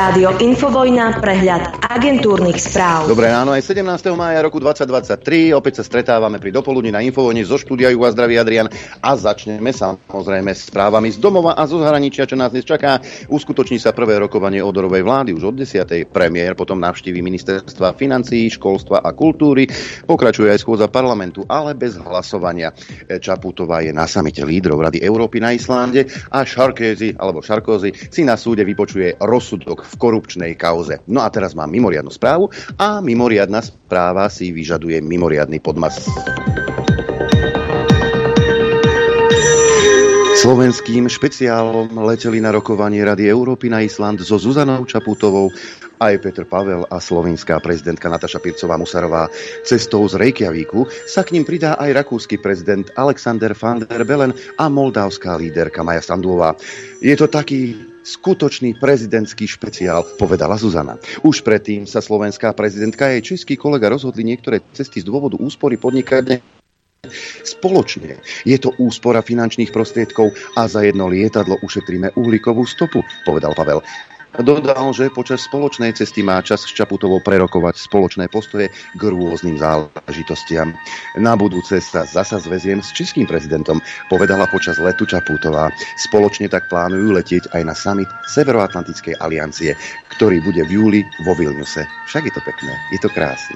Rádio Infovojna, prehľad agentúrnych správ. Dobré ráno, aj 17. mája roku 2023. Opäť sa stretávame pri dopoludní na Infovojne. Zo štúdia vás zdraví Adrian a začneme samozrejme s správami z domova a zo zahraničia, čo nás dnes čaká. Uskutoční sa prvé rokovanie odorovej vlády už od 10. Premiér potom navštíví ministerstva financií, školstva a kultúry. Pokračuje aj schôdza parlamentu, ale bez hlasovania. Čaputová je na samite lídrov Rady Európy na Islande a Sarkozy si na súde vypočuje rozsudok v korupčnej kauze. No a teraz mám mimoriadnu správu a mimoriadna správa si vyžaduje mimoriadny podmas. Slovenským špeciálom leteli na rokovanie Rady Európy na Island so Zuzanou Čaputovou aj Petr Pavel a slovenská prezidentka Nataša Pircová-Musarová. Cestou z Reykjavíku sa k ním pridá aj rakúsky prezident Alexander van der Bellen a moldavská líderka Maja Sanduová. Je to taký skutočný prezidentský špeciál, povedala Zuzana. Už predtým sa slovenská prezidentka a jej český kolega rozhodli niektoré cesty z dôvodu úspory podnikať spoločne. Je to úspora finančných prostriedkov a za jedno lietadlo ušetríme uhlíkovú stopu, povedal Pavel. Dodal, že počas spoločnej cesty má čas s Čaputovou prerokovať spoločné postoje k rôznym záležitostiam. Na budúce sa zasa zväziem s českým prezidentom, povedala počas letu Čaputová. Spoločne tak plánujú letieť aj na summit Severoatlantickej aliancie, ktorý bude v júli vo Vilniuse. Však je to pekné, je to krásne.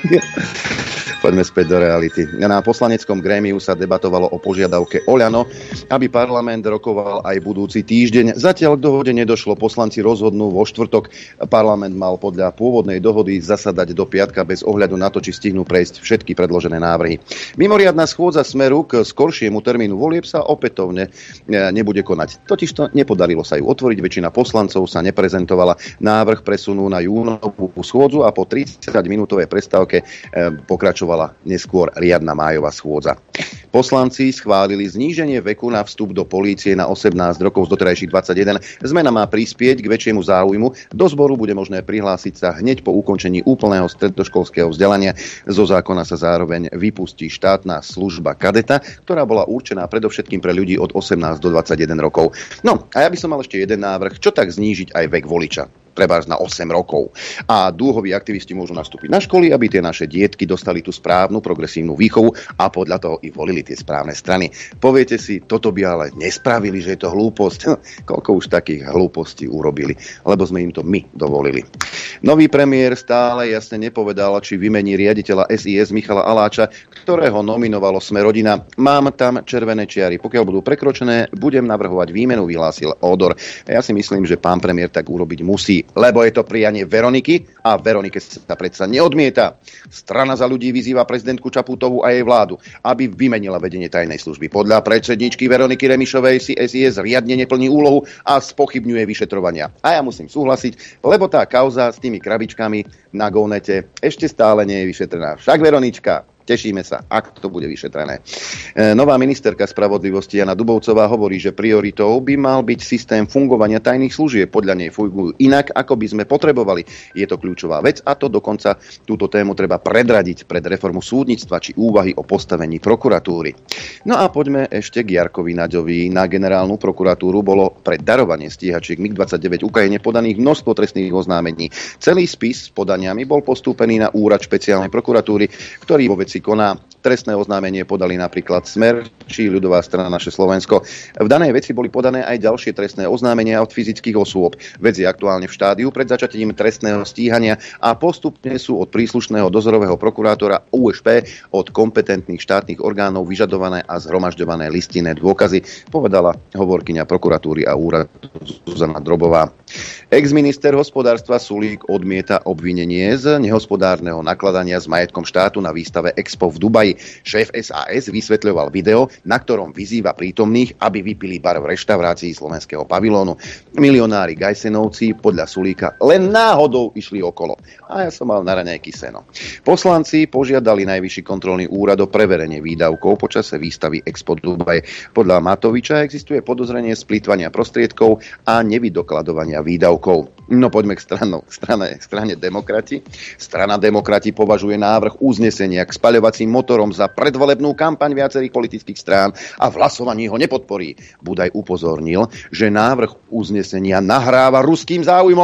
Poďme späť do reality. Na poslaneckom grémiu sa debatovalo o požiadavke Oľano, aby parlament rokoval aj budúci týždeň. Zatiaľ k dohode nedošlo, poslanci rozhodnú vo štvrtok. Parlament mal podľa pôvodnej dohody zasadať do piatka bez ohľadu na to, či stihnú prejsť všetky predložené návrhy. Mimoriadna schôdza Smeru k skoršiemu termínu volieb sa opätovne nebude konať. Totižto nepodarilo sa ju otvoriť, väčšina poslancov sa neprezentovala. Návrh presunú na júnovú schôdzu a po 30-minútovej prestávke pokračovala neskôr riadna májová schôdza. Poslanci schválili zníženie veku na vstup do polície na 18 rokov z doterajších 21. Zmena má prispieť k väčšiemu záujmu. Do zboru bude možné prihlásiť sa hneď po ukončení úplného stredoškolského vzdelania. Zo zákona sa zároveň vypustí štátna služba kadeta, ktorá bola určená predovšetkým pre ľudí od 18 do 21 rokov. No a ja by som mal ešte jeden návrh, čo tak znížiť aj vek voliča. Trebárs na 8 rokov. A dúhoví aktivisti môžu nastúpiť na školy, aby tie naše dietky dostali tú správnu progresívnu výchovu a podľa toho i volili tie správne strany. Poviete si, toto by ale nespravili, že je to hlúposť. Koľko už takých hlúpostí urobili, lebo sme im to my dovolili. Nový premiér stále jasne nepovedal, či vymení riaditeľa SIS Michala Aláča, ktorého nominovalo Smer-rodina. Mám tam červené čiary. Pokiaľ budú prekročené, budem navrhovať výmenu, vyhlásil Ódor. Ja si myslím, že pán premiér tak urobiť musí, lebo je to prianie Veroniky a Veronike sa predsa neodmieta. Strana Za ľudí vyzýva prezidentku Čaputovú a jej vládu, aby vymenila vedenie tajnej služby. Podľa predsedničky Veroniky Remišovej si SIS riadne neplní úlohu a spochybňuje vyšetrovania. A ja musím súhlasiť, lebo tá kauza s tými krabičkami na Go.nete ešte stále nie je vyšetrená. Však Veronička, tešíme sa, ak to bude vyšetrené. Nová ministerka spravodlivosti Jana Dubovcová hovorí, že prioritou by mal byť systém fungovania tajných služieb. Podľa nej fungujú inak, ako by sme potrebovali. Je to kľúčová vec a to dokonca túto tému treba predradiť pred reformu súdnictva či úvahy o postavení prokuratúry. No a poďme ešte k Jarkovi Naďovi. Na generálnu prokuratúru bolo pre darovanie stíhačiek MiG-29 Ukrajine podaných množstvo trestných oznámení. Celý spis s podaniami bol postúpený na úrad špeciálnej prokuratúry, ktorý vo veci koná. Trestné oznámenie podali napríklad Smer či ľudová strana Naše Slovensko. V danej veci boli podané aj ďalšie trestné oznámenia od fyzických osôb. Vec je aktuálne v štádiu pred začatím trestného stíhania a postupne sú od príslušného dozorového prokurátora USP od kompetentných štátnych orgánov vyžadované a zhromažďované listinné dôkazy, povedala hovorkyňa prokuratúry a úradu Zuzana Drobová. Ex-minister hospodárstva Sulík odmieta obvinenie z nehospodárneho nakladania s majetkom štátu na výstave Expo v Dubaji. Šéf SAS vysvetľoval video, na ktorom vyzýva prítomných, aby vypili bar v reštaurácii slovenského pavilónu. Milionári Gajsenovci podľa Sulíka len náhodou išli okolo. A ja som mal na raňajky seno. Poslanci požiadali Najvyšší kontrolný úrad o preverenie výdavkov počas výstavy Expo Dubaj. Podľa Matoviča existuje podozrenie z plytvania prostriedkov a nevydokladovania výdavkov. No poďme k strane Demokrati. Strana Demokrati považuje návrh uznesenia k spaľovacím motorom za predvolebnú kampaň viacerých politických strán a v hlasovaní ho nepodporí. Budaj upozornil, že návrh uznesenia nahráva ruským záujmom.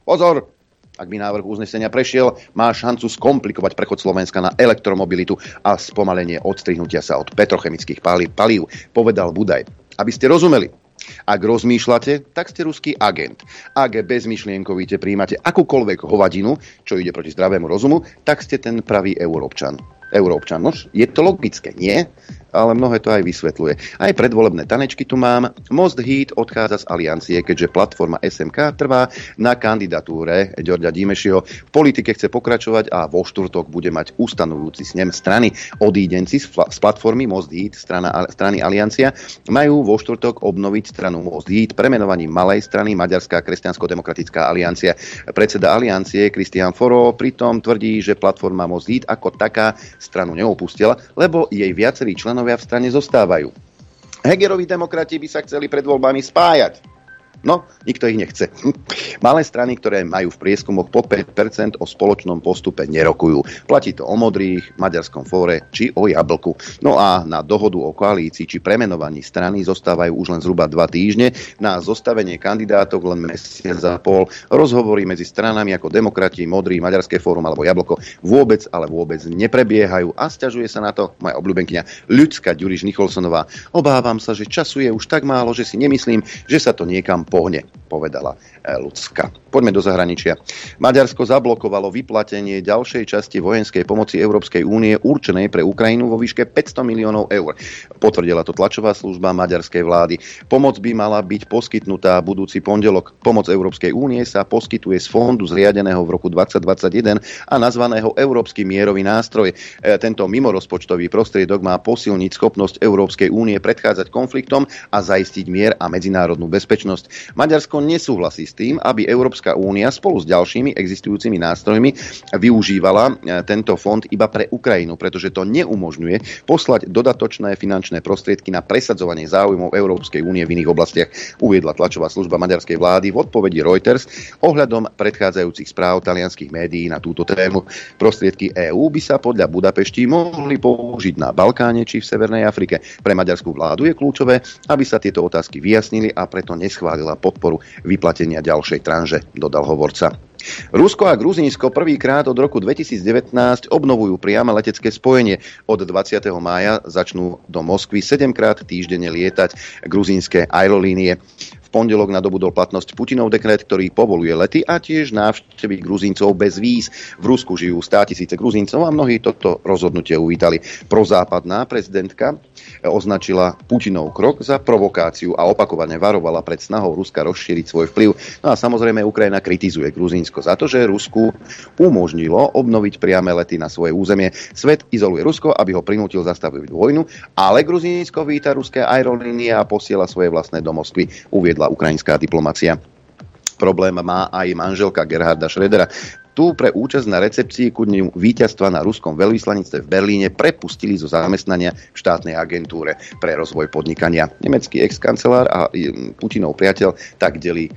Pozor! Ak by návrh uznesenia prešiel, má šancu skomplikovať prechod Slovenska na elektromobilitu a spomalenie odstrihnutia sa od petrochemických palív, povedal Budaj. Aby ste rozumeli, ak rozmýšľate, tak ste ruský agent. Ak bezmyšlienkovite príjmate akúkoľvek hovadinu, čo ide proti zdravému rozumu, tak ste ten pravý Európčan. Nož, je to logické, nie? Ale mnohé to aj vysvetľuje. Aj predvolebné tanečky tu mám. Most Híd odchádza z aliancie, keďže platforma SMK trvá na kandidatúre Ďorďa Dímešiho. V politike chce pokračovať a vo štvrtok bude mať ustanovujúci snem strany. Odídenci z platformy Most Híd strany Aliancia majú vo štvrtok obnoviť stranu Most Híd premenovaním malej strany Maďarská kresťansko-demokratická aliancia. Predseda aliancie Kristián Foro pritom tvrdí, že platforma Most Híd ako taká stranu neopustila, lebo jej viacerí členovia v strane zostávajú. Hegerovi demokrati by sa chceli pred voľbami spájať. No, nikto ich nechce. Malé strany, ktoré majú v prieskumoch po 5% o spoločnom postupe, nerokujú. Platí to o Modrých, Maďarskom Fóre či o Jablku. No a na dohodu o koalícii či premenovaní strany zostávajú už len zhruba 2 týždne. Na zostavenie kandidátov len mesiac a pol. Rozhovory medzi stranami ako Demokrati, Modrí, Maďarské fórum alebo Jablko vôbec neprebiehajú a sťažuje sa na to moja obľúbenkyňa Ľudská Ďuriš Nicholsonová. Obávam sa, že času je už tak málo, že si nemyslím, že sa to niekam pohne, povedala Ľudská. Poďme do zahraničia. Maďarsko zablokovalo vyplatenie ďalšej časti vojenskej pomoci Európskej únie určenej pre Ukrajinu vo výške 500 miliónov eur. Potvrdila to tlačová služba maďarskej vlády. Pomoc by mala byť poskytnutá budúci pondelok. Pomoc Európskej únie sa poskytuje z fondu zriadeného v roku 2021 a nazvaného Európsky mierový nástroj. Tento mimorozpočtový prostriedok má posilniť schopnosť Európskej únie predchádzať konfliktom a zaistiť mier a medzinárodnú bezpečnosť. Maďarsko nesúhlasí s tým, aby Európska únia spolu s ďalšími existujúcimi nástrojmi využívala tento fond iba pre Ukrajinu, pretože to neumožňuje poslať dodatočné finančné prostriedky na presadzovanie záujmov Európskej únie v iných oblastiach, uviedla tlačová služba maďarskej vlády v odpovedi Reuters ohľadom predchádzajúcich správ talianskych médií na túto tému. Prostriedky EÚ by sa podľa Budapešti mohli použiť na Balkáne či v Severnej Afrike. Pre maďarskú vládu je kľúčové, aby sa tieto otázky vyjasnili a preto neschválila podporu vyplatenia ďalšej tranže, dodal hovorca. Rusko a Gruzínsko prvýkrát od roku 2019 obnovujú priame letecké spojenie. Od 20. mája začnú do Moskvy 7-krát týždenne lietať gruzínske aerolínie. V pondelok nadobudol platnosť Putinov dekret, ktorý povoluje lety a tiež návštevy Gruzíncov bez víz. V Rusku žijú 100 000 Gruzíncov a mnohí toto rozhodnutie uvítali. Prozápadná prezidentka označila Putinov krok za provokáciu a opakovane varovala pred snahou Ruska rozšíriť svoj vplyv. No a samozrejme Ukrajina kritizuje Gruzínsko za to, že Rusku umožnilo obnoviť priame lety na svoje územie. Svet izoluje Rusko, aby ho prinútil zastaviť vojnu, ale Gruzínsko víta ruské aerolínie a posiela svoje vlastné do Moskvy, uviedla ukrajinská diplomacia. Problém má aj manželka Gerharda Schrödera. Tu pre účasť na recepcii ku dňu víťazstva na ruskom veľvyslanectve v Berlíne prepustili zo zamestnania v štátnej agentúre pre rozvoj podnikania. Nemecký ex-kancelár a Putinov priateľ tak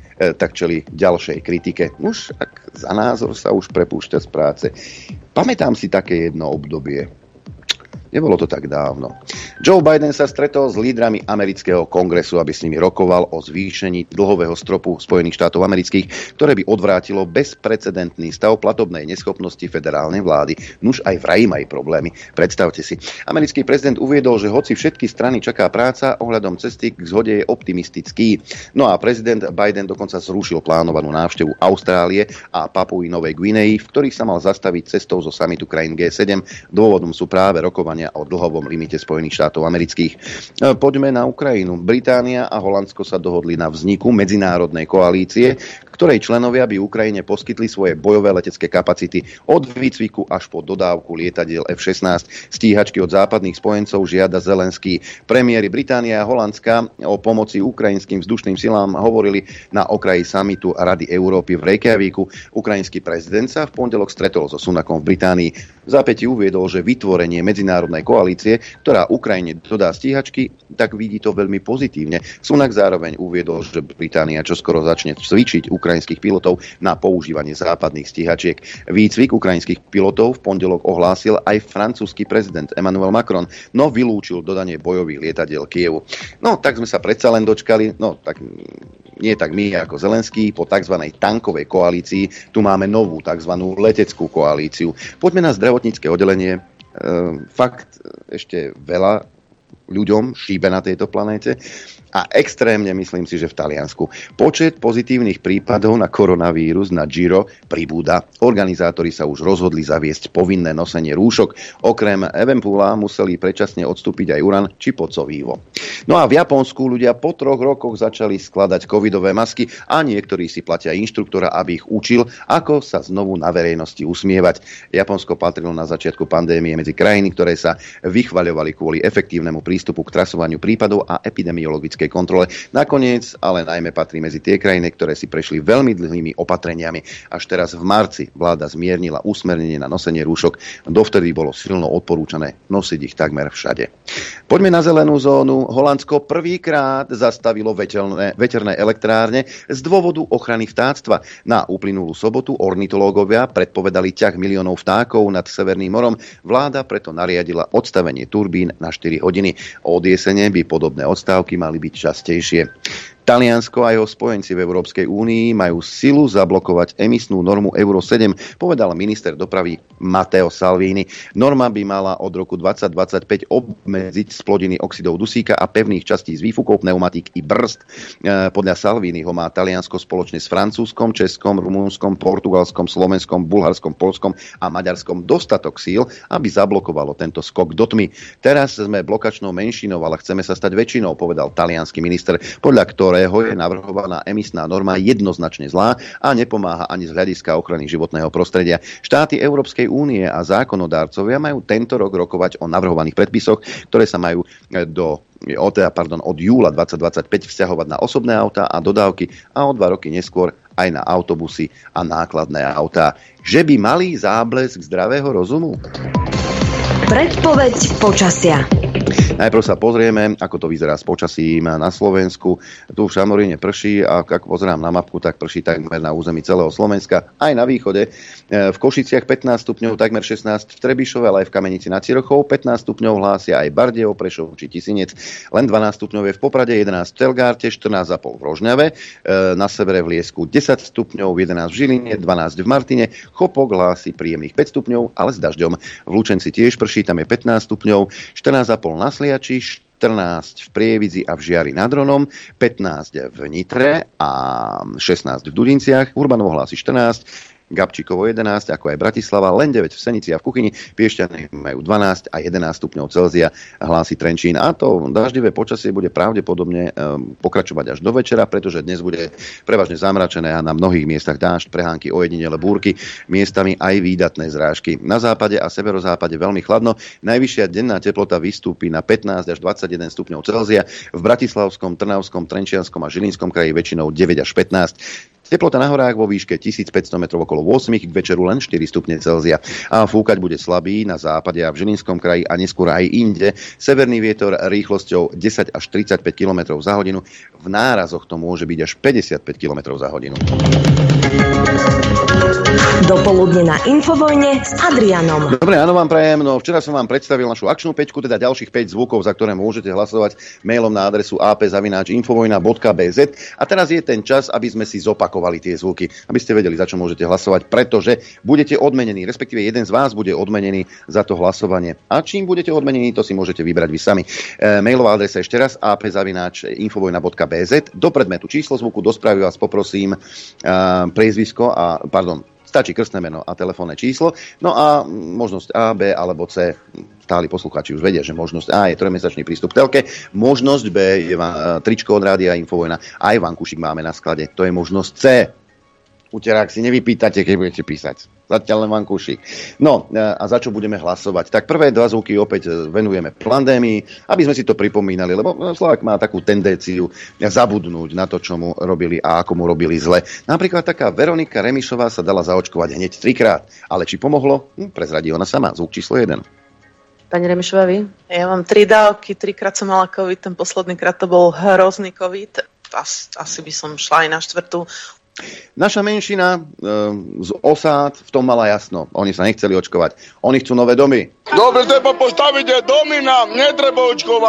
čeli ďalšej kritike. Už ak za názor sa už prepúšťa z práce. Pamätám si také jedno obdobie. Nebolo to tak dávno. Joe Biden sa stretol s lídrami amerického kongresu, aby s nimi rokoval o zvýšení dlhového stropu Spojených štátov amerických, ktoré by odvrátilo bezprecedentný stav platobnej neschopnosti federálnej vlády. Nuž aj vraj majú problémy. Predstavte si. Americký prezident uviedol, že hoci všetky strany čaká práca, ohľadom cesty k zhode je optimistický. No a prezident Biden dokonca zrušil plánovanú návštevu Austrálie a Papui Novej Guinei, v ktorých sa mal zastaviť cestou zo samitu krajín G7. Dôvodom sú práve rokovania o dlhovom limite Spojených štátov amerických. Poďme na Ukrajinu. Británia a Holandsko sa dohodli na vzniku medzinárodnej koalície, ktorej členovia by Ukrajine poskytli svoje bojové letecké kapacity od výcviku až po dodávku lietadiel F-16. Stíhačky od západných spojencov žiada Zelenský. Premiéry Británia a Holandska o pomoci ukrajinským vzdušným silám hovorili na okraji samitu Rady Európy v Reykjavíku. Ukrajinský prezident sa v pondelok stretol so Sunakom v Británii. V zápätí uviedol, že vytvorenie medzinárodnej koalície, ktorá Ukrajine dodá stíhačky, tak vidí to veľmi pozitívne. Sunak zároveň uviedol, že Británia čoskoro začne cvičiť ukrajinských pilotov na používanie západných stíhačiek. Výcvik ukrajinských pilotov v pondelok ohlásil aj francúzsky prezident Emmanuel Macron, no vylúčil dodanie bojových lietadiel Kievu. No, tak sme sa predsa len dočkali, no tak nie tak my ako Zelenský, po tzv. Tankovej koalícii, tu máme novú tzv. Leteckú koalíciu. Poďme na zdravotnícke oddelenie. Fakt ešte veľa ľuďom šíbe na tejto planéte a extrémne myslím si, že v Taliansku počet pozitívnych prípadov na koronavírus na Giro pribúda. Organizátori sa už rozhodli zaviesť povinné nosenie rúšok. Okrem Evenpoola museli predčasne odstúpiť aj Uran či Pocovívo. No a v Japonsku ľudia po 3 rokoch začali skladať covidové masky a niektorí si platia inštruktora, aby ich učil, ako sa znovu na verejnosti usmievať. Japonsko patrilo na začiatku pandémie medzi krajiny, ktoré sa vychvaľovali kvôli efektívnemu prístupu k trasovaniu prípadov a epidemiologickej kontrole. Nakoniec, ale najmä patrí medzi tie krajiny, ktoré si prešli veľmi dlhými opatreniami. Až teraz v marci vláda zmiernila usmernenie na nosenie rúšok. Dovtedy bolo silno odporúčané nosiť ich takmer všade. Poďme na zelenú zónu. Holandsko prvýkrát zastavilo veterné elektrárne z dôvodu ochrany vtáctva. Na uplynulú sobotu ornitológovia predpovedali ťah miliónov vtákov nad Severným morom. Vláda preto nariadila odstavenie turbín na 4 hodiny. Od jesene by podobné odstávky mali byť častejšie. Taliansko a jeho spojenci v Európskej únii majú silu zablokovať emisnú normu Euro 7, povedal minister dopravy Matteo Salvini. Norma by mala od roku 2025 obmedziť splodiny oxidov dusíka a pevných častí z výfukov, pneumatík i brzd. Podľa Salviniho má Taliansko spoločne s Francúzskom, Českom, Rumunskom, Portugalskom, Slovenskom, Bulharskom, Poľskom a Maďarskom dostatok síl, aby zablokovalo tento skok do tmy. Teraz sme blokačnou menšinou, ale chceme sa stať väčšinou, povedal taliansky minister, podľa ktorého je navrhovaná emisná norma jednoznačne zlá a nepomáha ani z hľadiska ochrany životného prostredia. Štáty Európskej únie a zákonodárcovia majú tento rok rokovať o navrhovaných predpisoch, ktoré sa majú od júla 2025 vzťahovať na osobné autá a dodávky a o 2 roky neskôr aj na autobusy a nákladné autá. Že by mali záblesk zdravého rozumu? Predpoveď počasia. Najprv sa pozrieme, ako to vyzerá s počasím na Slovensku. Tu v Šamoríne prší a ak pozerám na mapku, tak prší takmer na území celého Slovenska, aj na východe. V Košiciach 15 stupňov, takmer 16 v Trebišove, ale aj v Kamenici nad Cirochou. 15 stupňov hlásia aj Bardejov, Prešov či Tisinec. Len 12 stupňov je v Poprade, 11 v Telgárte, 14,5 v Rožňave. Na severe v Liesku 10 stupňov, 11 v Žiline, 12 v Martine. Chopok hlási príjemných 5 stupňov, ale s dažďom. V Lučenci tiež prší, tam je 15 stupňov, 14,5 na Sliači, 14 v Prievidzi a v Žiari nad Hronom, 15 v Nitre a 16 v Dudinciach, Urbanovo hlási 14, Gabčíkovo 11, ako aj Bratislava, len 9 v Senici a v Kuchyni, Piešťany majú 12 a 11 stupňov Celzia, hlási Trenčín. A to daždivé počasie bude pravdepodobne pokračovať až do večera, pretože dnes bude prevažne zamračené a na mnohých miestach dážď, prehánky, ojedinele búrky, miestami aj výdatné zrážky. Na západe a severozápade veľmi chladno, najvyššia denná teplota vystúpi na 15 až 21 stupňov Celzia, v Bratislavskom, Trnavskom, Trenčianskom a Žilinskom kraji väčšinou 9 až 15. Teplota na horách vo výške 1500 metrov okolo 8, k večeru len 4 stupne Celzia. A fúkať bude slabý na západe a v Žilinskom kraji a neskôr aj inde. Severný vietor rýchlosťou 10 až 35 km za hodinu. V nárazoch to môže byť až 55 km za hodinu. Dopoludne na Infovojne s Adrianom. Dobre, áno vám prajem. No, včera som vám predstavil našu akčnú peťku, teda ďalších 5 zvukov, za ktoré môžete hlasovať mailom na adresu ap@infovojna.bz. A teraz je ten čas, aby sme si zopakovali tie zvuky, aby ste vedeli, za čo môžete hlasovať, pretože budete odmenení, respektíve jeden z vás bude odmenený za to hlasovanie. A čím budete odmenení, to si môžete vybrať vy sami. Mailová adresa ešte raz ap@infovojna.bz. Do predmetu číslo zvuku, do správy vás poprosím priezvisko a stačí krstné meno a telefónne číslo. No a možnosť A, B alebo C. Stáli poslucháči už vedia, že možnosť A je 3-mesačný prístup k telke, možnosť B je tričko od Rádia Infovojna, aj vankušik máme na sklade. To je možnosť C. Uterák si nevypýtate, keď budete písať. Zatiaľ len vankušik. No a za čo budeme hlasovať? Tak prvé 2 zvuky opäť venujeme pandémii, aby sme si to pripomínali, lebo Slovák má takú tendenciu zabudnúť na to, čo mu robili a ako mu robili zle. Napríklad taká Veronika Remišová sa dala zaočkovať hneď 3-krát. Ale či pomohlo? Prezradí ona sama. Zvuk číslo 1. Pani Remišová, vy? Ja mám 3 dávky, 3-krát som mala COVID, ten posledný krát to bol hrozný COVID. Asi by som šla aj na 4. Naša menšina z osád v tom mala jasno. Oni sa nechceli očkovať. Oni chcú nové domy. Dobre, treba postaviť domy nám, netreba očkovať.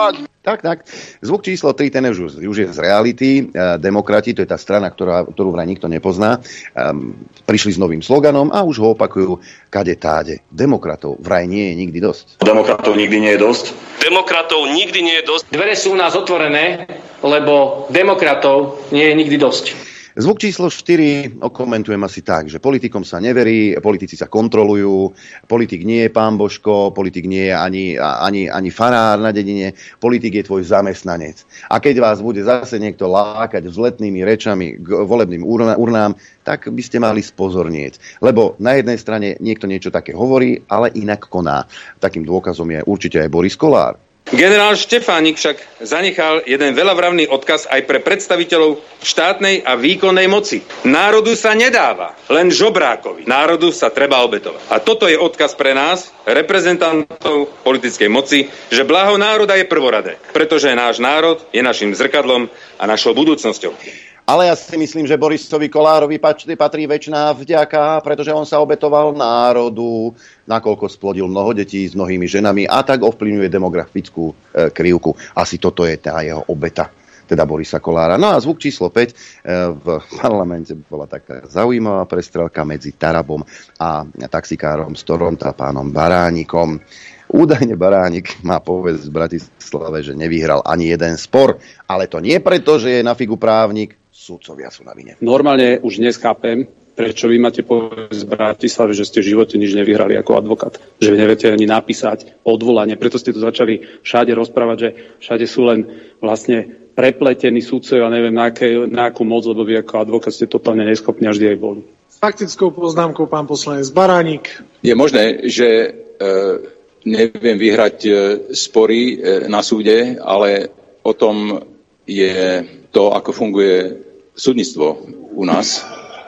Tak. Zvuk číslo 3, ten už je z reality. Demokrati, to je tá strana, ktorú vraj nikto nepozná, prišli s novým sloganom a už ho opakujú kade táde. Demokratov vraj nie je nikdy dosť. Demokratov nikdy nie je dosť. Demokratov nikdy nie je dosť. Dvere sú u nás otvorené, lebo demokratov nie je nikdy dosť. Zvuk číslo 4 okomentujem asi tak, že politikom sa neverí, politici sa kontrolujú, politik nie je pán Božko, politik nie je ani farár na dedine, politik je tvoj zamestnanec. A keď vás bude zase niekto lákať vzletnými rečami k volebným urnám, tak by ste mali spozornieť. Lebo na jednej strane niekto niečo také hovorí, ale inak koná. Takým dôkazom je určite aj Boris Kollár. Generál Štefánik však zanechal jeden veľavravný odkaz aj pre predstaviteľov štátnej a výkonnej moci. Národu sa nedáva, len žobrákovi. Národu sa treba obetovať. A toto je odkaz pre nás, reprezentantov politickej moci, že blaho národa je prvoradé, pretože náš národ je našim zrkadlom a našou budúcnosťou. Ale ja si myslím, že Borisovi Kollárovi patrí večná vďaka, pretože on sa obetoval národu, nakoľko splodil mnoho detí s mnohými ženami a tak ovplyvňuje demografickú krivku. Asi toto je tá jeho obeta, teda Borisa Kollára. No a zvuk číslo 5. V parlamente bola taká zaujímavá prestrelka medzi Tarabom a taxikárom z Toronta, pánom Baránikom. Údajne Baránik má povesť v Bratislave, že nevyhral ani jeden spor, ale to nie preto, že je na figu právnik, sudcovia sú na vine. Normálne už dnes chápem, prečo vy máte povesť v Bratislave, že ste v živote nič nevyhrali ako advokát. Že vy neviete ani napísať odvolanie. Preto ste tu začali všade rozprávať, že všade sú len vlastne prepletení sudcovia, neviem na akú moc, lebo vy ako advokát ste totálne neschopní a vždy aj boli. S faktickou poznámkou pán poslanec Baránik. Je možné, že neviem vyhrať spory na súde, ale o tom je to, ako funguje súdnictvo u nás.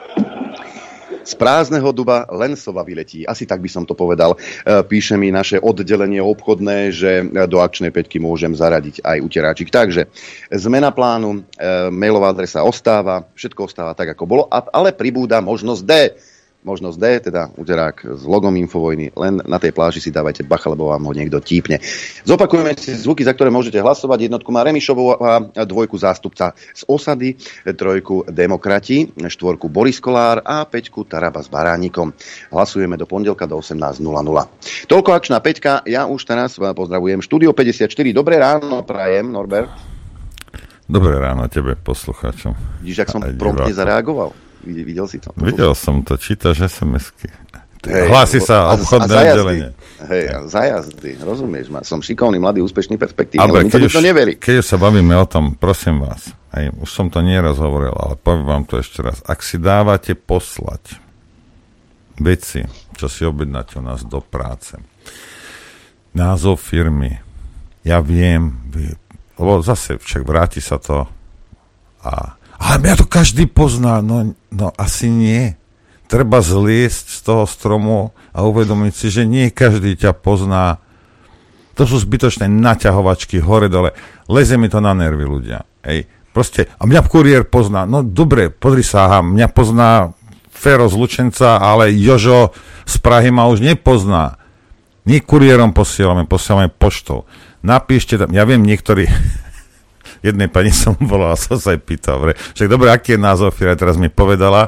Z prázdneho duba len sova vyletí. Asi tak by som to povedal. Píše mi naše oddelenie obchodné, že do akčnej päťky môžem zaradiť aj uteráčik. Takže zmena plánu, mailová adresa ostáva, všetko ostáva tak, ako bolo, ale pribúda možnosť D. Možnosť D, teda uterák s logom Infovojny. Len na tej pláži si dávajte bacha, lebo vám ho niekto típne. Zopakujeme si zvuky, za ktoré môžete hlasovať. Jednotku má Remišová, dvojku zástupca z osady, trojku Demokrati, štvorku Boris Kollár a päťku Taraba s Baránikom. Hlasujeme do pondelka do 18:00. Toľko akčná päťka. Ja už teraz pozdravujem Štúdio 54. Dobré ráno prajem, Norbert. Dobré ráno tebe, poslucháčom. Vidíš, ak som promptne zareagoval. Videl si to? Videl som to, čítaš SMS-ky. Hlási sa obchodné oddelenie. Za jazdy, rozumieš ma. Som šikovný, mladý, úspešný, perspektívny, ale nikto to neverí. Keď sa bavíme o tom, prosím vás, už som to nieraz hovoril, ale poviem vám to ešte raz. Ak si dávate poslať veci, čo si objednáte u nás do práce, názov firmy, ja viem, lebo zase však vráti sa to ale mňa to každý pozná. No asi nie. Treba zliesť z toho stromu a uvedomiť si, že nie každý ťa pozná. To sú zbytočné naťahovačky hore-dole. Leze mi to na nervy, ľudia. Proste, a mňa kuriér pozná. No dobre, podri sa, mňa pozná Fero z Lučenca, ale Jožo z Prahy ma už nepozná. Nie kuriérom posielame poštou. Napíšte tam, ja viem, niektorí... Jednej pani som volala, som sa aj pýtal. Však dobre, aký je názov firmy, teraz mi povedala.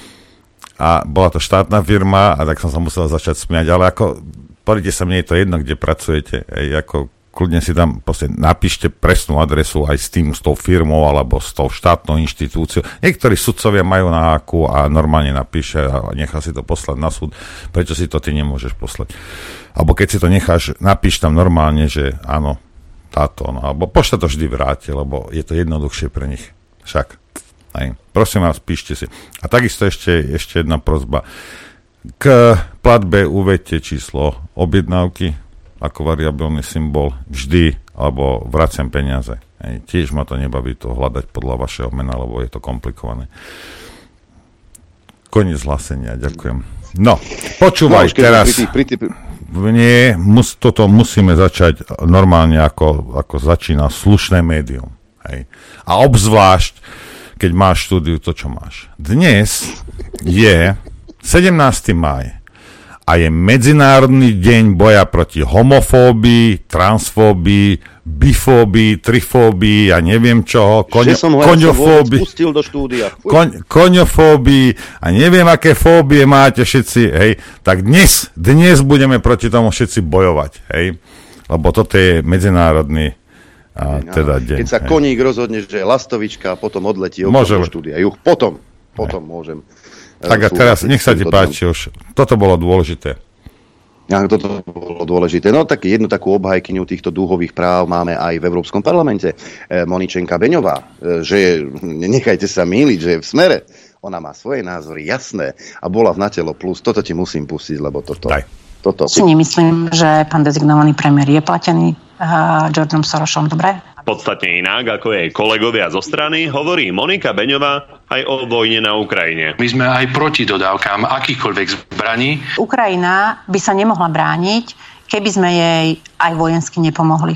A bola to štátna firma, a tak som sa musel začať smiať. Ale ako, poďte sa, mne je to jedno, kde pracujete. Ako kľudne si tam napíšte presnú adresu aj s tou firmou, alebo s tou štátnou inštitúciou. Niektorí sudcovia majú na akú a normálne napíše a nechá si to poslať na súd. Prečo si to ty nemôžeš poslať? Alebo keď si to necháš, napíš tam normálne, že áno, táto, alebo pošta to vždy vráti, lebo je to jednoduchšie pre nich. Však. Prosím vás, píšte si. A takisto ešte jedna prosba. K platbe uvedte číslo objednávky ako variabilný symbol vždy, alebo vraciam peniaze. Tiež ma to nebaví to hľadať podľa vašeho mena, lebo je to komplikované. Koniec hlásenia, ďakujem. No, počúvaj teraz. Nie, toto musíme začať normálne, ako začína slušné médium. A obzvlášť, keď máš štúdiu, to, čo máš. Dnes je 17. máj a je Medzinárodný deň boja proti homofóbii, transfóbii, bifóbii, trifóbii a neviem čoho, koňofóbii, koňofóbii a neviem, aké fóbie máte všetci, hej, tak dnes budeme proti tomu všetci bojovať, hej, lebo toto je medzinárodný teda deň. Keď sa koník rozhodne, že je lastovička a potom odletí okolo štúdia juh, potom môžem. Tak a teraz, nech sa ti páči už, toto bolo dôležité. Toto bolo dôležité. No tak jednu takú obhajkyňu týchto dúhových práv máme aj v Európskom parlamente. Moničenka Beňová, že nechajte sa mýliť, že je v Smere. Ona má svoje názory jasné a bola v Natelo Plus. Toto ti musím pustiť, lebo toto. Si nemyslím, že pán dezignovaný premiér je platený Georgeom Sorosom, dobre? Podstatne inak, ako jej kolegovia zo strany, hovorí Monika Beňová aj o vojne na Ukrajine. My sme aj proti dodávkám akýchkoľvek zbraní. Ukrajina by sa nemohla brániť, keby sme jej aj vojensky nepomohli.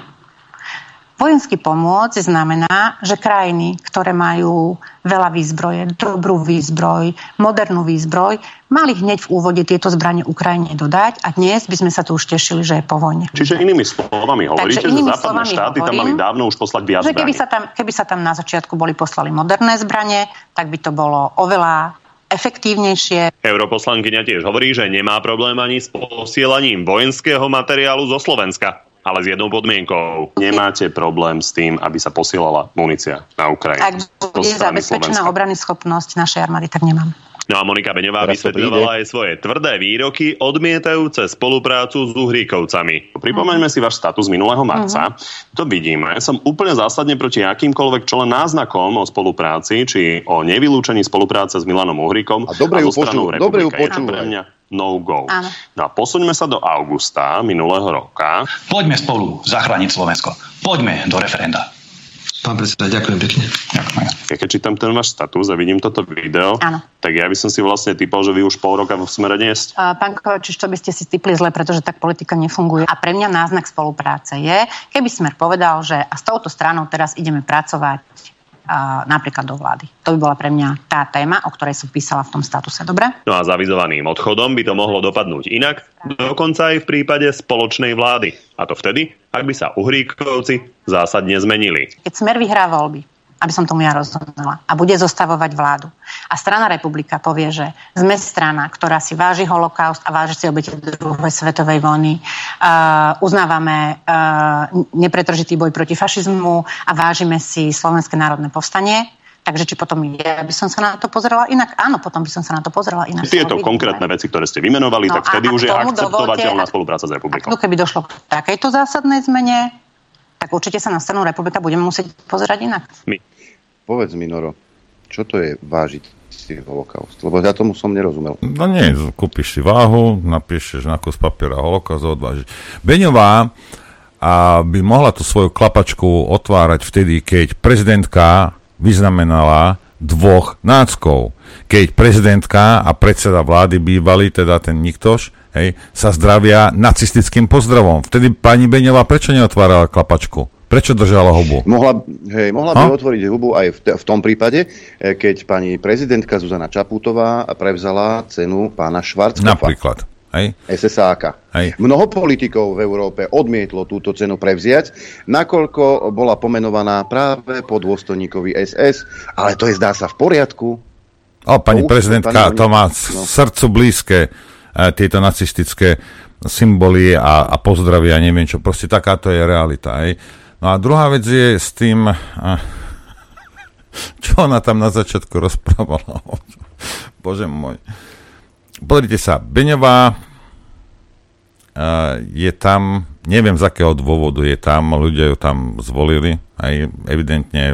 Vojensky pomôcť znamená, že krajiny, ktoré majú veľa výzbroje, dobrú výzbroj, modernú výzbroj, mali hneď v úvode tieto zbrane Ukrajine dodať a dnes by sme sa tu už tešili, že je po vojne. Čiže inými slovami hovoríte, že západné štáty tam mali dávno už poslať viac zbraní. Keby sa tam na začiatku boli poslali moderné zbrane, tak by to bolo oveľa efektívnejšie. Europoslankyňa tiež hovorí, že nemá problém ani s posielaním vojenského materiálu zo Slovenska. Ale s jednou podmienkou. Nemáte problém s tým, aby sa posielala munícia na Ukrajinu. Ak bude zabezpečená obranyschopnosť našej armády, tak nemám. No a Monika Beňová vysvetľovala aj svoje tvrdé výroky odmietajúce spoluprácu s Uhríkovcami. Pripomeňme si váš status minulého marca. To vidíme. Som úplne zásadne proti akýmkoľvek čo len náznakom o spolupráci, či o nevylúčení spolupráce s Milanom Uhríkom a zo stranou republiky. Je to pre mňa no go. Áno. No a posuňme sa do augusta minulého roka. Poďme spolu zachrániť Slovensko. Poďme do referenda. Pán predseda, ďakujem pekne. Ďakujem. Keď čítam ten váš status a vidím toto video, tak ja by som si vlastne typol, že vy už pol roka v Smere nie ste. Pán Kovačič, to by ste si typli zle, pretože tak politika nefunguje. A pre mňa náznak spolupráce je, keby Smer povedal, že a s touto stranou teraz ideme pracovať napríklad do vlády. To by bola pre mňa tá téma, o ktorej som písala v tom statuse. Dobre? No a zavizovaným odchodom by to mohlo dopadnúť inak, dokonca aj v prípade spoločnej vlády. A to vtedy, ak by sa Uhríkovci zásadne zmenili. Keď Smer vyhrá voľby, aby som tomu ja rozhodla, a bude zostavovať vládu. A strana Republika povie, že sme strana, ktorá si váži holokaust a váži si obete druhej svetovej vojny. Uznávame nepretržitý boj proti fašizmu a vážime si Slovenské národné povstanie. Takže či potom ja by som sa na to pozerala inak? Áno, potom by som sa na to pozerala inak. Tieto konkrétne veci, ktoré ste vymenovali, tak vtedy už je akceptovateľná spolupráca s Republikou. Keby došlo k takejto zásadnej zmene, tak určite sa na stranu Republika budeme musieť pozerať inak. Povedz mi, Noro, čo to je vážiť si holokaust? Lebo ja tomu som nerozumel. No nie, kúpiš si váhu, napíšeš na kus papiera holokaust a odvážiš. Beňová by mohla tú svoju klapačku otvárať vtedy, keď prezidentka vyznamenala 2 náckov. Keď prezidentka a predseda vlády bývali, teda ten Niktoš, sa zdravia nacistickým pozdravom. Vtedy pani Beňová prečo neotvárala klapačku? Prečo držala hubu? Mohla by otvoriť hubu aj v tom prípade, keď pani prezidentka Zuzana Čaputová prevzala cenu pána Schwarzkopfa. Napríklad. SSáka. Mnoho politikov v Európe odmietlo túto cenu prevziať, nakoľko bola pomenovaná práve po dôstojníkovi SS, ale to je zdá sa v poriadku. Pani prezidentka, to má srdcu blízke tieto nacistické symboly a pozdravia, neviem čo, proste takáto je realita. No a druhá vec je s tým, čo ona tam na začiatku rozprávala. Bože môj. Pozrite sa, Beňová je tam, neviem z akého dôvodu je tam, ľudia ju tam zvolili, aj evidentne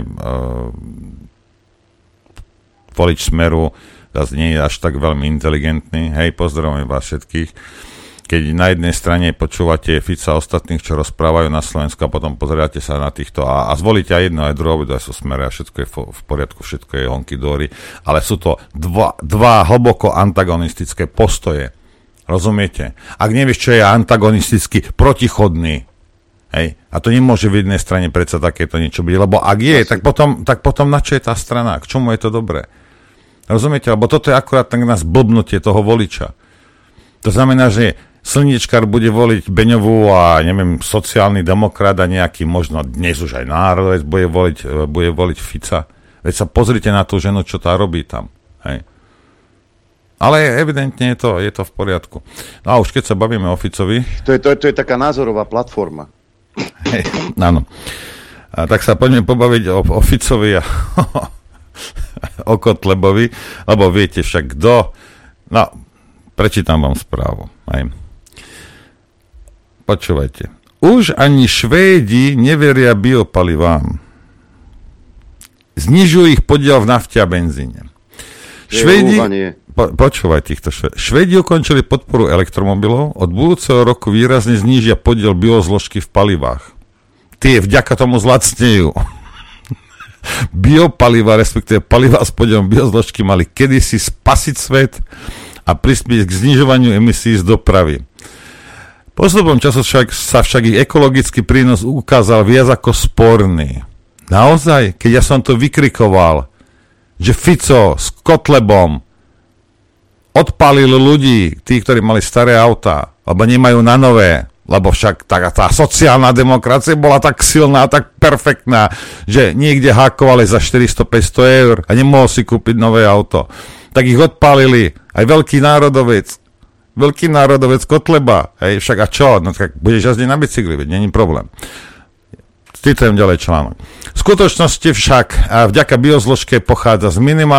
volič Smeru zase nie je až tak veľmi inteligentný. Pozdravujem vás všetkých. Keď na jednej strane počúvate Fica a ostatných, čo rozprávajú na Slovensku a potom pozeráte sa na týchto a zvolíte aj jedno, aj druhé, obidva sú Smere a všetko je v poriadku, všetko je honky dory, ale sú to dva hlboko antagonistické postoje. Rozumiete? Ak nevieš, čo je antagonisticky protichodný, a to nemôže v jednej strane predsa takéto niečo byť, lebo ak je, tak potom na čo je tá strana? K čomu je to dobré? Rozumiete? Lebo toto je akurát tak na zblbnutie toho voliča. To znamená, že slniečkar bude voliť Beňovú a neviem, sociálny demokrat a nejaký možno dnes už aj národovec bude voliť Fica. Veď sa pozrite na tú ženu, čo tá robí tam. Hej. Ale evidentne je to v poriadku. No a už keď sa bavíme o Ficovi... To je taká názorová platforma. Hej, áno. A tak sa poďme pobaviť o Ficovi a o Kotlebovi, lebo viete však kto... No, prečítam vám správu. Hej. Počúvajte. Už ani Švédi neveria biopalivám. Znižujú ich podiel v nafte a benzíne. Švédi... Počúvaj týchto Švédi ukončili podporu elektromobilov, od budúceho roku výrazne znížia podiel biozložky v palivách. Tie vďaka tomu zlacnejú. Biopaliva, respektíve paliva s podielom biozložky mali kedysi spasiť svet a prispieť k znižovaniu emisí z dopravy. Postupom času sa však ich ekologický prínos ukázal viac ako sporný. Naozaj, keď ja som to vykrikoval, že Fico s Kotlebom odpálil ľudí, tí, ktorí mali staré autá, lebo nemajú na nové, lebo však tá sociálna demokracia bola tak silná, tak perfektná, že niekde hákovali za 400-500 eur a nemohol si kúpiť nové auto. Tak ich odpálili aj veľký národovec Kotleba. Hej, však a čo? No tak budeš jazdiť na bicykli, veď není problém. Citujem ďalej článok. V skutočnosti však vďaka biozložke pochádza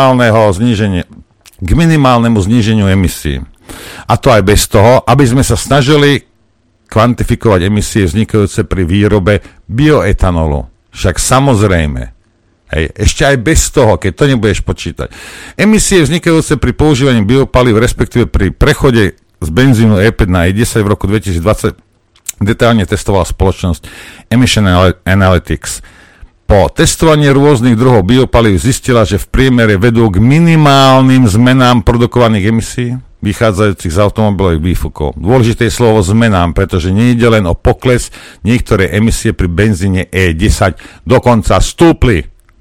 k minimálnemu zníženiu emisí. A to aj bez toho, aby sme sa snažili kvantifikovať emisie vznikajúce pri výrobe bioetanolu. Však samozrejme. Hej, ešte aj bez toho, keď to nebudeš počítať. Emisie vznikajúce pri používaní biopalív, respektíve pri prechode z benzínu E5 na E10 v roku 2020 detailne testovala spoločnosť Emission Analytics. Po testovaní rôznych druhov biopalív zistila, že v priemere vedú k minimálnym zmenám produkovaných emisí vychádzajúcich z automobilových výfukov. Dôležité je slovo zmenám, pretože nie ide len o pokles, niektoré emisie pri benzíne E10 dokonca stúpli.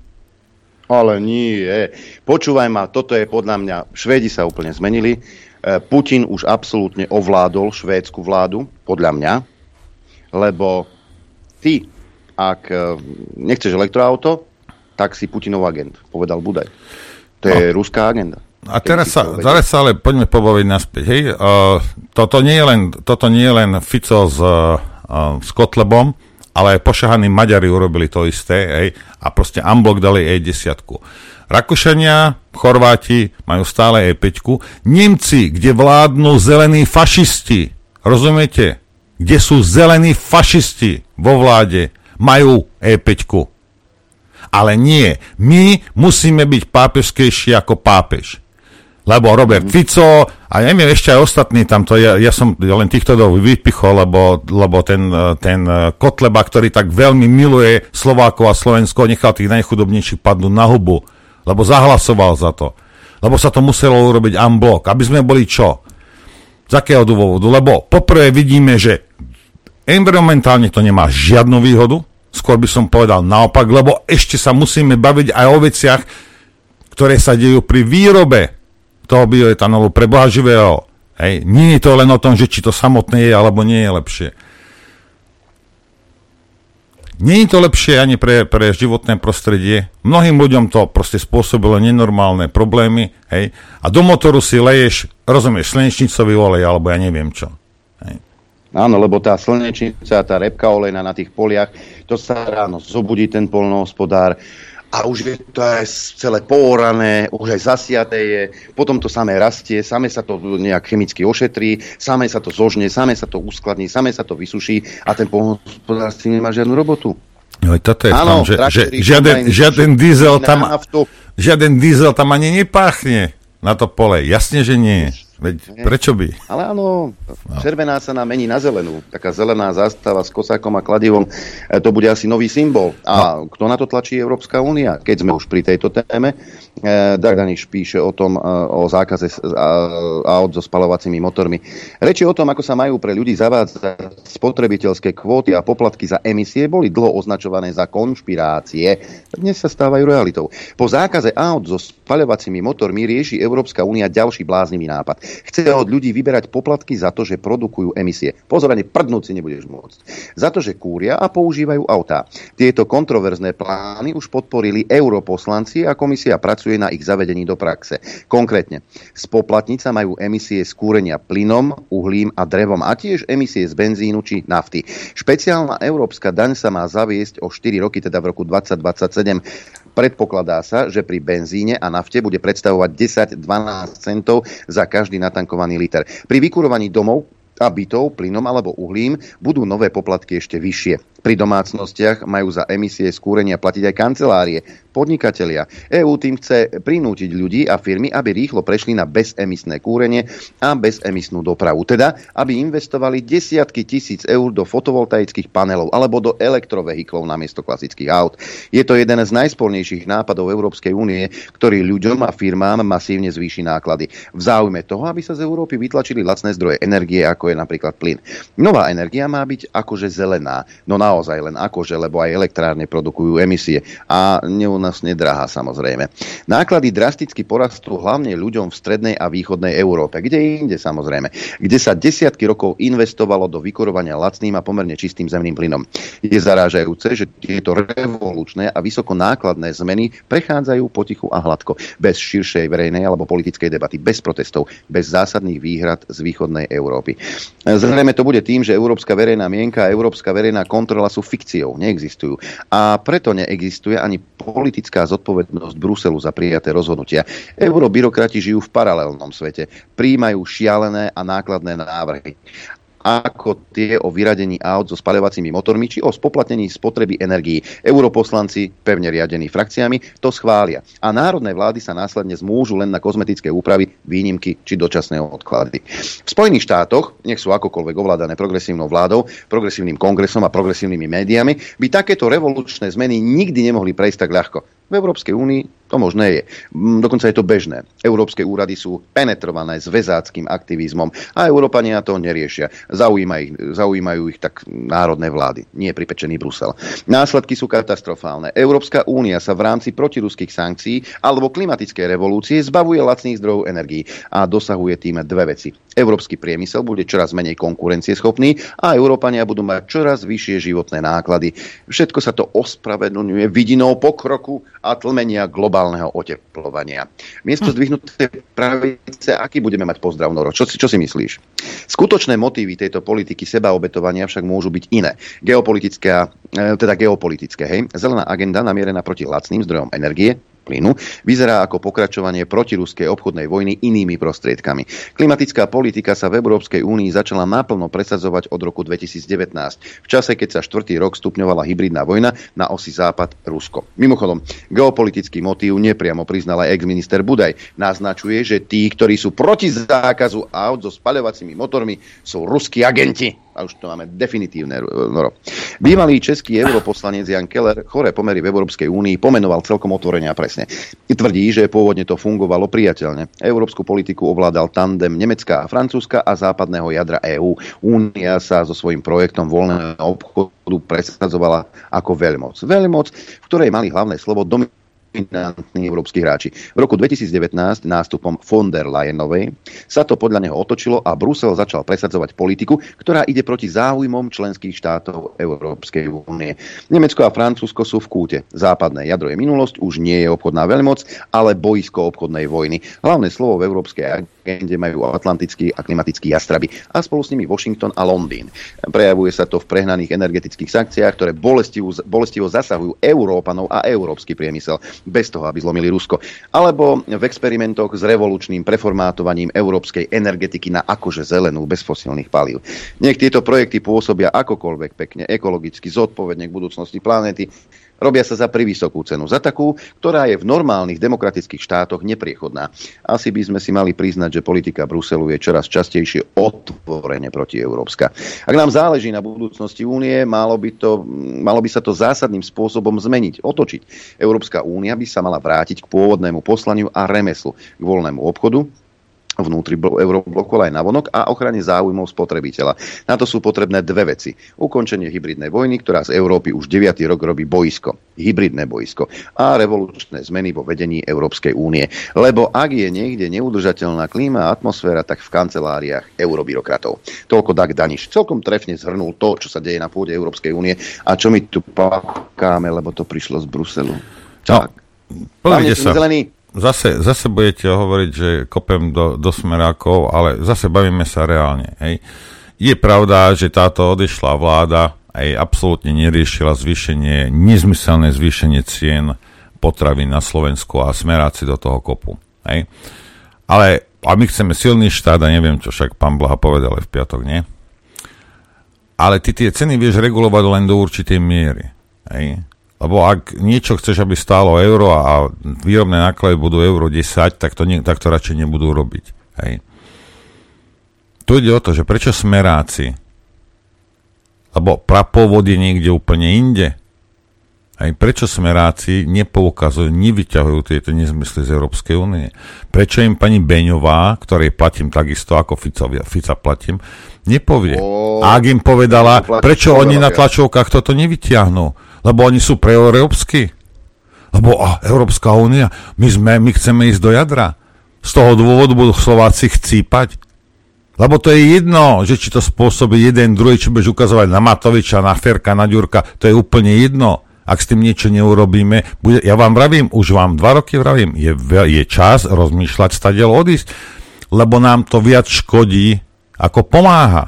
Ale nie. Počúvaj ma, toto je podľa mňa, Švédi sa úplne zmenili, Putin už absolútne ovládol švédsku vládu, podľa mňa, lebo ty, ak nechceš elektroauto, tak si Putinov agent, povedal Budaj. To je ruská agenda. A teraz sa ale poďme pobaviť naspäť. Hej, toto nie je len Fico s Kotlebom, ale aj pošahaní Maďari urobili to isté, hej, a proste unblock dali E10. Rakúšania, Chorváti majú stále E5. Nemci, kde vládnu zelení fašisti, rozumiete? Kde sú zelení fašisti vo vláde, majú E5. Ale nie, my musíme byť pápežskejší ako pápež. Lebo Robert Fico a neviem, ešte aj ostatní tamto, ja som len týchto vypichol, lebo ten Kotleba, ktorý tak veľmi miluje Slovákov a Slovensko, nechal tých najchudobnejších padnúť na hubu, lebo zahlasoval za to. Lebo sa to muselo urobiť unblock, aby sme boli čo? Z akého dôvodu? Lebo poprvé vidíme, že environmentálne to nemá žiadnu výhodu, skôr by som povedal naopak, lebo ešte sa musíme baviť aj o veciach, ktoré sa dejú pri výrobe toho bioetanolu pre Boha živého. Hej. Nie je to len o tom, že či to samotné je, alebo nie je lepšie. Nie je to lepšie ani pre životné prostredie. Mnohým ľuďom to proste spôsobilo nenormálne problémy. Hej. A do motoru si leješ, rozumieš, slnečnicový olej, alebo ja neviem čo. Hej. Áno, lebo tá slnečnica, tá repka olejná na tých poliach, to sa ráno zobudí ten poľnohospodár a už je to aj celé poorané, už aj zasiaté je, potom to samé rastie, samé sa to nejak chemicky ošetrí, samé sa to zožne, samé sa to uskladní, samé sa to vysuší a ten poľnohospodár si nemá žiadnu robotu. No, toto je áno, v tom, že žiaden diesel tam ani nepáchne na to pole. Jasne, že nie. Veď, prečo by? Ale áno, červená sa nám mení na zelenú. Taká zelená zástava s kosákom a kladivom, to bude asi nový symbol. A kto na to tlačí? Európska únia. Keď sme už pri tejto téme, Dag Daniš píše o tom, o zákaze aut so spaľovacími motormi. Reči o tom, ako sa majú pre ľudí zavádzať spotrebiteľské kvóty a poplatky za emisie, boli dlho označované za konšpirácie. Dnes sa stávajú realitou. Po zákaze aut so spaľovacími motormi rieši Európska únia ďalší bláznivý nápad. Chce od ľudí vyberať poplatky za to, že produkujú emisie. Pozor, ani prdnúť si nebudeš môcť. Za to, že kúria a používajú autá. Tieto kontroverzné plány už podporili europoslanci a komisia pracuje na ich zavedení do praxe. Konkrétne, spoplatniť sa majú emisie z kúrenia plynom, uhlím a drevom a tiež emisie z benzínu či nafty. Špeciálna európska daň sa má zaviesť o 4 roky, teda v roku 2027. Predpokladá sa, že pri benzíne a nafte bude predstavovať 10-12 centov za každý natankovaný liter. Pri vykurovaní domov a bytov plynom alebo uhlím budú nové poplatky ešte vyššie. Pri domácnostiach majú za emisie z kúrenia platiť aj kancelárie, podnikatelia. EÚ tým chce prinútiť ľudí a firmy, aby rýchlo prešli na bezemisné kúrenie a bezemisnú dopravu. Teda, aby investovali desiatky tisíc eur do fotovoltaických panelov alebo do elektrovehiklov namiesto klasických aut. Je to jeden z najspornejších nápadov Európskej únie, ktorý ľuďom a firmám masívne zvýši náklady. V záujme toho, aby sa z Európy vytlačili lacné zdroje energie, ako je napríklad plyn. Nová energia má byť akože zelená, no naozaj len akože, lebo aj elektrárne produkujú emisie a neúnosne drahá samozrejme. Náklady drasticky porastú hlavne ľuďom v strednej a východnej Európe, kde inde samozrejme, kde sa desiatky rokov investovalo do vykurovania lacným a pomerne čistým zemným plynom. Je zarážajúce, že tieto revolučné a vysoko nákladné zmeny prechádzajú potichu a hladko, bez širšej verejnej alebo politickej debaty, bez protestov, bez zásadných výhrad z východnej Európy. Zrejme to bude tým, že európska verejná mienka a európska verejná kontrola sú fikciou, neexistujú. A preto neexistuje ani politická zodpovednosť Bruselu za prijaté rozhodnutia. Eurobyrokrati žijú v paralelnom svete, prijímajú šialené a nákladné návrhy, ako tie o vyradení aut so spaľovacími motormi či o spoplatnení spotreby energií. Europoslanci, pevne riadení frakciami, to schvália. A národné vlády sa následne zmôžu len na kozmetické úpravy, výnimky či dočasné odklady. V Spojených štátoch, nech sú akokoľvek ovládané progresívnou vládou, progresívnym kongresom a progresívnymi médiami, by takéto revolučné zmeny nikdy nemohli prejsť tak ľahko. V Európskej únii to možné je. Dokonca je to bežné. Európske úrady sú penetrované zväzáckym aktivizmom a Európania to neriešia. Zaujímajú ich tak národné vlády, nie pripečený Brusel. Následky sú katastrofálne. Európska únia sa v rámci protiruských sankcií alebo klimatickej revolúcie zbavuje lacných zdrojov energií a dosahuje tým dve veci. Európsky priemysel bude čoraz menej konkurencieschopný a Európania budú mať čoraz vyššie životné náklady. Všetko sa to ospravedlňuje vidinou pokroku a tlmenia globálneho oteplovania. Miesto zdvihnuté pravice, aký budeme mať pozdrav, Noro? Čo si myslíš? Skutočné motívy tejto politiky sebaobetovania však môžu byť iné. Geopolitické, hej? Zelená agenda namierená proti lacným zdrojom energie, plynu, vyzerá ako pokračovanie protiruskej obchodnej vojny inými prostriedkami. Klimatická politika sa v Európskej únii začala naplno presadzovať od roku 2019, v čase, keď sa 4. rok stupňovala hybridná vojna na osi Západ-Rusko. Mimochodom, geopolitický motív nepriamo priznal aj ex-minister Budaj. Naznačuje, že tí, ktorí sú proti zákazu aut so spaľovacími motormi, sú ruskí agenti. A už to máme definitívne, Noro. Bývalý český europoslanec Jan Keller choré pomery v Európskej únii pomenoval celkom otvorene a presne. Tvrdí, že pôvodne to fungovalo priateľne. Európsku politiku ovládal tandem Nemecka a Francúzska a západného jadra EÚ. Únia sa so svojím projektom voľného obchodu presadzovala ako veľmoc. Veľmoc, v ktorej mali hlavné slovo dominantní európski hráči. V roku 2019 nástupom von der Leyenovej sa to podľa neho otočilo a Brusel začal presadzovať politiku, ktorá ide proti záujmom členských štátov Európskej únie. Nemecko a Francúzsko sú v kúte. Západné jadro je minulosť, už nie je obchodná veľmoc, ale boisko obchodnej vojny. Hlavné slovo v európskej agende majú atlantický a klimatický jastraby a spolu s nimi Washington a Londýn. Prejavuje sa to v prehnaných energetických sankciách, ktoré bolestivo zasahujú Európanov a európsky priemysel, bez toho, aby zlomili Rusko. Alebo v experimentoch s revolučným preformátovaním európskej energetiky na akože zelenú, bez fosílnych palív. Nech tieto projekty pôsobia akokoľvek pekne, ekologicky, zodpovedne k budúcnosti planéty, robia sa za privysokú cenu. Za takú, ktorá je v normálnych demokratických štátoch nepriechodná. Asi by sme si mali priznať, že politika Bruselu je čoraz častejšie otvorene protieurópska. Ak nám záleží na budúcnosti únie, malo by sa to zásadným spôsobom zmeniť, otočiť. Európska únia by sa mala vrátiť k pôvodnému poslaniu a remeslu, k voľnému obchodu vnútri eurobloku, ale aj navonok a ochrane záujmov spotrebiteľa. Na to sú potrebné dve veci. Ukončenie hybridnej vojny, ktorá z Európy už 9. rok robí boisko, hybridné boisko a revolučné zmeny vo vedení Európskej únie. Lebo ak je niekde neudržateľná klíma a atmosféra, tak v kanceláriách eurobyrokratov. Toľko Dag Daniš. Celkom trefne zhrnul to, čo sa deje na pôde Európskej únie a čo my tu pakáme, lebo to prišlo z Bruselu. Tak. Pozrite sa. Zase budete hovoriť, že kopem do smerákov, ale zase bavíme sa reálne. Hej. Je pravda, že táto odišlá vláda aj absolútne neriešila nezmyselné zvýšenie cien potravín na Slovensku a smeráci do toho kopu. Hej. Ale a my chceme silný štát a neviem, čo však pán Blaha povedal aj v piatok, nie? Ale ty tie ceny vieš regulovať len do určitej miery. Hej. Lebo ak niečo chceš, aby stálo euro a výrobné náklady budú euro 10, tak to radšej nebudú robiť. Hej. Tu ide o to, že prečo smeráci? Lebo prapôvod je niekde úplne inde. Hej. Prečo smeráci nepoukazujú, nevyťahujú tieto nezmysly z Európskej únie? Prečo im pani Beňová, ktorej platím takisto ako Fica platím, nepovie? A ak im povedala, prečo oni na tlačovkách toto nevyťahnú? Lebo oni sú preeurópsky. Lebo Európska únia, my chceme ísť do jadra. Z toho dôvodu budú Slováci chcípať. Lebo to je jedno, že či to spôsobí jeden, druhý, či budeš ukazovať na Matoviča, na Ferka, na Ďurka, to je úplne jedno. Ak s tým niečo neurobíme, ja vám vravím, už vám 2 roky vravím, je čas rozmýšľať stadiaľ odísť, lebo nám to viac škodí, ako pomáha.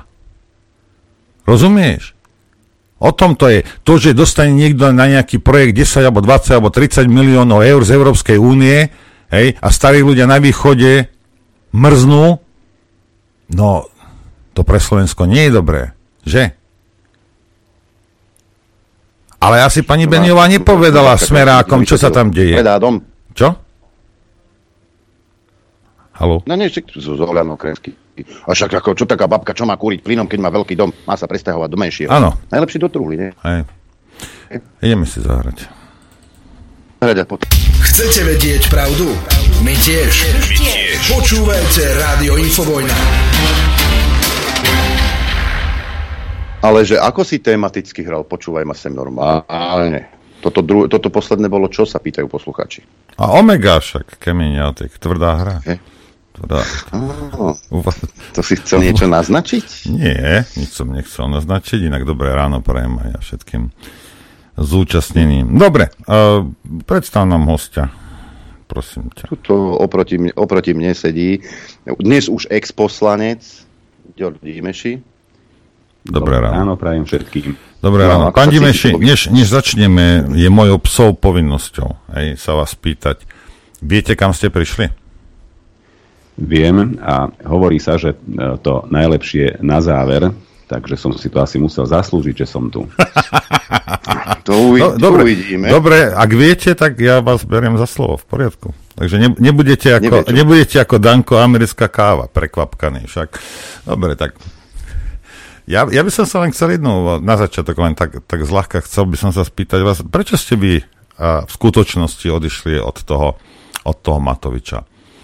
Rozumieš? O tom to je. To, že dostane niekto na nejaký projekt 10 alebo 20 alebo 30 miliónov eur z Európskej únie, hej, a starí ľudia na východe mrznú, no to pre Slovensko nie je dobré, že? Ale asi pani Beňová nepovedala smerákom, čo sa tam deje. Čo? Haló? No nie, sú zohľadno kremský. A však ako, čo taká babka, čo má kúriť plynom, keď má veľký dom? Má sa presťahovať do menšieho. Áno. Najlepšie do trúhly, nie? Hej. Ideme si zahrať. Chcete vedieť pravdu? My tiež. Počúvajte Rádio Infovojna. Ale že ako si tematicky hral, počúvaj ma sem normálne. Toto posledné bolo, čo sa pýtajú posluchači. A Omega však, Kemeniatek, tvrdá hra. To si chcel niečo naznačiť? Nie, nič som nechcel naznačiť, inak dobré ráno prajem aj ja všetkým zúčastneným. Dobre, predstav nám hostia, prosím ťa. Tuto oproti mne sedí dnes už ex-poslanec Ďordi Dimeši. Dobré ráno. Áno, prajem všetkým. Dobré ráno. Pán Dimeši, než začneme, je mojou psou povinnosťou sa vás pýtať. Viete, kam ste prišli? Viem a hovorí sa, že to najlepšie na záver, takže som si to asi musel zaslúžiť, že som tu. Uvidíme. Dobre, ak viete, tak ja vás beriem za slovo, v poriadku. Takže nebudete ako Danko americká káva, prekvapkaný však. Dobre, tak ja by som sa len chcel jednou na začiatok, len tak zľahka chcel by som sa spýtať vás, prečo ste vy v skutočnosti odišli od toho Matoviča?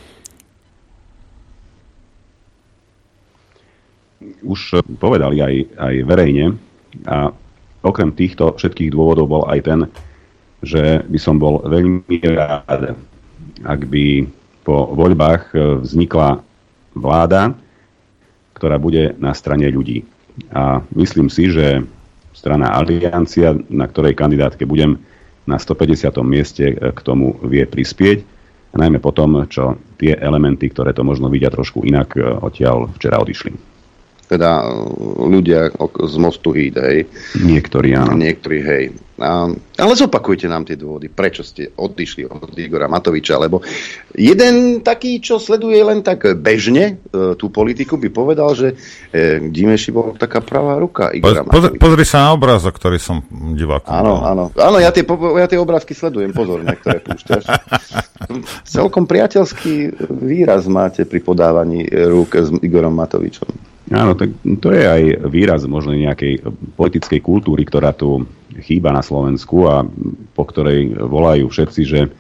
Už povedali aj verejne a okrem týchto všetkých dôvodov bol aj ten, že by som bol veľmi rád, ak by po voľbách vznikla vláda, ktorá bude na strane ľudí. A myslím si, že strana Aliancia, na ktorej kandidátke budem na 150. mieste, k tomu vie prispieť. A najmä potom, čo tie elementy, ktoré to možno vidia trošku inak, odtiaľ včera odišli. Teda ľudia z Mostu Híd, hej. Niektorí, áno. Niektorí, hej. Ale zopakujte nám tie dôvody, prečo ste odišli od Igora Matoviča, lebo jeden taký, čo sleduje len tak bežne tú politiku, by povedal, že Dimeši bol taká pravá ruka Igora Matoviča. Pozri sa na obrázok, ktorý som divákom. Áno, ja tie obrázky sledujem pozorne, ktoré púšťaš. Celkom priateľský výraz máte pri podávaní rúk s Igorom Matovičom. Áno, tak to je aj výraz možno nejakej politickej kultúry, ktorá tu chýba na Slovensku a po ktorej volajú všetci, že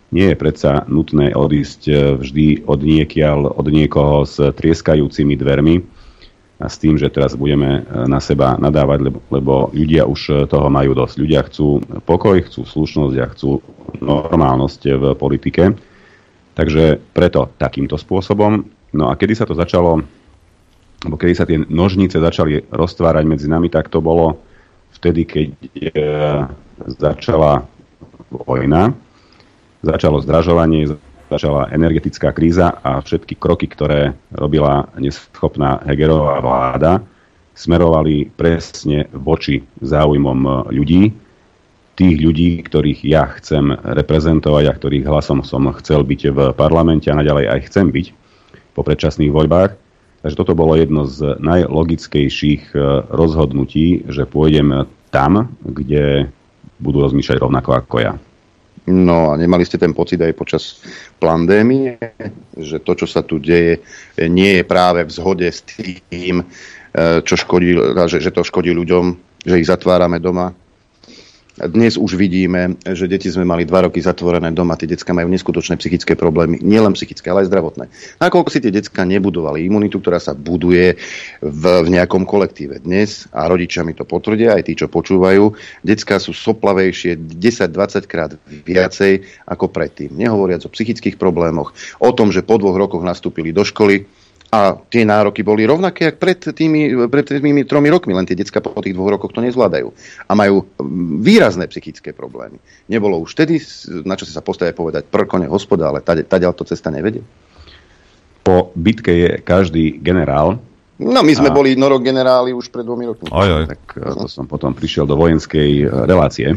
Nie je predsa nutné odísť vždy od niekoho s trieskajúcimi dvermi a s tým, že teraz budeme na seba nadávať, lebo ľudia už toho majú dosť. Ľudia chcú pokoj, chcú slušnosť a chcú normálnosť v politike. Takže preto takýmto spôsobom. No a kedy sa to začalo, alebo kedy sa tie nožnice začali roztvárať medzi nami, tak to bolo vtedy, keď začala vojna, začalo zdražovanie, začala energetická kríza a všetky kroky, ktoré robila neschopná Hegerová vláda, smerovali presne voči záujmom ľudí, tých ľudí, ktorých ja chcem reprezentovať a ktorých hlasom som chcel byť v parlamente a naďalej aj chcem byť po predčasných voľbách. Takže toto bolo jedno z najlogickejších rozhodnutí, že pôjdem tam, kde budú rozmýšľať rovnako ako ja. No a nemali ste ten pocit aj počas pandémie, že to, čo sa tu deje, nie je práve v zhode s tým, čo škodí, že to škodí ľuďom, že ich zatvárame doma? Dnes už vidíme, že deti sme mali 2 roky zatvorené doma, tie decká majú neskutočné psychické problémy, nielen psychické, ale aj zdravotné. Nakoľko si tie decká nebudovali imunitu, ktorá sa buduje v nejakom kolektíve dnes, a rodičia mi to potvrdia, aj tí, čo počúvajú, decká sú soplavejšie 10-20 krát viacej ako predtým. Nehovoriac o psychických problémoch, o tom, že po 2 rokoch nastúpili do školy, a tie nároky boli rovnaké, ako pred tými 3 rokmi, len tie decká po tých 2 rokoch to nezvládajú. A majú výrazné psychické problémy. Nebolo už vtedy, na čo si sa postavia povedať, prkone hospoda, ale taďal to cesta nevedie. Po bitke je každý generál. No my sme boli norok generáli už pred 2 rokmi. Tak to som potom prišiel do vojenskej relácie.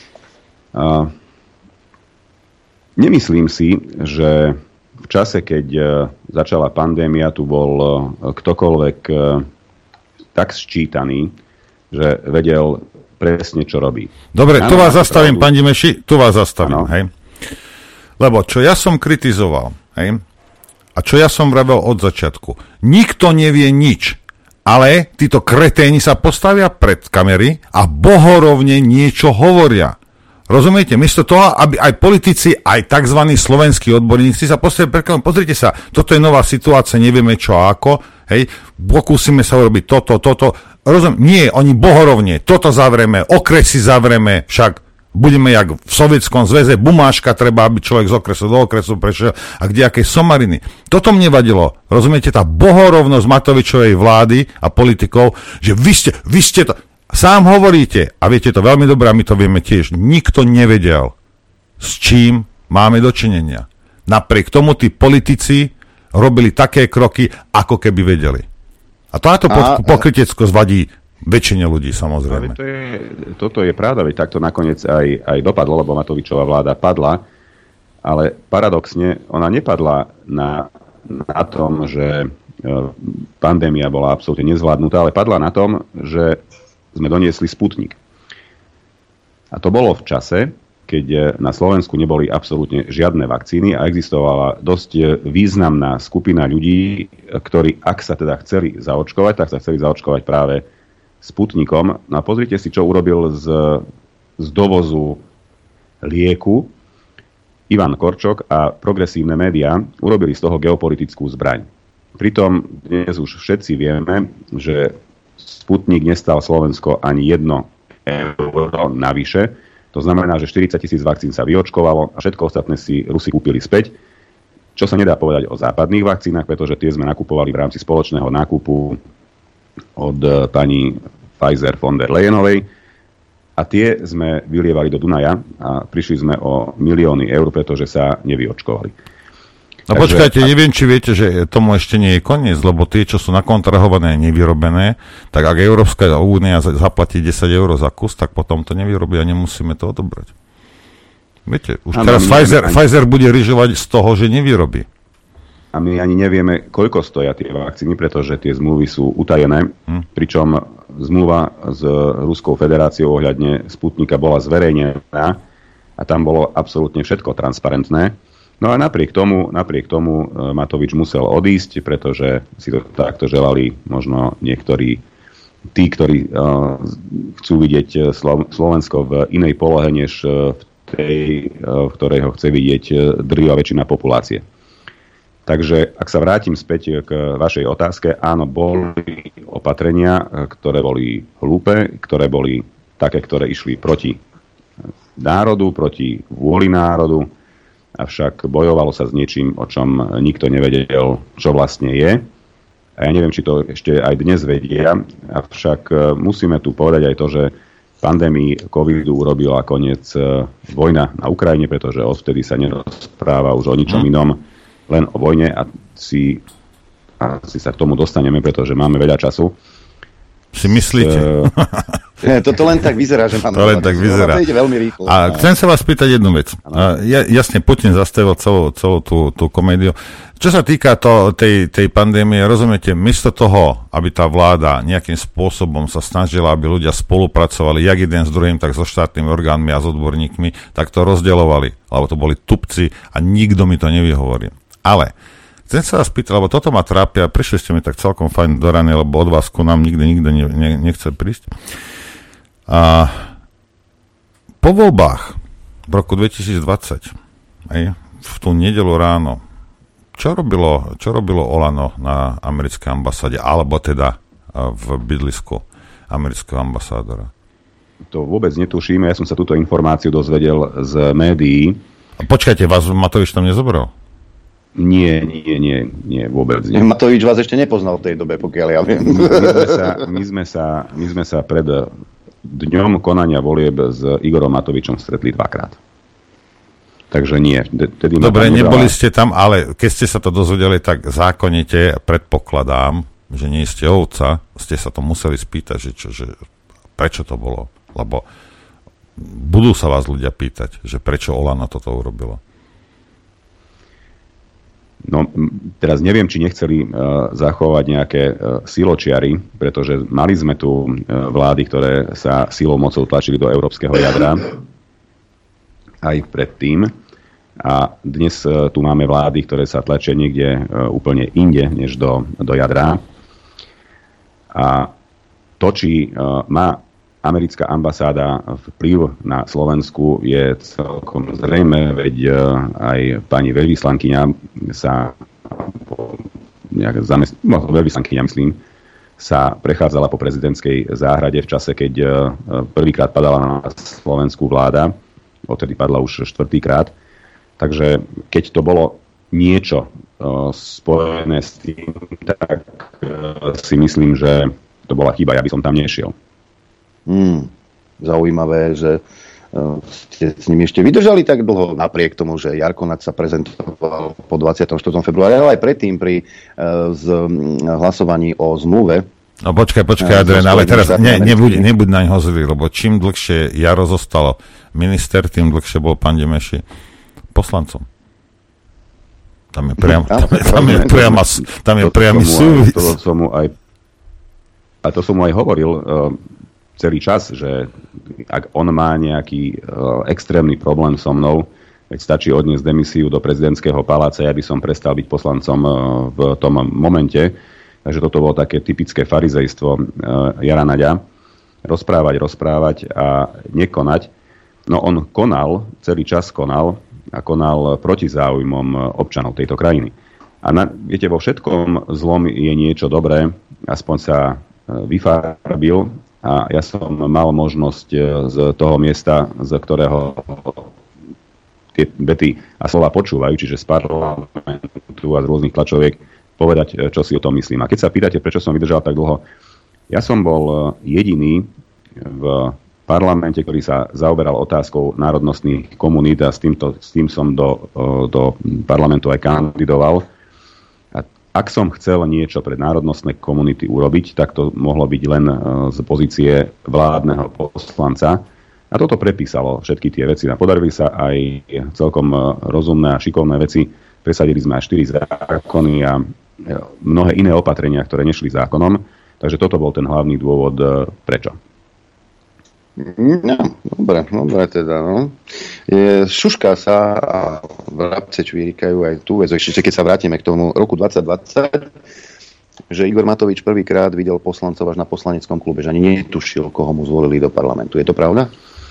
Nemyslím si, že v čase, keď začala pandémia, tu bol ktokoľvek tak sčítaný, že vedel presne, čo robí. Dobre, tu vás zastavím, pán Dimeši, hej. Lebo čo ja som kritizoval, hej, a čo ja som vravel od začiatku, nikto nevie nič, ale títo kreténi sa postavia pred kamery a bohorovne niečo hovoria. Rozumiete? Miesto toho, aby aj politici, aj tzv. Slovenskí odborníci sa postavili pred kameru. Pozrite sa, toto je nová situácia, nevieme čo a ako, hej, pokúsime sa urobiť toto. Nie, oni bohorovne, toto zavrieme, okresy zavrieme, však budeme jak v Sovietskom zväze, bumáška treba, aby človek z okresu do okresu prešiel a kdejakej somariny. Toto mne vadilo. Rozumiete, tá bohorovnosť Matovičovej vlády a politikov, že vy ste to... Sám hovoríte, a viete to veľmi dobre, a my to vieme tiež, nikto nevedel, s čím máme dočinenia. Napriek tomu tí politici robili také kroky, ako keby vedeli. A táto pokrytecko zvadí väčšine ľudí, samozrejme. Toto je pravda, veď takto nakoniec aj dopadlo, lebo Matovičová vláda padla, ale paradoxne ona nepadla na tom, že pandémia bola absolútne nezvládnutá, ale padla na tom, že sme doniesli Sputnik. A to bolo v čase, keď na Slovensku neboli absolútne žiadne vakcíny a existovala dosť významná skupina ľudí, ktorí, ak sa teda chceli zaočkovať, tak sa chceli zaočkovať práve Sputnikom. No a pozrite si, čo urobil z dovozu lieku Ivan Korčok a progresívne médiá. Urobili z toho geopolitickú zbraň. Pritom dnes už všetci vieme, že Sputnik nestal Slovensko ani 1 euro navyše. To znamená, že 40 000 vakcín sa vyočkovalo a všetko ostatné si Rusi kúpili späť. Čo sa nedá povedať o západných vakcínach, pretože tie sme nakupovali v rámci spoločného nákupu od pani Pfizer von der Leyenovej. A tie sme vylievali do Dunaja a prišli sme o milióny eur, pretože sa nevyočkovali. No počkajte, neviem, či viete, že tomu ešte nie je koniec, lebo tie, čo sú nakontrahované a nevyrobené, tak ak Európska únia zaplatí 10 eur za kus, tak potom to nevyrobí a nemusíme to odobrať. Viete, už teraz Pfizer bude ryžovať z toho, že nevyrobí. A my ani nevieme, koľko stoja tie vakcíny, pretože tie zmluvy sú utajené, pričom zmluva s Ruskou federáciou ohľadne Sputnika bola zverejnená a tam bolo absolútne všetko transparentné. No a napriek tomu Matovič musel odísť, pretože si to takto želali možno niektorí, tí, ktorí chcú vidieť Slovensko v inej polohe, než v v ktorej ho chce vidieť drvivá väčšina populácie. Takže ak sa vrátim späť k vašej otázke, áno, boli opatrenia, ktoré boli hlúpe, ktoré boli také, ktoré išli proti národu, proti vôli národu, avšak bojovalo sa s niečím, o čom nikto nevedel, čo vlastne je. A ja neviem, či to ešte aj dnes vedia, avšak musíme tu povedať aj to, že pandémii covidu urobila koniec vojna na Ukrajine, pretože odvtedy sa nerozpráva už o ničom inom, len o vojne a asi sa k tomu dostaneme, pretože máme veľa času. Si myslíte? Toto len tak vyzerá, že máme... To len tak vyzerá. To ide veľmi rýchlo. A chcem sa vás pýtať jednu vec. Jasne, Putin zastavil celú tú komédiu. Čo sa týka tej pandémie, rozumiete, miesto toho, aby tá vláda nejakým spôsobom sa snažila, aby ľudia spolupracovali, jak jeden s druhým, tak so štátnymi orgánmi a s odborníkmi, tak to rozdeľovali, lebo to boli tupci a nikto mi to nevyhovorí. Ale chcem sa vás pýtať, lebo toto ma trápia, prišli ste mi tak celkom fajn do rany, lebo od vás ku nám nikto nechce prísť. A po voľbách v roku 2020, v tú nedeľu ráno, čo robilo Olano na americkej ambasáde, alebo teda v bydlisku amerického ambasádora? To vôbec netuším, ja som sa túto informáciu dozvedel z médií. Počkajte, vás Matovič tam nezobral? Nie, vôbec nie. Matovič vás ešte nepoznal v tej dobe, pokiaľ ja viem. My sme sa pred dňom konania volieb s Igorom Matovičom stretli dvakrát. Takže nie. Dobre, neboli ste tam, ale keď ste sa to dozvedeli, tak zákonite predpokladám, že nie ste ovca, ste sa to museli spýtať, že prečo to bolo. Lebo budú sa vás ľudia pýtať, že prečo Olano toto urobilo. No, teraz neviem, či nechceli zachovať nejaké siločiary, pretože mali sme tu vlády, ktoré sa silou mocou tlačili do európskeho jadra aj predtým. A dnes tu máme vlády, ktoré sa tlačia niekde úplne inde, než do jadra. A to, či má americká ambasáda vplyv na Slovensku, je celkom zrejme, veď aj pani veľvyslankyňa sa prechádzala po prezidentskej záhrade v čase, keď prvýkrát padala na Slovensku vláda, odtedy padla už štvrtýkrát. Takže keď to bolo niečo spojené s tým, tak si myslím, že to bola chyba, ja by som tam nešiel. Zaujímavé, že ste s nimi ešte vydržali tak dlho, napriek tomu, že Jarko Naď sa prezentoval po 24. februári, ale aj predtým pri hlasovaní o zmluve. No počkaj, Adrian, ale teraz nebuď na ňo zlý, lebo čím dlhšie Jaro zostalo minister, tým dlhšie bol pán Demeši poslancom. Tam je priamy súvis. A to som mu aj hovoril celý čas, že ak on má nejaký extrémny problém so mnou, veď stačí odniesť demisiu do prezidentského paláca, ja by som prestal byť poslancom v tom momente. Takže toto bolo také typické farizejstvo Jara Naďa. Rozprávať a nekonať. No on celý čas konal proti záujmom občanov tejto krajiny. A viete, vo všetkom zlom je niečo dobré, aspoň sa vyfarbil. A ja som mal možnosť z toho miesta, z ktorého tie vety a slova počúvajú, čiže z parlamentu a z rôznych tlačoviek, povedať, čo si o tom myslím. A keď sa pýtate, prečo som vydržal tak dlho, ja som bol jediný v parlamente, ktorý sa zaoberal otázkou národnostných komunít a s tým som do parlamentu aj kandidoval. Ak som chcel niečo pre národnostné komunity urobiť, tak to mohlo byť len z pozície vládneho poslanca. A toto prepísalo všetky tie veci. A podarili sa aj celkom rozumné a šikovné veci. Presadili sme aj 4 zákony a mnohé iné opatrenia, ktoré nešli zákonom. Takže toto bol ten hlavný dôvod, prečo. No, dobre teda, no. Šušká sa a vrabce čvírikajú aj tu, ešte keď sa vrátime k tomu roku 2020, že Igor Matovič prvýkrát videl poslancov až na poslaneckom klube, že ani netušil, koho mu zvolili do parlamentu. Je to pravda?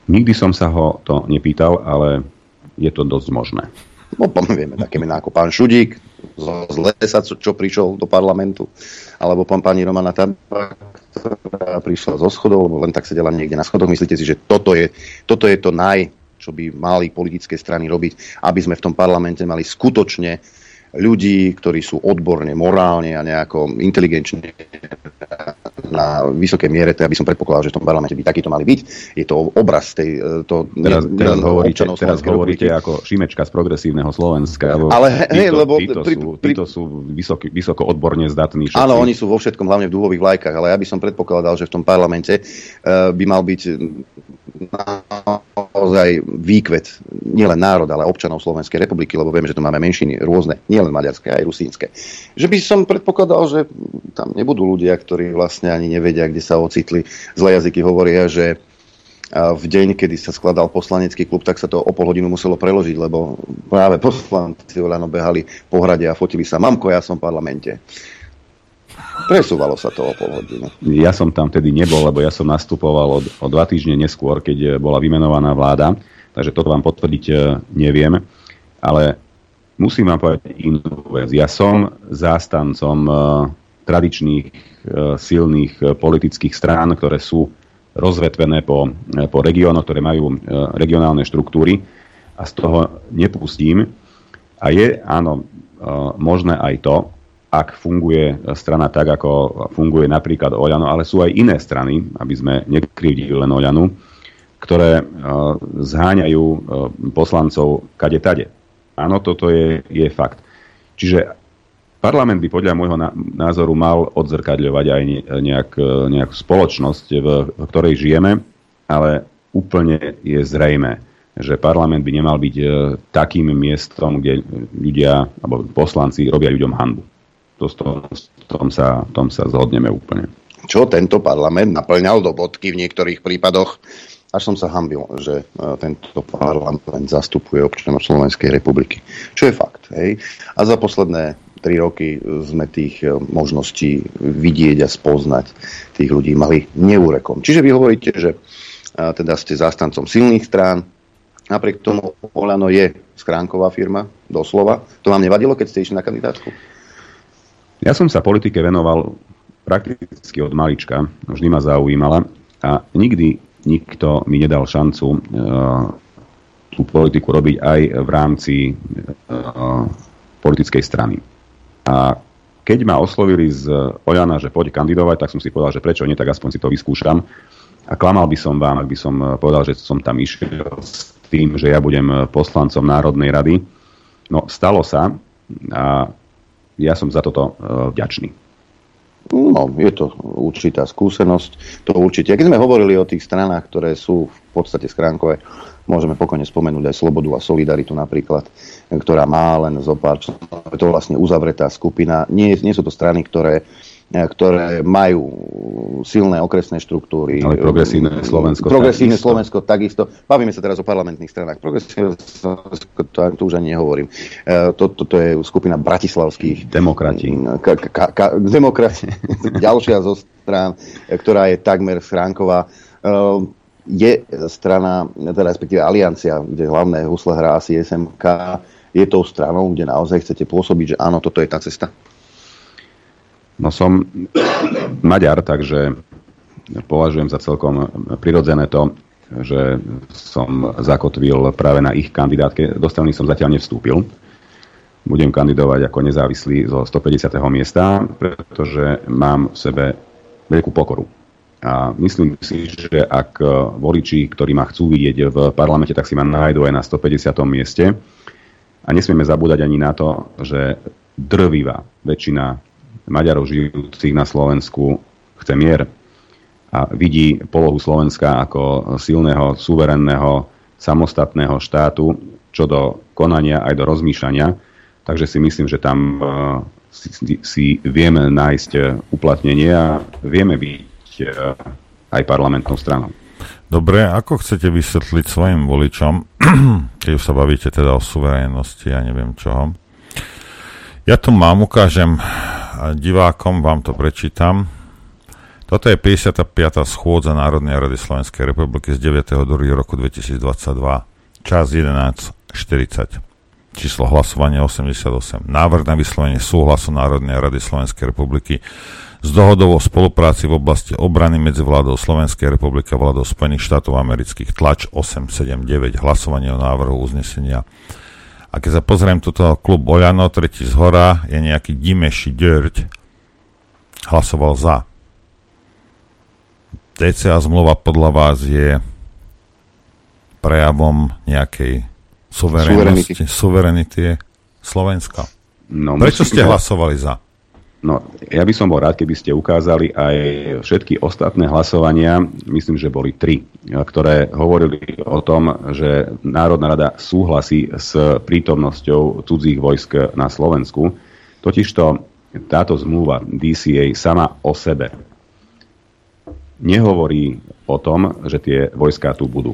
Nikdy som sa ho to nepýtal, ale je to dosť možné. No, vieme, také mená ako pán Šudík z Lesa, čo prišiel do parlamentu, alebo pani Romana Tabák, ktorá prišla zo schodov, lebo len tak sedela niekde na schodoch. Myslíte si, že toto je to čo by mali politické strany robiť, aby sme v tom parlamente mali skutočne ľudí, ktorí sú odborne, morálne a nejako inteligenčne na vysokej miere, to ja by som predpokladal, že v tom parlamente by takýto mali byť. Je to obraz tej... Teraz hovoríte ako Šimečka z Progresívneho Slovenska. Ale títo sú vysoko odborne zdatní. Áno, oni sú vo všetkom, hlavne v dúhových vlajkách, ale ja by som predpokladal, že v tom parlamente by mal byť naozaj výkvet nielen národa, ale občanov Slovenskej republiky, lebo vieme, že tu máme menšiny rôzne, nielen maďarské, aj rusínske. Že by som predpokladal, že tam nebudú ľudia, ktorí vlastne ani nevedia, kde sa ocitli. Zlé jazyky hovoria, že v deň, kedy sa skladal poslanecký klub, tak sa to o pol hodinu muselo preložiť, lebo práve poslanci Oľano behali po hrade a fotili sa. Mamko, ja som v parlamente. Presúvalo sa to o pol hodinu. Ja som tam tedy nebol, lebo ja som nastupoval o 2 týždne neskôr, keď bola vymenovaná vláda, takže toto vám potvrdiť neviem, ale musím vám povedať inú vec. Ja som zástancom tradičných silných politických strán, ktoré sú rozvetvené po regiónoch, ktoré majú regionálne štruktúry a z toho nepustím. A je, áno, možné aj to, ak funguje strana tak, ako funguje napríklad Oľano, ale sú aj iné strany, aby sme nekrivdili len Oľanu, ktoré zháňajú poslancov kade-tade. Áno, toto je fakt. Čiže parlament by podľa môjho názoru mal odzrkadľovať aj nejakú spoločnosť, v ktorej žijeme, ale úplne je zrejmé, že parlament by nemal byť takým miestom, kde ľudia alebo poslanci robia ľuďom hanbu. Tom sa zhodneme úplne. Čo tento parlament naplňal do bodky v niektorých prípadoch, až som sa hanbil, že tento parlament zastupuje občanov Slovenskej republiky. Čo je fakt. Hej? A za posledné 3 roky sme tých možností vidieť a spoznať tých ľudí mali neúrekom. Čiže vy hovoríte, že teda ste zástancom silných strán, napriek tomu Oľano je schránková firma, doslova. To vám nevadilo, keď ste išli na kandidátku? Ja som sa politike venoval prakticky od malička, vždy ma zaujímala a nikdy nikto mi nedal šancu tú politiku robiť aj v rámci politickej strany. A keď ma oslovili z Oľana, že poď kandidovať, tak som si povedal, že prečo nie, tak aspoň si to vyskúšam. A klamal by som vám, ak by som povedal, že som tam išiel s tým, že ja budem poslancom Národnej rady. No, stalo sa a ja som za toto vďačný. No, je to určitá skúsenosť, to určite. Keď sme hovorili o tých stranách, ktoré sú v podstate schránkové, môžeme pokojne spomenúť aj Slobodu a Solidaritu napríklad, ktorá má len zo pár členov. Je to vlastne uzavretá skupina. Nie sú to strany, ktoré majú silné okresné štruktúry. Ale Progresívne Slovensko. Progresívne Slovensko takisto. Bavíme sa teraz o parlamentných stranách. Progresívne Slovensko, to už ani nehovorím. Toto je skupina bratislavských demokrati. Demokrati. Ďalšia zo strán, ktorá je takmer schránková. Je strana, teda respektíve aliancia, kde hlavné husle hrá asi SMK. Je tou stranou, kde naozaj chcete pôsobiť, že áno, toto je tá cesta? No som Maďar, takže považujem za celkom prirodzené to, že som zakotvil práve na ich kandidátke. Do strany som zatiaľ nevstúpil. Budem kandidovať ako nezávislý zo 150. miesta, pretože mám v sebe veľkú pokoru. A myslím si, že ak voliči, ktorí ma chcú vidieť v parlamente, tak si ma nájdu aj na 150. mieste. A nesmieme zabúdať ani na to, že drvivá väčšina Maďarov žijúcich na Slovensku chce mier a vidí polohu Slovenska ako silného, suverénneho, samostatného štátu, čo do konania aj do rozmýšľania. Takže si myslím, že tam si vieme nájsť uplatnenie a vieme byť aj parlamentnou stranou. Dobre, ako chcete vysvetliť svojim voličom, keď už sa bavíte teda o suverénnosti a neviem čoho. Ja tu mám, ukážem divákom, vám to prečítam. Toto je 55. schôdza Národnej rady Slovenskej republiky z 9.2. roku 2022. Čas 11.40. Číslo hlasovania 88. Návrh na vyslovenie súhlasu Národnej rady Slovenskej republiky s dohodou o spolupráci v oblasti obrany medzi vládou Slovenskej republiky a vládou Spojených štátov amerických, tlač 879. Hlasovanie o návrhu uznesenia. A keď sa pozriem tuto klub Oľano, tretí zhora, je nejaký Dimeši Dörť, hlasoval za. DCA zmluva podľa vás je prejavom nejakej suverenity Slovenska. No, prečo ste hlasovali za? No, ja by som bol rád, keby ste ukázali aj všetky ostatné hlasovania, myslím, že boli 3, ktoré hovorili o tom, že Národná rada súhlasí s prítomnosťou cudzích vojsk na Slovensku. Totižto táto zmluva DCA sama o sebe nehovorí o tom, že tie vojská tu budú.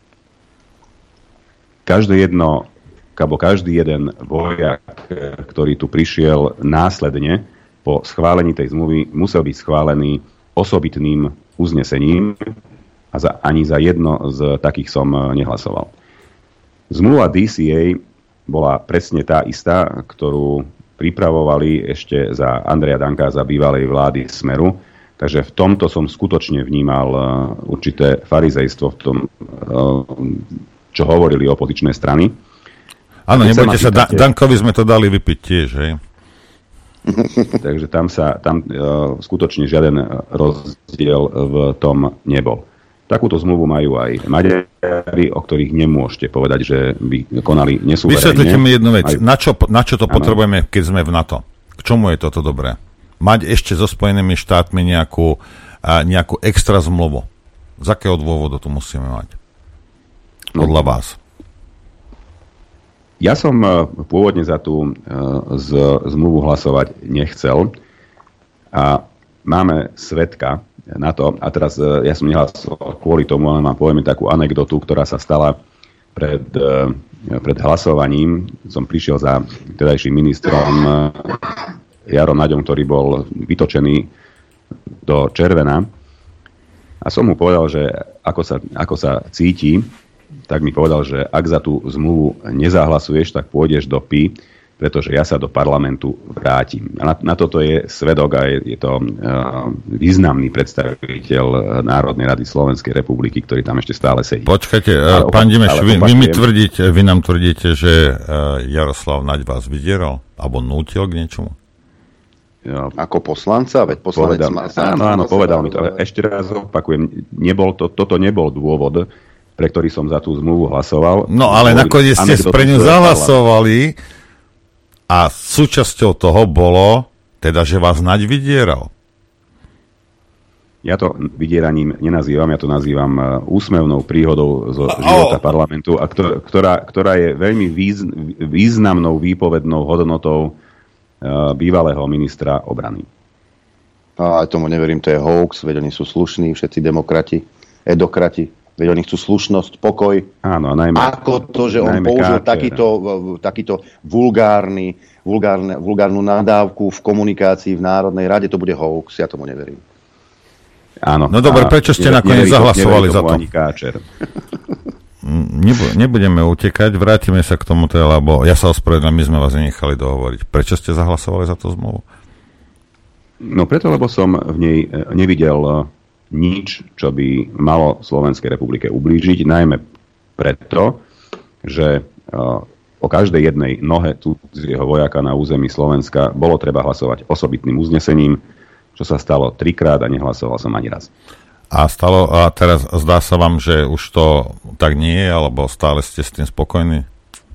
Každý jeden vojak, ktorý tu prišiel následne po schválení tej zmluvy, musel byť schválený osobitným uznesením a ani za jedno z takých som nehlasoval. Zmluva DCA bola presne tá istá, ktorú pripravovali ešte za Andreja Danka, za bývalej vlády Smeru. Takže v tomto som skutočne vnímal určité farizejstvo v tom, čo hovorili opozičné strany. Áno, nebojte sa, Dankovi sme to dali vypiť tiež, hej? Takže tam skutočne žiaden rozdiel v tom nebol. Takúto zmluvu majú aj Maďari, o ktorých nemôžete povedať, že by konali nesúverejne. Vysvetlite mi jednu vec. Na čo to potrebujeme, keď sme v NATO? K čomu je toto dobré? Mať ešte so Spojenými štátmi nejakú extra zmluvu. Z akého dôvodu to musíme mať? Podľa vás. Ja som pôvodne za tú zmluvu hlasovať nechcel a máme svedka na to, a teraz ja som nehlasoval kvôli tomu, ale poviem takú anekdotu, ktorá sa stala pred hlasovaním. Som prišiel za tedajším ministrom Jarom Naďom, ktorý bol vytočený do červená a som mu povedal, že ako sa cíti, tak mi povedal, že ak za tú zmluvu nezahlasuješ, tak pôjdeš do PI, pretože ja sa do parlamentu vrátim. A na toto je svedok a je to významný predstaviteľ Národnej rady Slovenskej republiky, ktorý tam ešte stále sedí. Počkajte, pán Dimeš, vy nám tvrdíte, že Jaroslav Naď vás vydieral alebo nútil k niečomu? Ako poslanca? Veď poslanec áno, povedal mi to. Ešte raz opakujem, toto nebol dôvod, pre ktorý som za tú zmluvu hlasoval. No ale nakoniec ste pre ňu zahlasovali a súčasťou toho bolo, teda, že vás Naď vydieral. Ja to vydieraním nenazývam, ja to nazývam úsmevnou príhodou zo života parlamentu, a ktorá je veľmi významnou výpovednou hodnotou bývalého ministra obrany. A tomu neverím, to je hoax, veď oni sú slušní, všetci demokrati, edokrati. Veď oni chcú slušnosť, pokoj. Áno, najmä. Ako to, že on použil takýto vulgárnu nadávku v komunikácii v Národnej rade, to bude hoax, ja tomu neverím. Áno. No dobre, prečo ste nakoniec zahlasovali za to? Nebudeme utekať, vrátime sa k tomu, lebo ja sa ospravedlňujem, my sme vás nenechali dohovoriť. Prečo ste zahlasovali za tú zmluvu? No preto, lebo som v nej nevidel nič, čo by malo Slovenskej republike ublížiť, najmä preto, že o každej jednej nohe cudzieho vojaka na území Slovenska bolo treba hlasovať osobitným uznesením, čo sa stalo 3-krát a nehlasoval som ani raz. A teraz zdá sa vám, že už to tak nie je, alebo stále ste s tým spokojní?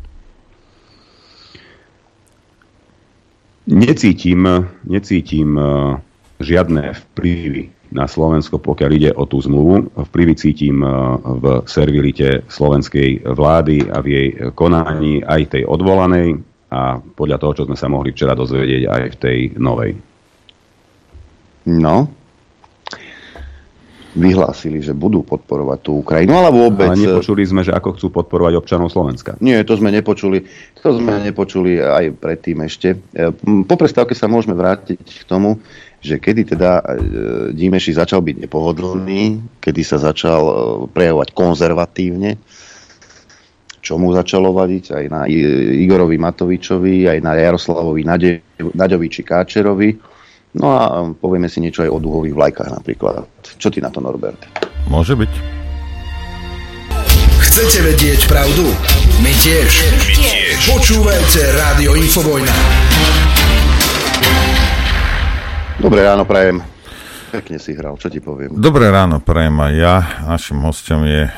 Necítim žiadne vplyvy na Slovensko, pokiaľ ide o tú zmluvu. Vplyvy cítim v servilite slovenskej vlády a v jej konaní, aj tej odvolanej a podľa toho, čo sme sa mohli včera dozvedieť aj v tej novej. No. vyhlásili, že budú podporovať tú Ukrajinu, ale vôbec... Ale nepočuli sme, že ako chcú podporovať občanov Slovenska. Nie, to sme nepočuli. To sme nepočuli aj predtým ešte. Po prestávke sa môžeme vrátiť k tomu, že kedy teda Dímeši začal byť nepohodlný, kedy sa začal prejavovať konzervatívne, čo mu začalo vadiť aj na Igorovi Matovičovi, aj na Jaroslavovi Naďovi či Káčerovi. No a povieme si niečo aj o duhových vlajkách napríklad. Čo ty na to, Norbert? Môže byť. Chcete vedieť pravdu? My tiež. Počúvajte Rádio Infovojna. Dobré ráno prajem. Pekne si hral, čo ti poviem. Dobré ráno prajem aj ja. Našim hostom je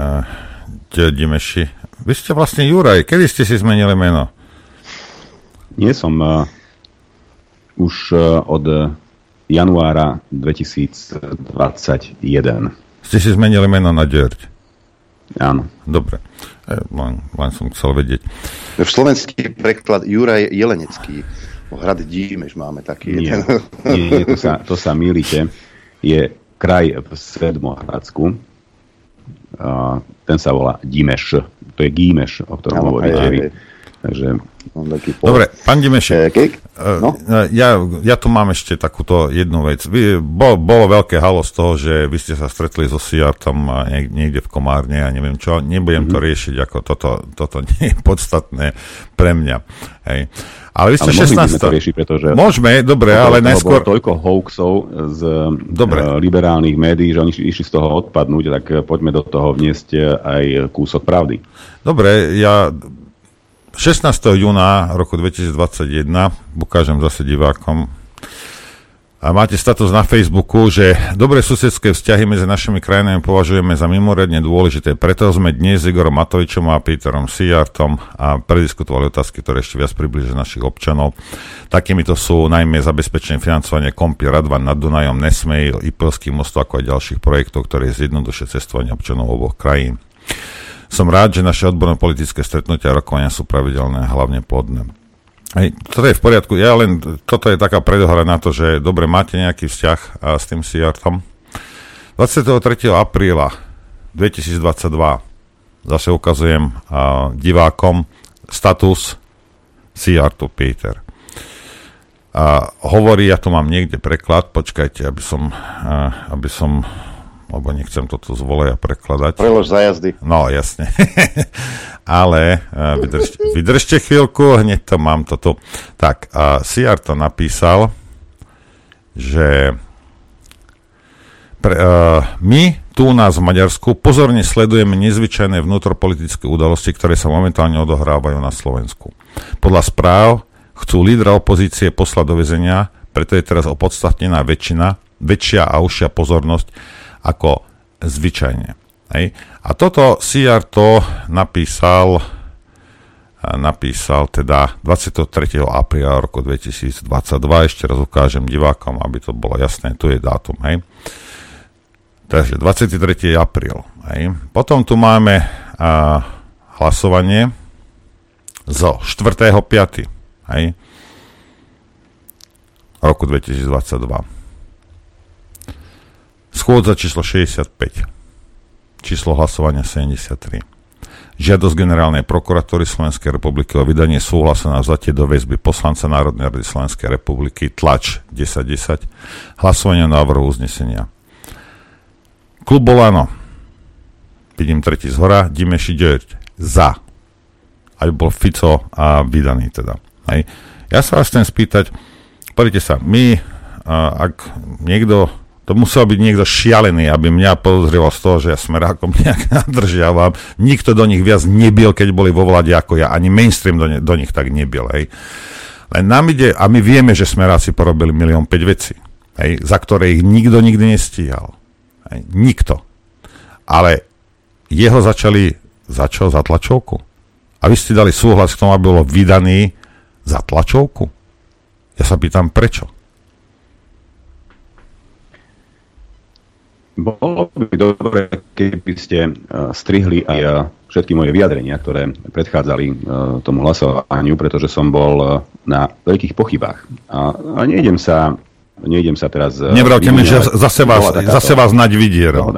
Dímeši. Vy ste vlastne Juraj. Kedy ste si zmenili meno? Nie som už od januára 2021. Ste si zmenili meno na Ďörď? Áno. Dobre. Len som chcel vedieť. V slovenský preklad Juraj Jelenecký. Hrad Dímeš máme taký. Nie, to sa mýlite. Je kraj v Sedmohradsku. Ten sa volá Dímeš. To je Gímeš, o ktorom hovoríte vy. Takže... Dobre, pán Dímeši, ja tu mám ešte takúto jednu vec. Bolo veľké halo z toho, že vy ste sa stretli so Sijartom niekde v Komárne a neviem čo. Nebudem to riešiť, ako toto nie je podstatné pre mňa. Hej. Ale vy ste 16. to riešiť, pretože... Môžeme, dobre, ale najskôr... Bolo toľko hoaxov z liberálnych médií, že oni išli z toho odpadnúť, tak poďme do toho vniesť aj kúsok pravdy. Dobre, ja 16. júna roku 2021 ukážem zase divákom. A máte status na Facebooku, že dobré susedské vzťahy medzi našimi krajinami považujeme za mimoriadne dôležité. Preto sme dnes s Igorom Matovičom a Peterom Sijartom a prediskutovali otázky, ktoré ešte viac približia našich občanov. Takýmito sú najmä zabezpečenie financovania Kompy Radvan nad Dunajom, Nesmail, Ipelský most, ako aj ďalších projektov, ktoré zjednodušia cestovanie občanov oboch krajín. Som rád, že naše odborné politické stretnutia a rokovania sú pravidelné a hlavne plodné. Hej, toto je v poriadku. Toto je taká predohra na to, že dobre, máte nejaký vzťah s tým Sijartom. 23. apríla 2022 zase ukazujem divákom status Sijartu Peter. Hovorí, ja tu mám niekde preklad, počkajte, aby som lebo nechcem toto z voleja prekladať. Prelož za jazdy. No, jasne. Ale vydržte chvíľku, hneď to mám to tu. Tak, Sijart to napísal, že my tu u nás v Maďarsku pozorne sledujeme nezvyčajné vnútropolitické udalosti, ktoré sa momentálne odohrávajú na Slovensku. Podľa správ chcú lídra opozície poslať do väzenia, preto je teraz opodstatnená väčšia a užšia pozornosť ako zvyčajne. Hej. A toto Sijart to napísal teda 23. apríla roku 2022. Ešte raz ukážem divákom, aby to bolo jasné. Tu je dátum. Hej. Takže 23. apríl. Hej. Potom tu máme hlasovanie zo 4.5. Hej. Roku 2022. Schôdza číslo 65. Číslo hlasovania 73. Žiadosť generálnej prokuratúry Slovenskej republiky o vydanie súhlasu na vzatie do väzby poslanca Národnej rady Slovenskej republiky tlač 1010. Hlasovanie o návrhu uznesenia. Klub Olano. Vidím tretí zhora. Dímeši Ďörď. Za. Aby bol Fico a vydaný teda. Hej. Ja sa vás chcem spýtať, pozrite sa, my, ak niekto to musel byť niekto šialený, aby mňa podozrieval z toho, že ja smerákom nejak nadržiavam. Nikto do nich viac nebil, keď boli vo vláde ako ja. Ani mainstream do nich tak nebil. Hej. Len nám ide, a my vieme, že smeráci porobili 1,5 vecí, hej, za ktoré ich nikto nikdy nestíhal. Hej. Nikto. Ale jeho začali za čo? Za tlačovku. A vy ste dali súhlas k tomu, aby bolo vydaný za tlačovku? Ja sa pýtam, prečo? Bolo by dobre, keby ste strihli aj všetky moje vyjadrenia, ktoré predchádzali tomu hlasovaniu, pretože som bol na veľkých pochybách. A nejdem sa nejdem sa teraz... Nevravte mi, že zase vás naď vydieral.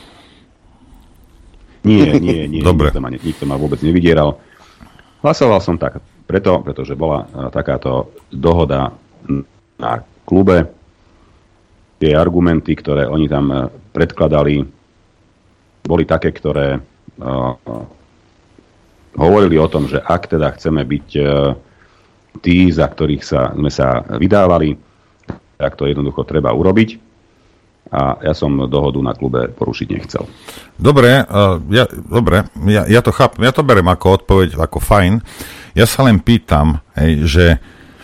Nie. Dobre. Nikto ma vôbec nevydieral. Hlasoval som tak pretože bola takáto dohoda na klube. Tie argumenty, ktoré oni tam predkladali, boli také, ktoré hovorili o tom, že ak teda chceme byť tí, za ktorých sme sa vydávali, tak to jednoducho treba urobiť. A ja som dohodu na klube porušiť nechcel. Dobre, ja to chápem, ja to berem ako odpoveď, ako fajn. Ja sa len pýtam, že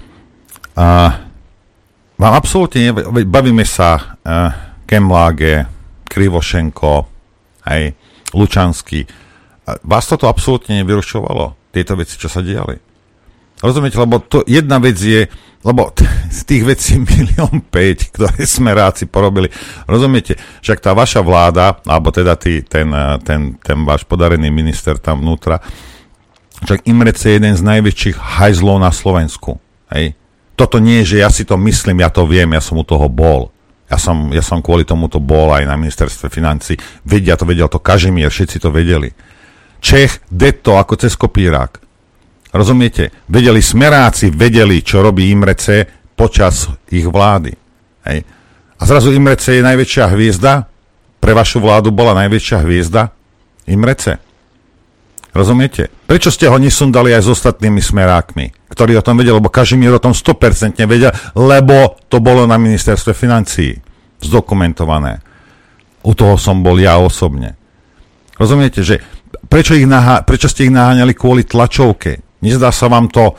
vám absolútne bavíme sa Kemláge, Krivošenko, Lučanský. Vás toto absolútne nevyrušovalo? Tieto veci, čo sa diali? Rozumiete, lebo to jedna vec je, lebo z tých vecí 1,5 milióna, ktoré smeráci porobili, rozumiete, však tá vaša vláda, alebo teda ten váš podarený minister tam vnútra, však Imrece je jeden z najväčších hajzlov na Slovensku. Hej. Toto nie je, že ja si to myslím, ja to viem, ja som u toho bol. Ja som kvôli tomuto bol aj na ministerstve financií. Vedel to Kažimír, všetci to vedeli. Čech, detto ako cez kopírák. Rozumiete? Smeráci vedeli, čo robí Imrece počas ich vlády. Hej. A zrazu Imrece je najväčšia hviezda? Pre vašu vládu bola najväčšia hviezda Imrece? Rozumiete? Prečo ste ho nesundali aj s ostatnými smerákmi, ktorí o tom vedeli? Lebo Kažimír o tom 100% vedel, lebo to bolo na ministerstve financií zdokumentované. U toho som bol ja osobne. Rozumiete, že prečo ste ich naháňali kvôli tlačovke? Nezdá sa vám to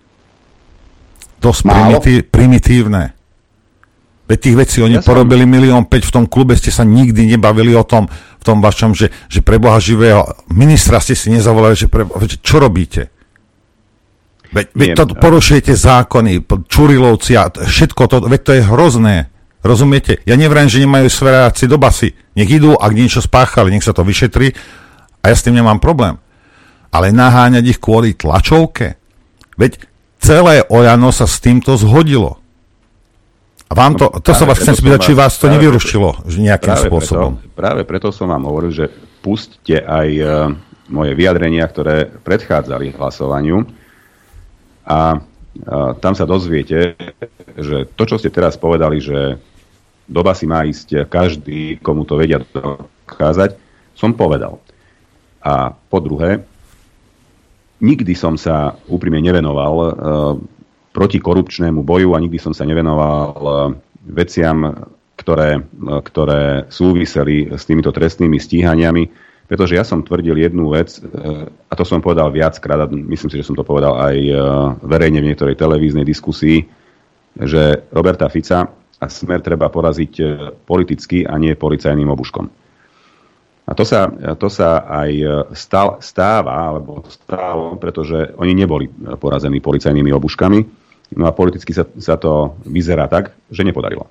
dosť primitívne? Veď tých vecí oni porobili 1,5 milióna, v tom klube ste sa nikdy nebavili o tom, v tom vašom, že pre Boha živého ministra ste si nezavolali, že čo robíte? Veď to porušujete zákony, Čurilovci a všetko to, veď to je hrozné. Rozumiete? Ja nevrajím, že nemajú smeráci do basy. Nech idú, ak niečo spáchali, nech sa to vyšetrí a ja s tým nemám problém. Ale naháňať ich kvôli tlačovke? Veď celé Oľano sa s týmto zhodilo. A vám to sa vás chcem spýtať, či vás to nevyrušilo nejakým spôsobom. Práve preto som vám hovoril, že pusťte aj moje vyjadrenia, ktoré predchádzali hlasovaniu. A tam sa dozviete, že to, čo ste teraz povedali, že do basy má ísť každý, komu to vedia dokázať, som povedal. A po druhé, nikdy som sa úprimne nevenoval protikorupčnému boju a nikdy som sa nevenoval veciam, ktoré súviseli s týmito trestnými stíhaniami, pretože ja som tvrdil jednu vec, a to som povedal viackrát, a myslím si, že som to povedal aj verejne v niektorej televíznej diskusii, že Roberta Fica a Smer treba poraziť politicky a nie policajným obuškom. A to sa aj stáva, pretože oni neboli porazení policajnými obuškami, no a politicky sa to vyzerá tak, že nepodarilo.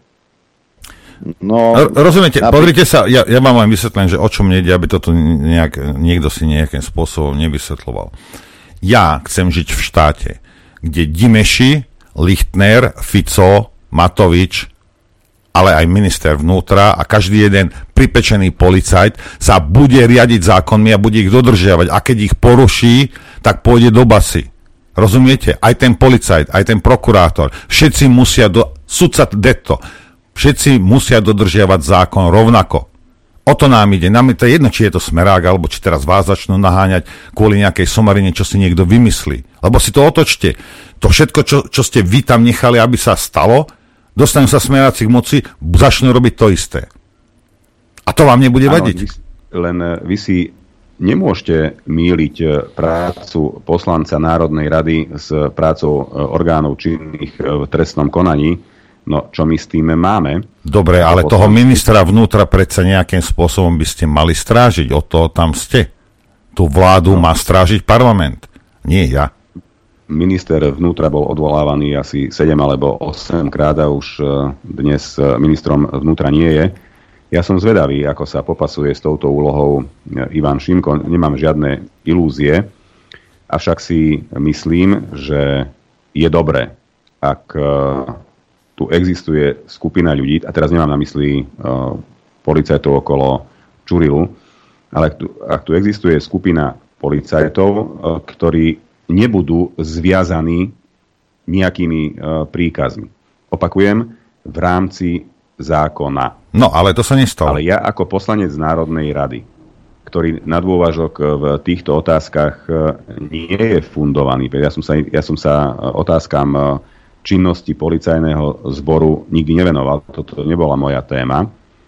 No, rozumiete, pozrite sa, ja vám len vysvetlím, že o čom nejde, aby toto niekto si nejakým spôsobom nevysvetľoval. Ja chcem žiť v štáte, kde Dimeši, Lichtner, Fico, Matovič, ale aj minister vnútra a každý jeden pripečený policajt sa bude riadiť zákonmi a bude ich dodržiavať. A keď ich poruší, tak pôjde do basy. Rozumiete? Aj ten policajt, aj ten prokurátor. Všetci musia sudca detto. Všetci musia dodržiavať zákon rovnako. O to nám ide. Nám je to jedno, či je to Smerák, alebo či teraz vás začnú naháňať kvôli nejakej somarine, čo si niekto vymyslí. Lebo si to otočte. To všetko, čo ste vy tam nechali, aby sa stalo, dostanú sa smeráci k moci, začnú robiť to isté. A to vám nebude vadiť. Len vy si nemôžete míliť prácu poslanca Národnej rady s prácou orgánov činných v trestnom konaní. No, čo my s tým máme? Dobre, ale toho ministra vnútra predsa nejakým spôsobom by ste mali strážiť. Od toho tam ste. Tú vládu má strážiť parlament. Nie ja. Minister vnútra bol odvolávaný asi 7 alebo 8 krát a už dnes ministrom vnútra nie je. Ja som zvedavý, ako sa popasuje s touto úlohou Ivan Šimko. Nemám žiadne ilúzie, avšak si myslím, že je dobré, ak tú tu existuje skupina ľudí, a teraz nemám na mysli policajtov okolo Čurilu, ale ak tu existuje skupina policajtov, ktorí nebudú zviazaní nejakými príkazmi. Opakujem, v rámci zákona. No, ale to sa nestalo. Ale ja ako poslanec Národnej rady, ktorý na dôvažok v týchto otázkach nie je fundovaný, ja som sa otázkam činnosti policajného zboru nikdy nevenoval, toto nebola moja téma.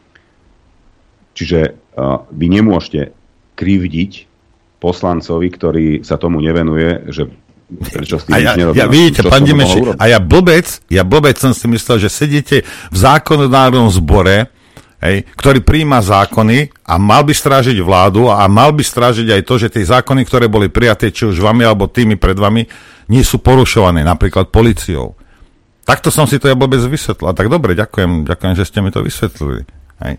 Čiže vy nemôžete krivdiť poslancovi, ktorý sa tomu nevenuje, že prečo s tým nerobí. Vidíte, pán Dimeši, a ja blbec som si myslel, že sedíte v zákonodárnom zbore, ktorý prijíma zákony a mal by strážiť vládu a mal by strážiť aj to, že tie zákony, ktoré boli prijaté, či už vami alebo tými pred vami, nie sú porušované, napríklad políciou. Takto som si to ja blbec vysvetlil. A tak dobre, ďakujem, že ste mi to vysvetlili. Hej.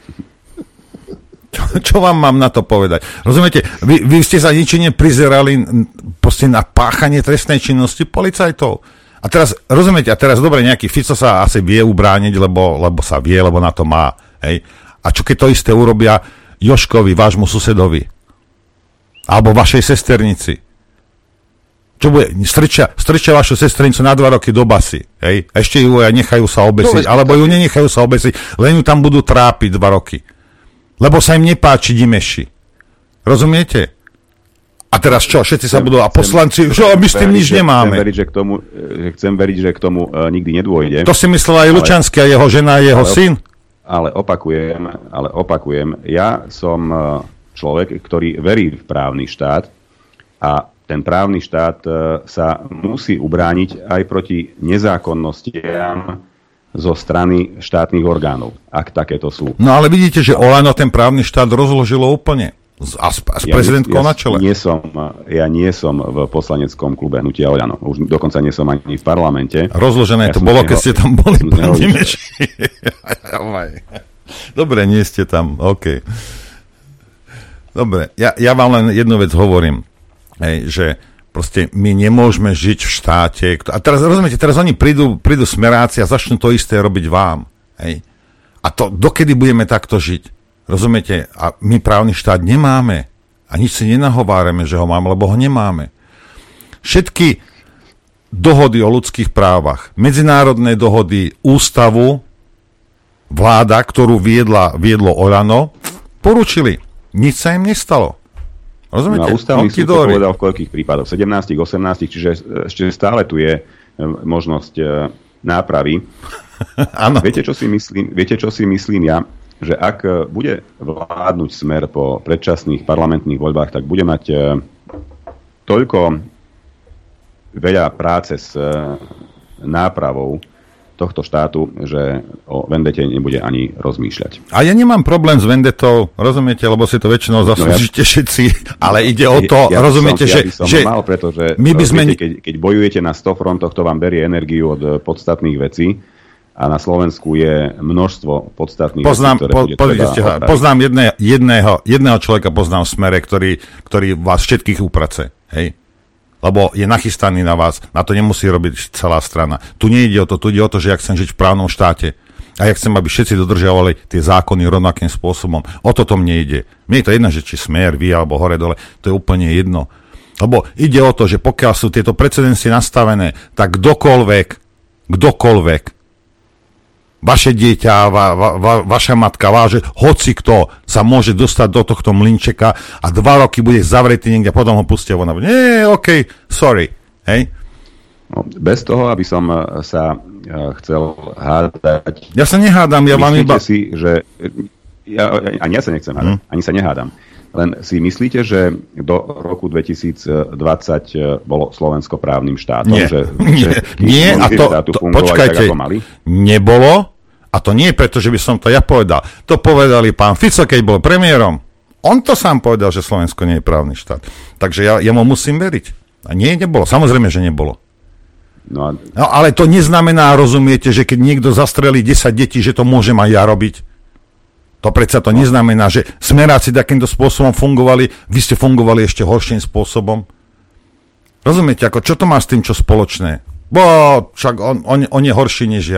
Čo vám mám na to povedať? Rozumiete, vy ste sa ničím neprizerali proste na páchanie trestnej činnosti policajtov. A teraz, rozumiete, dobre, nejaký Fico sa asi vie ubrániť, lebo sa vie, lebo na to má. Hej. A čo keď to isté urobia Jožkovi, vášmu susedovi? Alebo vašej sesternici? Čo bude? Strčia vašu sestrnicu na 2 roky do basy. Hej? Ešte ju nechajú sa obesiť. Alebo ju nenechajú sa obesiť, len ju tam budú trápiť 2 roky. Lebo sa im nepáči Dimeši. Rozumiete? A teraz čo? Všetci sa budú... A poslanci... Čo? My s tým nič nemáme. Chcem veriť, že k tomu nikdy nedôjde. To si myslel aj Lučanský a jeho žena a jeho syn? Ale opakujem. Ja som človek, ktorý verí v právny štát a ten právny štát sa musí ubrániť aj proti nezákonnostiam zo strany štátnych orgánov, ak takéto sú. No ale vidíte, že Olano ten právny štát rozložilo úplne. A s prezidentkou na čele. Ja nie som v poslaneckom klube Hnutia Oľano. Už dokonca nie som ani v parlamente. Rozložené to bolo, keď ste tam boli. Dobre, nie ste tam. OK. Dobre, ja vám len jednu vec hovorím. Že proste my nemôžeme žiť v štáte. A teraz, rozumiete, teraz oni prídu smeráci a začnú to isté robiť vám. Hej. A to, dokedy budeme takto žiť? Rozumiete? A my právny štát nemáme. A nič si nenahovárame, že ho máme, lebo ho nemáme. Všetky dohody o ľudských právach, medzinárodné dohody, ústavu, vláda, ktorú viedlo Olano, poručili. Nič sa im nestalo. Rozumiete? No a ústavný súd to povedal v koľkých prípadoch? 17, 18, čiže ešte stále tu je možnosť nápravy. Áno. Viete, čo si myslím ja? Že ak bude vládnuť Smer po predčasných parlamentných voľbách, tak bude mať toľko veľa práce s nápravou tohto štátu, že o vendete nebude ani rozmýšľať. A ja nemám problém s vendetou, rozumiete, lebo si to väčšinou zaslúžite všetci, ale ide o to, rozumiete, že mal, pretože my by sme... keď bojujete na 100 frontoch, to vám berie energiu od podstatných vecí. A na Slovensku je množstvo podstatných vecí, ktoré poznám jedného človeka, poznám v Smere, ktorý vás všetkých uprace. Hej? Lebo je nachystaný na vás. Na to nemusí robiť celá strana. Tu nejde o to, tu ide o to, že ja chcem žiť v právnom štáte. A ja chcem, aby všetci dodržiavali tie zákony rovnakým spôsobom. O toto mne ide. Mne je to jedno, že či Smer, vy alebo hore dole, to je úplne jedno. Lebo ide o to, že pokiaľ sú tieto precedencie nastavené, tak kdokoľvek, vaše dieťa, vaša matka, hoci kto sa môže dostať do tohto mlynčeka a 2 roky bude zavretý niekde a potom ho pustia von. Nie, OK, sorry. Hej? No, bez toho, aby som sa chcel hádať. Ja sa nehádam, ja vám iba... si, že... Ani ja sa nechcem hádať, ani sa nehádam. Len si myslíte, že do roku 2020 bolo Slovensko právnym štátom? Nie, a to počkajte, nebolo. A to nie preto, že by som to ja povedal. To povedali pán Fico, keď bol premiérom. On to sám povedal, že Slovensko nie je právny štát. Takže ja mu musím veriť. A nebolo. Samozrejme, že nebolo. No ale to neznamená, rozumiete, že keď niekto zastrelí 10 detí, že to môžem aj ja robiť. To predsa to neznamená, že smeráci takýmto spôsobom fungovali, vy ste fungovali ešte horším spôsobom. Rozumiete, čo to má s tým čo spoločné? Bo však on je horší než ja.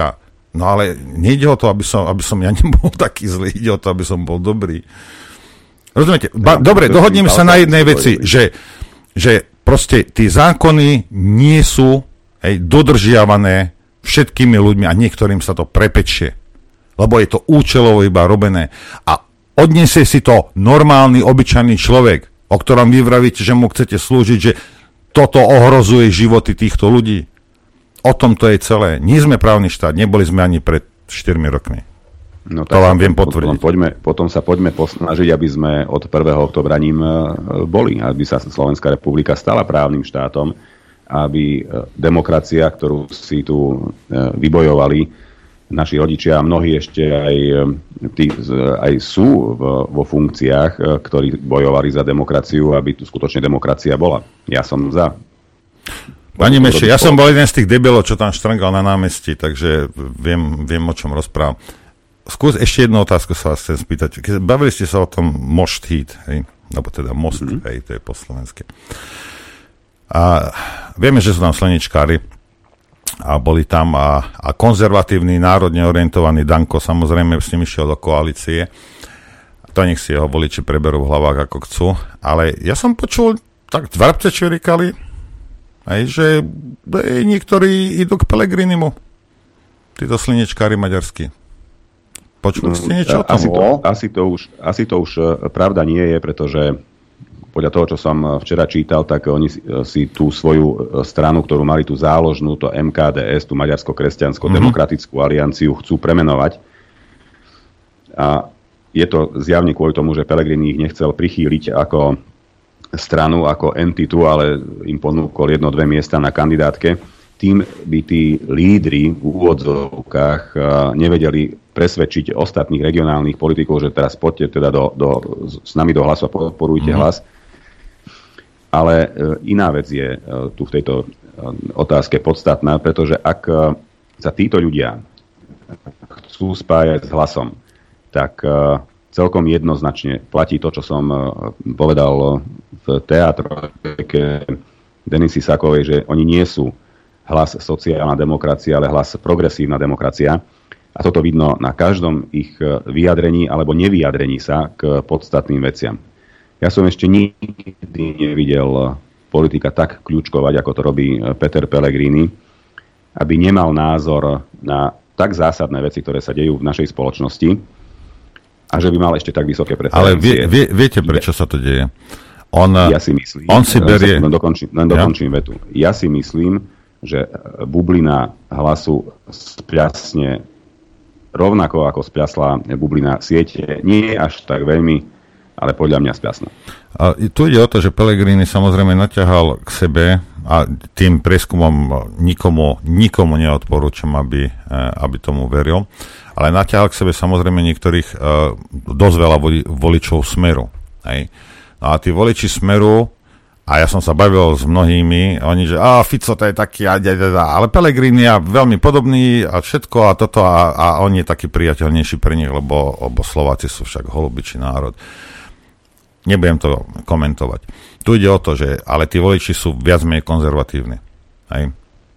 No ale nejde o to, aby som ja nebol taký zlý, ide o to, aby som bol dobrý. Rozumiete? Dobre, dohodneme sa na jednej veci, že proste tie zákony nie sú dodržiavané všetkými ľuďmi a niektorým sa to prepečie. Lebo je to účelovo iba robené. A odniesie si to normálny, obyčajný človek, o ktorom vy vravíte, že mu chcete slúžiť, že toto ohrozuje životy týchto ľudí. O tom to je celé. Nie sme právny štát, neboli sme ani pred 4 rokmi. No, to vám viem potvrdiť. Potom sa poďme posnažiť, aby sme od 1. októbra ním boli, aby sa Slovenská republika stala právnym štátom, aby demokracia, ktorú si tu vybojovali naši rodičia a mnohí ešte aj sú vo funkciách, ktorí bojovali za demokraciu, aby tu skutočne demokracia bola. Ja som za. Pani Meše, ja som bol jeden z tých debilov, čo tam štrngal na námestí, takže viem o čom rozprávam. Skús ešte jednu otázku sa vás chcem spýtať. Bavili ste sa o tom Most Heat, hej? Alebo teda Most, hej, to je po slovenské. A vieme, že sú tam slnečkári a boli tam a konzervatívny, národne orientovaný Danko samozrejme s nimi šiel do koalície. To nech si jeho voliči preberú v hlavách ako chcú. Ale ja som počul, tak dvarbce čvirikali, že niektorí idú k Pellegrinimu. Títo slnečkári maďarskí. Počuli ste niečo o tom? Asi to už pravda nie je, pretože podľa toho, čo som včera čítal, tak oni si tú svoju stranu, ktorú mali tú záložnú, to MKDS, tú Maďarsko-kresťansko-demokratickú alianciu, chcú premenovať. A je to zjavne kvôli tomu, že Pellegrini ich nechcel prichýliť ako stranu, ako entitu, ale im ponúkol 1-2 miesta na kandidátke. Tým by tí lídri v úvodzovkách nevedeli presvedčiť ostatných regionálnych politikov, že teraz poďte teda s nami do Hlasu a podporujte Hlas. Ale iná vec je tu v tejto otázke podstatná, pretože ak sa títo ľudia chcú spájať s Hlasom, tak celkom jednoznačne platí to, čo som povedal v teatrike Denisy Sakovej, že oni nie sú Hlas sociálna demokracia, ale Hlas progresívna demokracia. A toto vidno na každom ich vyjadrení alebo nevyjadrení sa k podstatným veciam. Ja som ešte nikdy nevidel politika tak kľúčkovať, ako to robí Peter Pellegrini, aby nemal názor na tak zásadné veci, ktoré sa dejú v našej spoločnosti a že by mal ešte tak vysoké preferencie. Ale viete, prečo sa to deje? Ja si myslím, len dokončím vetu. Ja si myslím, že bublina Hlasu spľasne rovnako ako spľasla bublina siete. Nie až tak veľmi, ale podľa mňa spľasne. Tu ide o to, že Pellegrini samozrejme naťahal k sebe a tým prieskumom nikomu neodporúčam, aby tomu veril, ale naťahal k sebe samozrejme niektorých dosť veľa voličov Smeru. Hej. No a tí voliči Smeru, a ja som sa bavil s mnohými, oni, že Fico to je taký, ale Pellegrini je veľmi podobný a všetko a toto a on je taký priateľnejší pre nich, lebo Slováci sú však holubičí národ. Nebudem to komentovať. Tu ide o to, že ale tí voliči sú viac menej konzervatívni. Hej.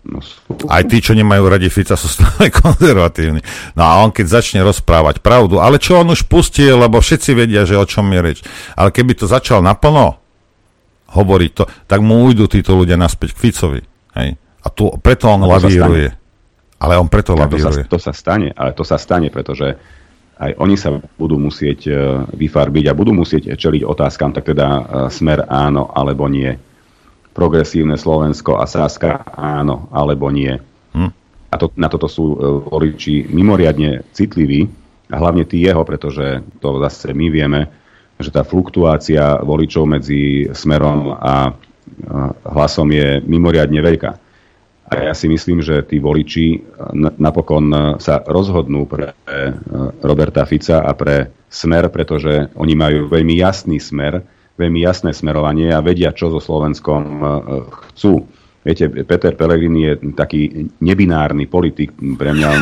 Aj tí, čo nemajú radi Fica, sú stále konzervatívni. No a on keď začne rozprávať pravdu, ale čo on už pustil, lebo všetci vedia, že o čom je reč. Ale keby to začal naplno hovoriť to, tak mu ujdu títo ľudia naspäť k Ficovi. Hej. A preto on lavíruje. Ale on preto lavíruje. To sa stane, pretože aj oni sa budú musieť vyfarbiť a budú musieť čeliť otázkam, tak teda Smer áno alebo nie. Progresívne Slovensko a Saska áno alebo nie. A na toto sú voliči mimoriadne citliví a hlavne tí jeho, pretože to zase my vieme, že tá fluktuácia voličov medzi Smerom a Hlasom je mimoriadne veľká. A ja si myslím, že tí voliči napokon sa rozhodnú pre Roberta Fica a pre Smer, pretože oni majú veľmi jasný smer, veľmi jasné smerovanie a vedia, čo so Slovenskom chcú. Viete, Peter Pellegrini je taký nebinárny politik pre mňa.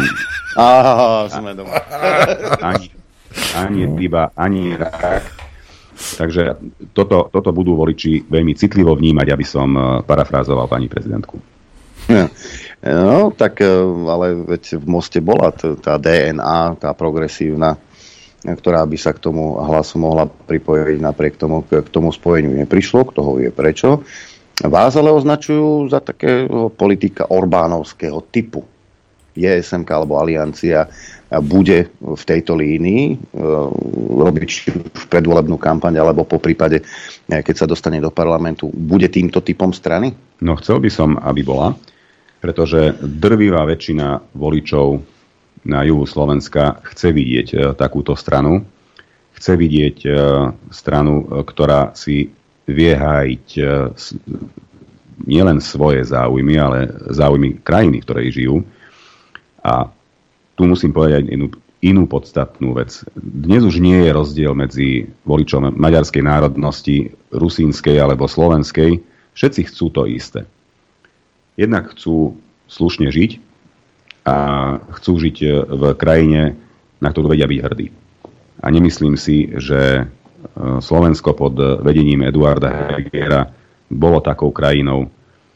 Sme doma. Ani ryba, ani rak. Takže toto budú voliči veľmi citlivo vnímať, aby som parafrázoval pani prezidentku. No, tak ale veď v Moste bola tá DNA, tá progresívna, ktorá by sa k tomu hlasu mohla pripojiť napriek tomu, k tomu spojeniu neprišlo, kto ho vie prečo. Vás ale označujú za takého politika Orbánovského typu. JSMK alebo Aliancia bude v tejto línii robiť či už predvolebnú kampaň, alebo po prípade, keď sa dostane do parlamentu, bude týmto typom strany? No, chcel by som, aby bola, pretože drvivá väčšina voličov na juhu Slovenska chce vidieť takúto stranu. Chce vidieť stranu, ktorá si vie hájiť nielen svoje záujmy, ale záujmy krajiny, v ktorej žijú. A tu musím povedať inú podstatnú vec. Dnes už nie je rozdiel medzi voličom maďarskej národnosti, rusínskej alebo slovenskej. Všetci chcú to isté. Jednak chcú slušne žiť a chcú žiť v krajine, na ktorú vedia byť hrdí. A nemyslím si, že Slovensko pod vedením Eduarda Hegera bolo takou krajinou,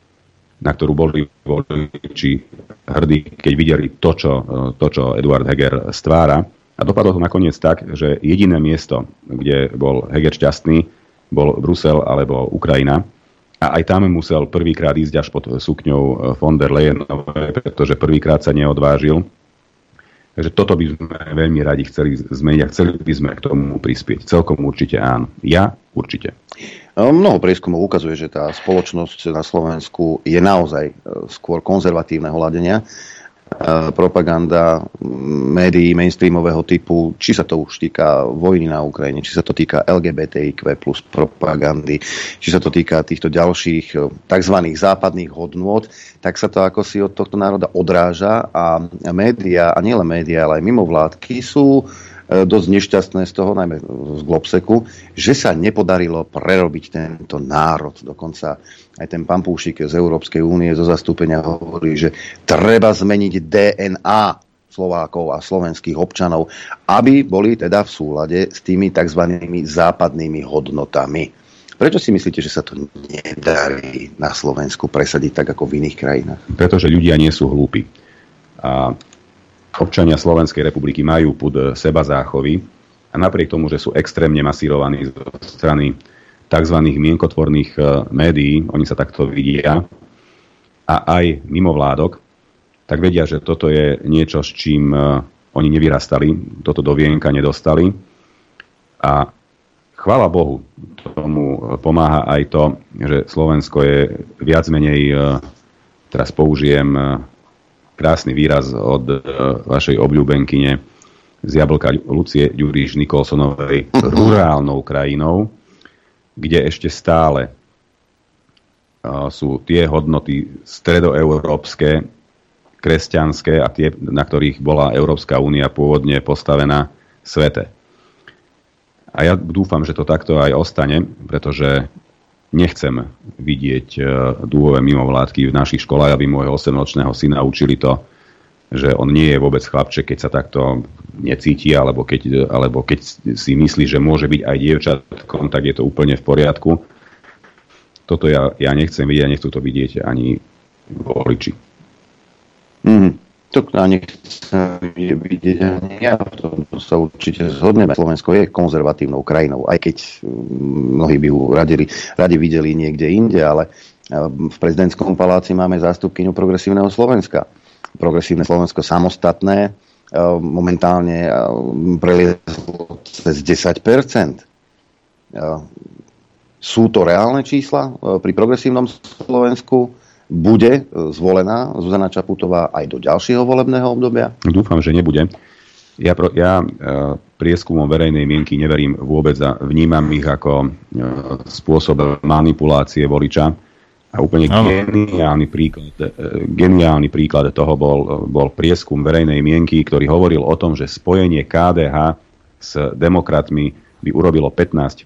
na ktorú boli voliči hrdí, keď videli to, čo Eduard Heger stvára. A dopadlo to nakoniec tak, že jediné miesto, kde bol Heger šťastný, bol Brusel alebo Ukrajina. A aj tam musel prvýkrát ísť až pod sukňou von der Leyenovej, pretože prvýkrát sa neodvážil. Takže toto by sme veľmi radi chceli zmeniť a chceli by sme k tomu prispieť. Celkom určite áno. Ja určite. Mnoho prieskumov ukazuje, že tá spoločnosť na Slovensku je naozaj skôr konzervatívneho ladenia. Propaganda médií mainstreamového typu, či sa to už týka vojny na Ukrajine, či sa to týka LGBTIQ plus propagandy, či sa to týka týchto ďalších tzv. Západných hodnôt, tak sa to ako si od tohto národa odráža a médiá, a nielen médiá, ale aj mimovládky sú dosť nešťastné z toho, najmä z Globseku, že sa nepodarilo prerobiť tento národ. Dokonca aj ten pán Púšik z Európskej únie zo zastúpenia hovorí, že treba zmeniť DNA Slovákov a slovenských občanov, aby boli teda v súlade s tými tzv. Západnými hodnotami. Prečo si myslíte, že sa to nedarí na Slovensku presadiť tak ako v iných krajinách? Pretože ľudia nie sú hlúpi. A občania Slovenskej republiky majú pud seba záchovy a napriek tomu, že sú extrémne masírovaní zo strany tzv. Mienkotvorných médií, oni sa takto vidia, a aj mimovládok, tak vedia, že toto je niečo, s čím oni nevyrastali, toto do vienka nedostali. A chvála Bohu, tomu pomáha aj to, že Slovensko je viac menej, teraz použijem krásny výraz od vašej obľúbenkyne z Jablka Lucie Ďuriš Nikolsonovej, rurálnou krajinou, kde ešte stále sú tie hodnoty stredoeurópske, kresťanské a tie, na ktorých bola Európska únia pôvodne postavená, sväté. A ja dúfam, že to takto aj ostane, pretože nechcem vidieť dúhové mimovládky v našich školách, aby môjho 8-ročného syna učili to, že on nie je vôbec chlapček, keď sa takto necíti, alebo keď si myslí, že môže byť aj dievčatkom, tak je to úplne v poriadku. Toto ja nechcem vidieť a nechcú to vidieť ani voliči. To nechcem vidieť ani ja, v tom sa určite zhodneme. Slovensko je konzervatívnou krajinou, aj keď mnohí by ju radi videli niekde inde, ale v prezidentskom paláci máme zástupkyňu Progresívneho Slovenska. Progresívne Slovensko samostatné momentálne preliezlo cez 10%. Sú to reálne čísla pri Progresívnom Slovensku? Bude zvolená Zuzana Čaputová aj do ďalšieho volebného obdobia? Dúfam, že nebude. Ja prieskumom verejnej mienky neverím vôbec a vnímam ich ako spôsob manipulácie voliča. A úplne geniálny príklad toho bol prieskum verejnej mienky, ktorý hovoril o tom, že spojenie KDH s demokratmi by urobilo 15%.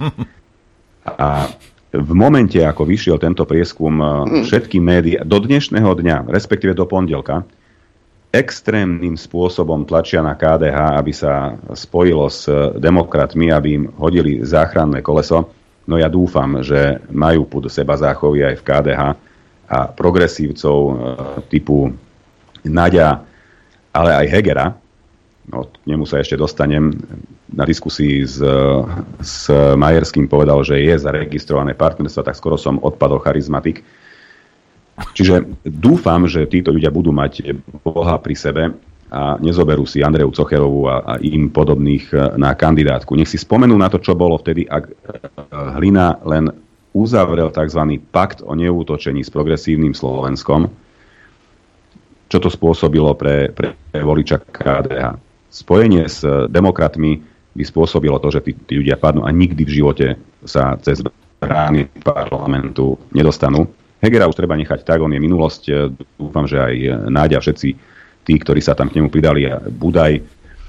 A v momente, ako vyšiel tento prieskum, všetky médiá do dnešného dňa, respektíve do pondelka, extrémnym spôsobom tlačia na KDH, aby sa spojilo s demokratmi, aby im hodili záchranné koleso. No ja dúfam, že majú púd seba záchovy aj v KDH a progresívcov typu Naďa, ale aj Hegera, no, k nemu sa ešte dostanem, na diskusii s Majerským povedal, že je zaregistrované partnerstva, tak skoro som odpadol charizmatik. Čiže dúfam, že títo ľudia budú mať Boha pri sebe a nezoberú si Andreju Cocherovú a im podobných na kandidátku. Nech si spomenú na to, čo bolo vtedy, ak Hlina len uzavrel tzv. Pakt o neútočení s progresívnym Slovenskom, čo to spôsobilo pre voliča KDH. Spojenie s demokratmi by spôsobilo to, že tí ľudia padnú a nikdy v živote sa cez brány parlamentu nedostanú. Hegera už treba nechať tak, on je minulosť. Dúfam, že aj Náďa, všetci tí, ktorí sa tam k nemu pridali, a Budaj,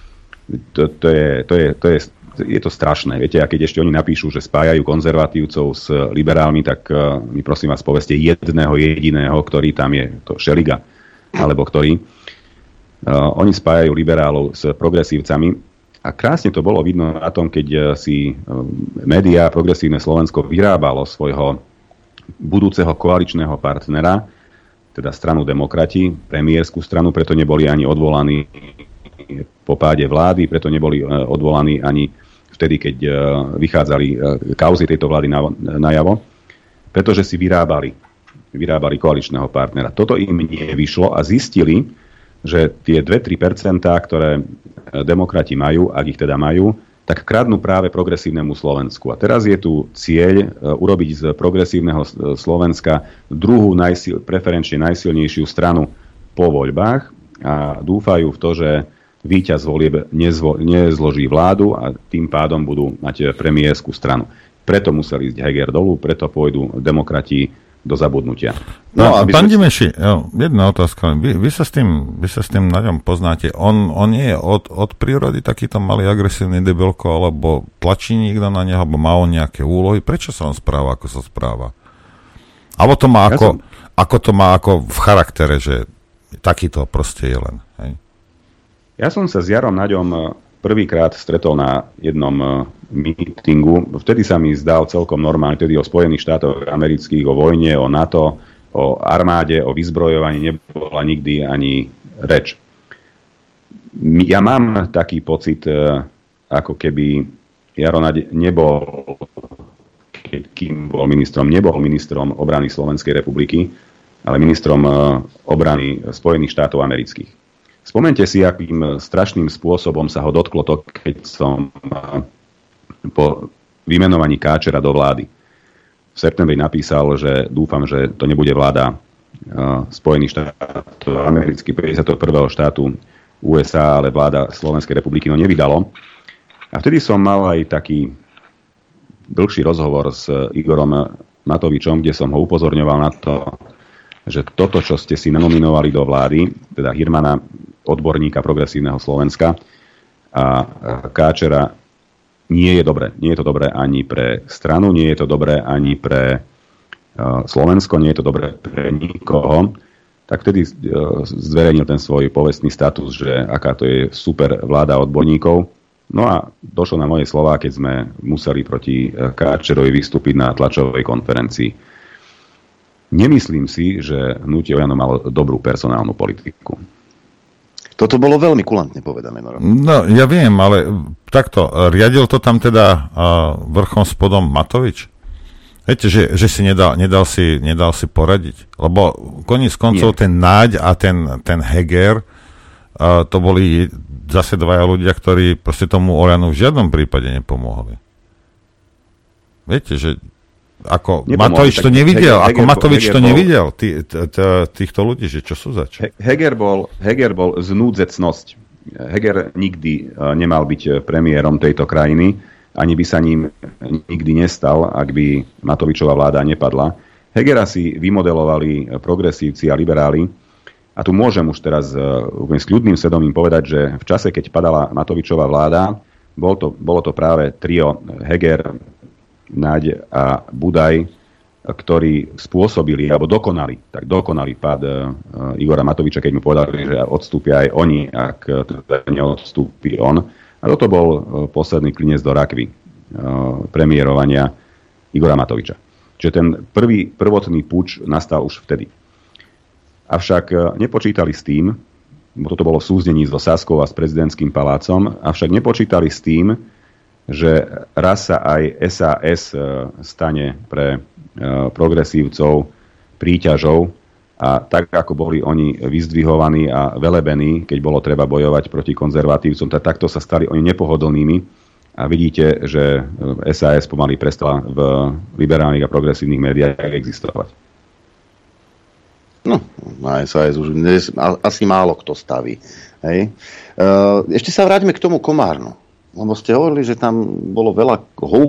je to strašné. Viete, a keď ešte oni napíšu, že spájajú konzervatívcov s liberálmi, tak mi prosím vás poveste jedného jediného, ktorý tam je, to Šeliga, alebo ktorý. Oni spájajú liberálov s progresívcami a krásne to bolo vidno na tom, keď si médiá Progresívne Slovensko vyrábalo svojho budúceho koaličného partnera, teda stranu Demokrati, premiérskú stranu, preto neboli ani odvolaní po páde vlády, preto neboli odvolaní ani vtedy, keď vychádzali kauzy tejto vlády najavo, pretože si vyrábali koaličného partnera. Toto im nevyšlo a zistili, že tie 2-3%, ktoré demokrati majú, ak ich teda majú, tak kradnú práve progresívnemu Slovensku. A teraz je tu cieľ urobiť z progresívneho Slovenska druhú preferenčne najsilnejšiu stranu po voľbách a dúfajú v to, že víťaz volieb nezloží vládu a tým pádom budú mať premiérskú stranu. Preto museli ísť Heger dolu, preto pôjdu demokrati do zabudnutia. No a pán Dimeši, jedna otázka. Vy sa s tým Naďom poznáte. On nie je od prírody takýto malý agresívny debilko, alebo tlačí niekto na neho, alebo má on nejaké úlohy. Prečo sa on správa, ako sa správa? Alebo to má ako v charaktere, že takýto proste je len. Hej? Ja som sa s Jarom Naďom prvýkrát stretol na jednom mítingu. Vtedy sa mi zdal celkom normálne, vtedy o Spojených štátoch amerických, o vojne, o NATO, o armáde, o vyzbrojovaní nebola nikdy ani reč. Ja mám taký pocit, ako keby Jaro Naď nebol ministrom obrany Slovenskej republiky, ale ministrom obrany Spojených štátov amerických. Spomente si, akým strašným spôsobom sa ho dotklo to, keď som po vymenovaní Káčera do vlády v septembri napísal, že dúfam, že to nebude vláda Spojených štátov amerických 51. štátu USA, ale vláda Slovenskej republiky. No nevydalo. A vtedy som mal aj taký dlhší rozhovor s Igorom Matovičom, kde som ho upozorňoval na to, že toto, čo ste si nominovali do vlády, teda Hirmana, odborníka progresívneho Slovenska, a Káčera, nie je dobré. Nie je to dobré ani pre stranu, nie je to dobré ani pre Slovensko, nie je to dobré pre nikoho. Tak vtedy zverejnil ten svoj povestný status, že aká to je super vláda odborníkov. No a došlo na moje slová, keď sme museli proti Káčerovi vystúpiť na tlačovej konferencii. Nemyslím si, že hnutie Oľano malo dobrú personálnu politiku. Toto bolo veľmi kulantne povedané. No, ja viem, ale takto, riadil to tam teda vrchom spodom Matovič? Viete, že si nedal si poradiť? Lebo koniec koncov ten Náď a ten Heger, to boli zase dvaja ľudia, ktorí proste tomu Oľanu v žiadnom prípade nepomohli. Viete, že ako Matovič to nevidel, Matovič to nevidel, týchto ľudí, že čo sú zač? Heger bol znúdzecnosť. Heger nikdy nemal byť premiérom tejto krajiny, ani by sa ním nikdy nestal, ak by Matovičová vláda nepadla. Hegera si vymodelovali progresívci a liberáli. A tu môžem už teraz s kľudným svedomím povedať, že v čase, keď padala Matovičová vláda, bolo to práve trio Heger, Naď a Budaj, ktorí spôsobili, alebo dokonali pád Igora Matoviča, keď mu povedali, že odstúpia aj oni, ak neodstúpi on. A toto bol posledný klinec do rakvy premiérovania Igora Matoviča. Čiže ten prvotný puč nastal už vtedy. Avšak nepočítali s tým, bo toto bolo v súznení so Saskou a s prezidentským palácom, avšak nepočítali s tým, že raz sa aj SAS stane pre progresívcov príťažou a tak, ako boli oni vyzdvihovaní a velebení, keď bolo treba bojovať proti konzervatívcom, tak takto sa stali oni nepohodlnými a vidíte, že SAS pomaly prestala v liberálnych a progresívnych médiách existovať. No, na SAS už asi málo kto staví. Hej. Ešte sa vráťme k tomu Komárnu. Lebo ste hovorili, že tam bolo veľa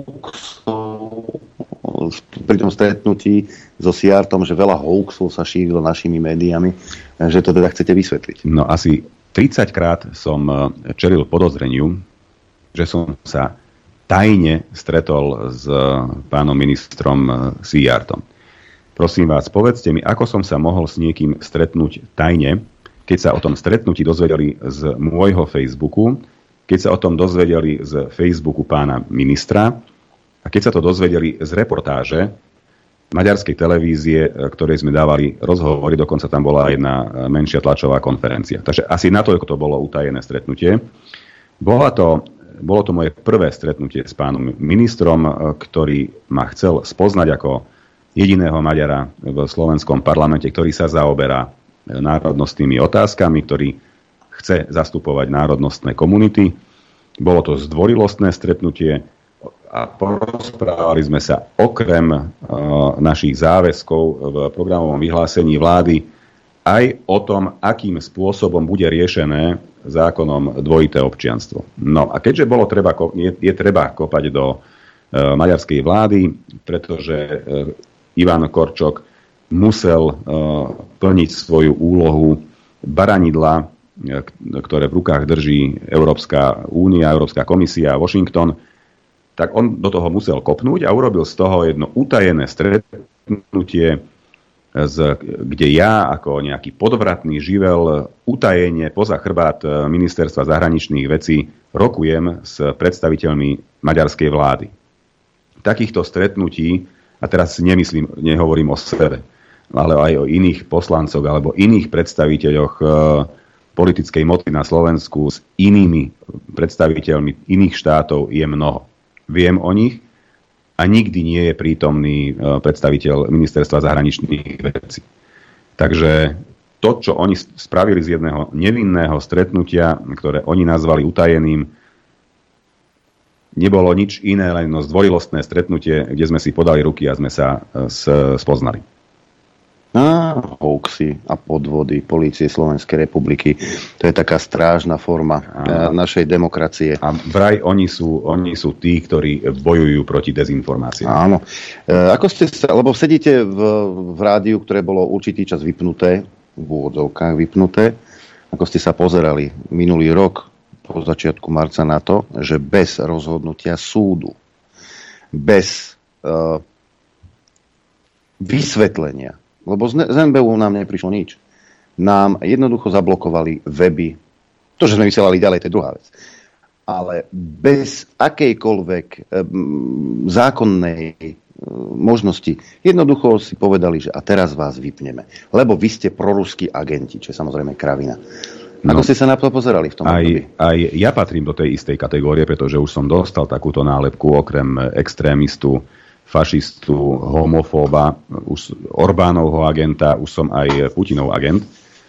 hoaxov pri tom stretnutí so Siartom, že veľa hoaxov sa šírilo našimi médiami, že to teda chcete vysvetliť. No asi 30 krát som čelil podozreniu, že som sa tajne stretol s pánom ministrom Siartom. Prosím vás, povedzte mi, ako som sa mohol s niekým stretnúť tajne, keď sa o tom stretnutí dozvedeli z môjho Facebooku, keď sa o tom dozvedeli z Facebooku pána ministra a keď sa to dozvedeli z reportáže maďarskej televízie, ktorej sme dávali rozhovory, dokonca tam bola jedna menšia tlačová konferencia. Takže asi na to bolo utajené stretnutie. Bolo to moje prvé stretnutie s pánom ministrom, ktorý ma chcel spoznať ako jediného Maďara v slovenskom parlamente, ktorý sa zaoberá národnostnými otázkami, ktorý chce zastupovať národnostné komunity. Bolo to zdvorilostné stretnutie a porozprávali sme sa okrem našich záväzkov v programovom vyhlásení vlády aj o tom, akým spôsobom bude riešené zákonom dvojité občianstvo. No a keďže je treba kopať do maďarskej vlády, pretože Ivan Korčok musel plniť svoju úlohu baranidla, ktoré v rukách drží Európska únia, Európska komisia, Washington, tak on do toho musel kopnúť a urobil z toho jedno utajené stretnutie, kde ja ako nejaký podvratný živel utajene poza chrbát ministerstva zahraničných vecí rokujem s predstaviteľmi maďarskej vlády. Takýchto stretnutí, a teraz nehovorím o sebe, ale aj o iných poslancoch alebo iných predstaviteľoch politickej moci na Slovensku s inými predstaviteľmi iných štátov je mnoho. Viem o nich a nikdy nie je prítomný predstaviteľ ministerstva zahraničných vecí. Takže to, čo oni spravili z jedného nevinného stretnutia, ktoré oni nazvali utajeným, nebolo nič iné, len zdvorilostné stretnutie, kde sme si podali ruky a sme sa spoznali. Hoaxy a podvody Polície Slovenskej republiky. To je taká strážna forma našej demokracie. A vraj oni sú tí, ktorí bojujú proti dezinformáciám. Áno. Ako ste sa, lebo sedíte v rádiu, ktoré bolo určitý čas vypnuté, v úvodzovkách vypnuté, ako ste sa pozerali minulý rok po začiatku marca na to, že bez rozhodnutia súdu, bez vysvetlenia, lebo z NBÚ nám neprišlo nič. Nám jednoducho zablokovali weby. To, že sme vysielali ďalej, to je druhá vec. Ale bez akejkoľvek zákonnej možnosti jednoducho si povedali, že a teraz vás vypneme. Lebo vy ste proruskí agenti, čo je samozrejme kravina. Ako ste sa na to pozerali v tom období? Aj ja patrím do tej istej kategórie, pretože už som dostal takúto nálepku okrem extrémistu, fašistu, homofóba, už Orbánovho agenta, už som aj Putinov agent.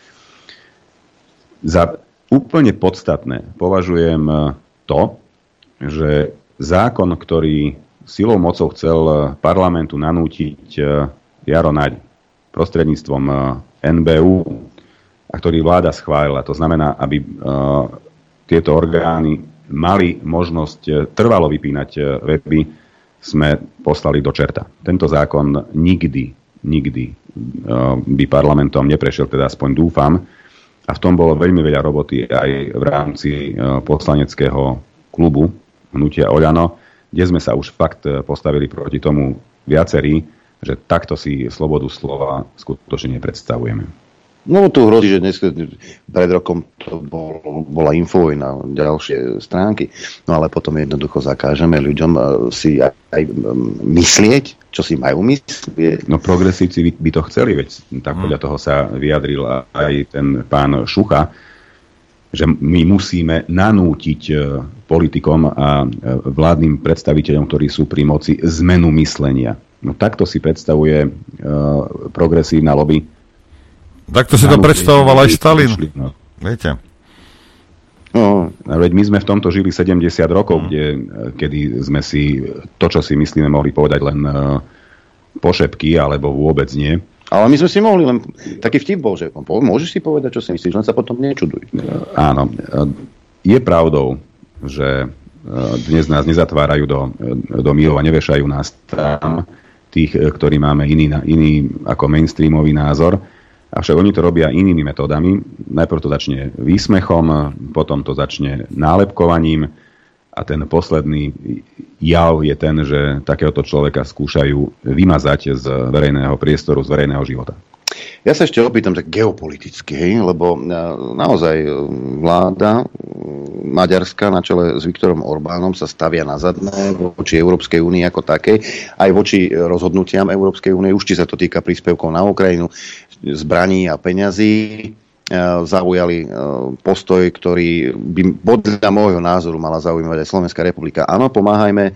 Za úplne podstatné považujem to, že zákon, ktorý silou mocou chcel parlamentu nanútiť Jaro Naď prostredníctvom NBÚ a ktorý vláda schválila, to znamená, aby tieto orgány mali možnosť trvalo vypínať weby, sme poslali do čerta. Tento zákon nikdy by parlamentom neprešiel, teda aspoň dúfam. A v tom bolo veľmi veľa roboty aj v rámci poslaneckého klubu Hnutia Oľano, kde sme sa už fakt postavili proti tomu viacerí, že takto si slobodu slova skutočne nepredstavujeme. No tu hrozí, že dnes pred rokom to bola Infovojna, ďalšie stránky, no ale potom jednoducho zakážeme ľuďom si aj myslieť, čo si majú myslieť. No progresívci by to chceli, veď tak podľa toho sa vyjadril aj ten pán Šucha, že my musíme nanútiť politikom a vládnym predstaviteľom, ktorí sú pri moci, zmenu myslenia. No takto si predstavuje progresívna lobby. Takto si to predstavoval aj Stalin. Viete? No, veď my sme v tomto žili 70 rokov, kedy sme si to, čo si myslíme, mohli povedať len pošepky, alebo vôbec nie. Ale my sme si mohli, len taký vtip bol, že môžeš si povedať, čo si myslíš, len sa potom nečuduj. Áno. Je pravdou, že dnes nás nezatvárajú do mýhov a nevešajú nás tam tých, ktorí máme iný ako mainstreamový názor. Avšak oni to robia inými metódami. Najprv to začne výsmechom, potom to začne nálepkovaním a ten posledný jav je ten, že takéhoto človeka skúšajú vymazať z verejného priestoru, z verejného života. Ja sa ešte opýtam tak geopoliticky, lebo naozaj vláda Maďarska na čele s Viktorom Orbánom sa stavia na zadné voči Európskej únii ako takej, aj voči rozhodnutiam Európskej únie, už či sa to týka príspevkov na Ukrajinu, zbraní a peňazí, zaujali postoj, ktorý by podľa môjho názoru mala zaujímať aj Slovenská republika. Áno, pomáhajme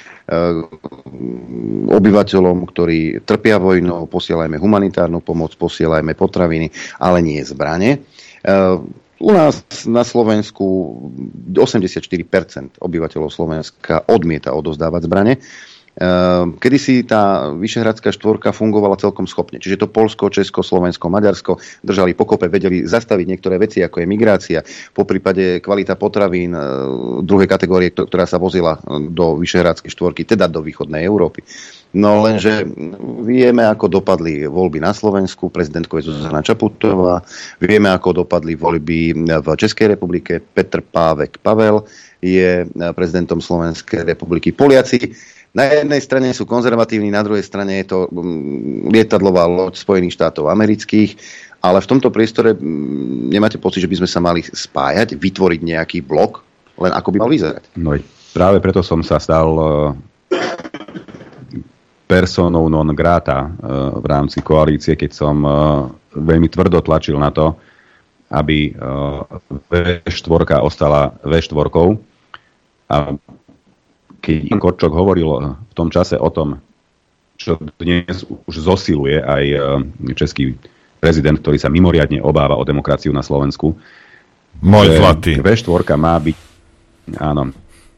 obyvateľom, ktorí trpia vojnou, posielajme humanitárnu pomoc, posielajme potraviny, ale nie zbrane. U nás na Slovensku 84% obyvateľov Slovenska odmieta odovzdávať zbrane. Kedysi tá Vyšehradská štvorka fungovala celkom schopne. Čiže to Poľsko, Česko, Slovensko, Maďarsko držali pokope, vedeli zastaviť niektoré veci, ako je migrácia, poprípade kvalita potravín druhej kategórie, ktorá sa vozila do Vyšehradskej štvorky, teda do východnej Európy. No lenže vieme, ako dopadli voľby na Slovensku, prezidentkou je Zuzana Čaputová, vieme, ako dopadli voľby v Českej republike, Petr Pavel je prezidentom Slovenskej republiky. Poliaci na jednej strane sú konzervatívni, na druhej strane je to lietadlová loď Spojených štátov amerických, ale v tomto priestore nemáte pocit, že by sme sa mali spájať, vytvoriť nejaký blok, len ako by mal vyzerať? No práve preto som sa stal personou non grata v rámci koalície, keď som veľmi tvrdo tlačil na to, aby V4 ostala V4. A keď Ivan Korčok hovoril v tom čase o tom, čo dnes už zosiluje aj český prezident, ktorý sa mimoriadne obáva o demokraciu na Slovensku. Môj zlatý. V4 má byť... Áno.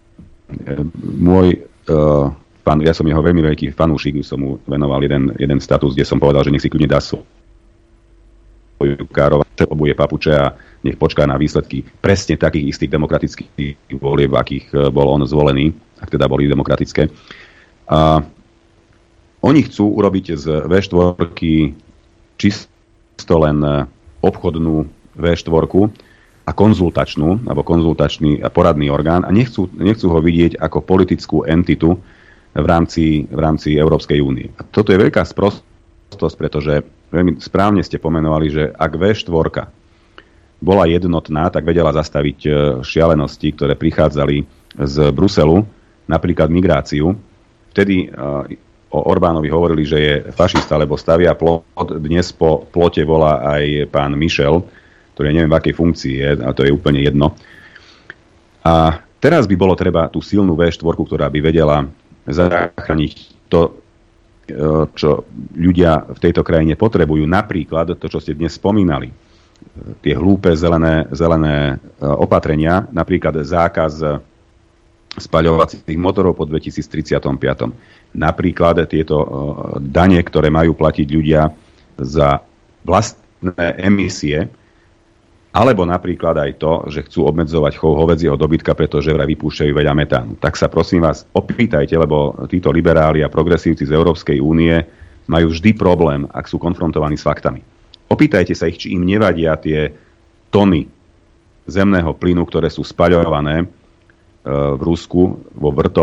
Pán, ja som jeho veľmi veľký fanúšik, som mu venoval jeden status, kde som povedal, že nech si kľudne dá svoju károva, obuje papuče a nech počká na výsledky presne takých istých demokratických volieb, akých bol on zvolený, ak teda boli demokratické. A oni chcú urobiť z V4 čisto len obchodnú V4 a konzultačnú, alebo konzultačný a poradný orgán a nechcú ho vidieť ako politickú entitu v rámci Európskej únie. A toto je veľká sprostosť, pretože veľmi správne ste pomenovali, že ak V4 bola jednotná, tak vedela zastaviť šialenosti, ktoré prichádzali z Bruselu, napríklad migráciu. Vtedy o Orbánovi hovorili, že je fašista, lebo stavia plot. Dnes po plote volá aj pán Michel, ktorý neviem, v akej funkcii je, a to je úplne jedno. A teraz by bolo treba tú silnú V4, ktorá by vedela zachrániť to, čo ľudia v tejto krajine potrebujú. Napríklad to, čo ste dnes spomínali. Tie hlúpe zelené opatrenia, napríklad zákaz spaľovacích motorov po 2035. Napríklad tieto dane, ktoré majú platiť ľudia za vlastné emisie, alebo napríklad aj to, že chcú obmedzovať chov hovädzieho dobytka, pretože vraj vypúšťajú veľa metánu. Tak sa prosím vás opýtajte, lebo títo liberáli a progresívci z Európskej únie majú vždy problém, ak sú konfrontovaní s faktami. Opýtajte sa ich, či im nevadia tie tony zemného plynu, ktoré sú spaľované v Rusku, vo vrtoch,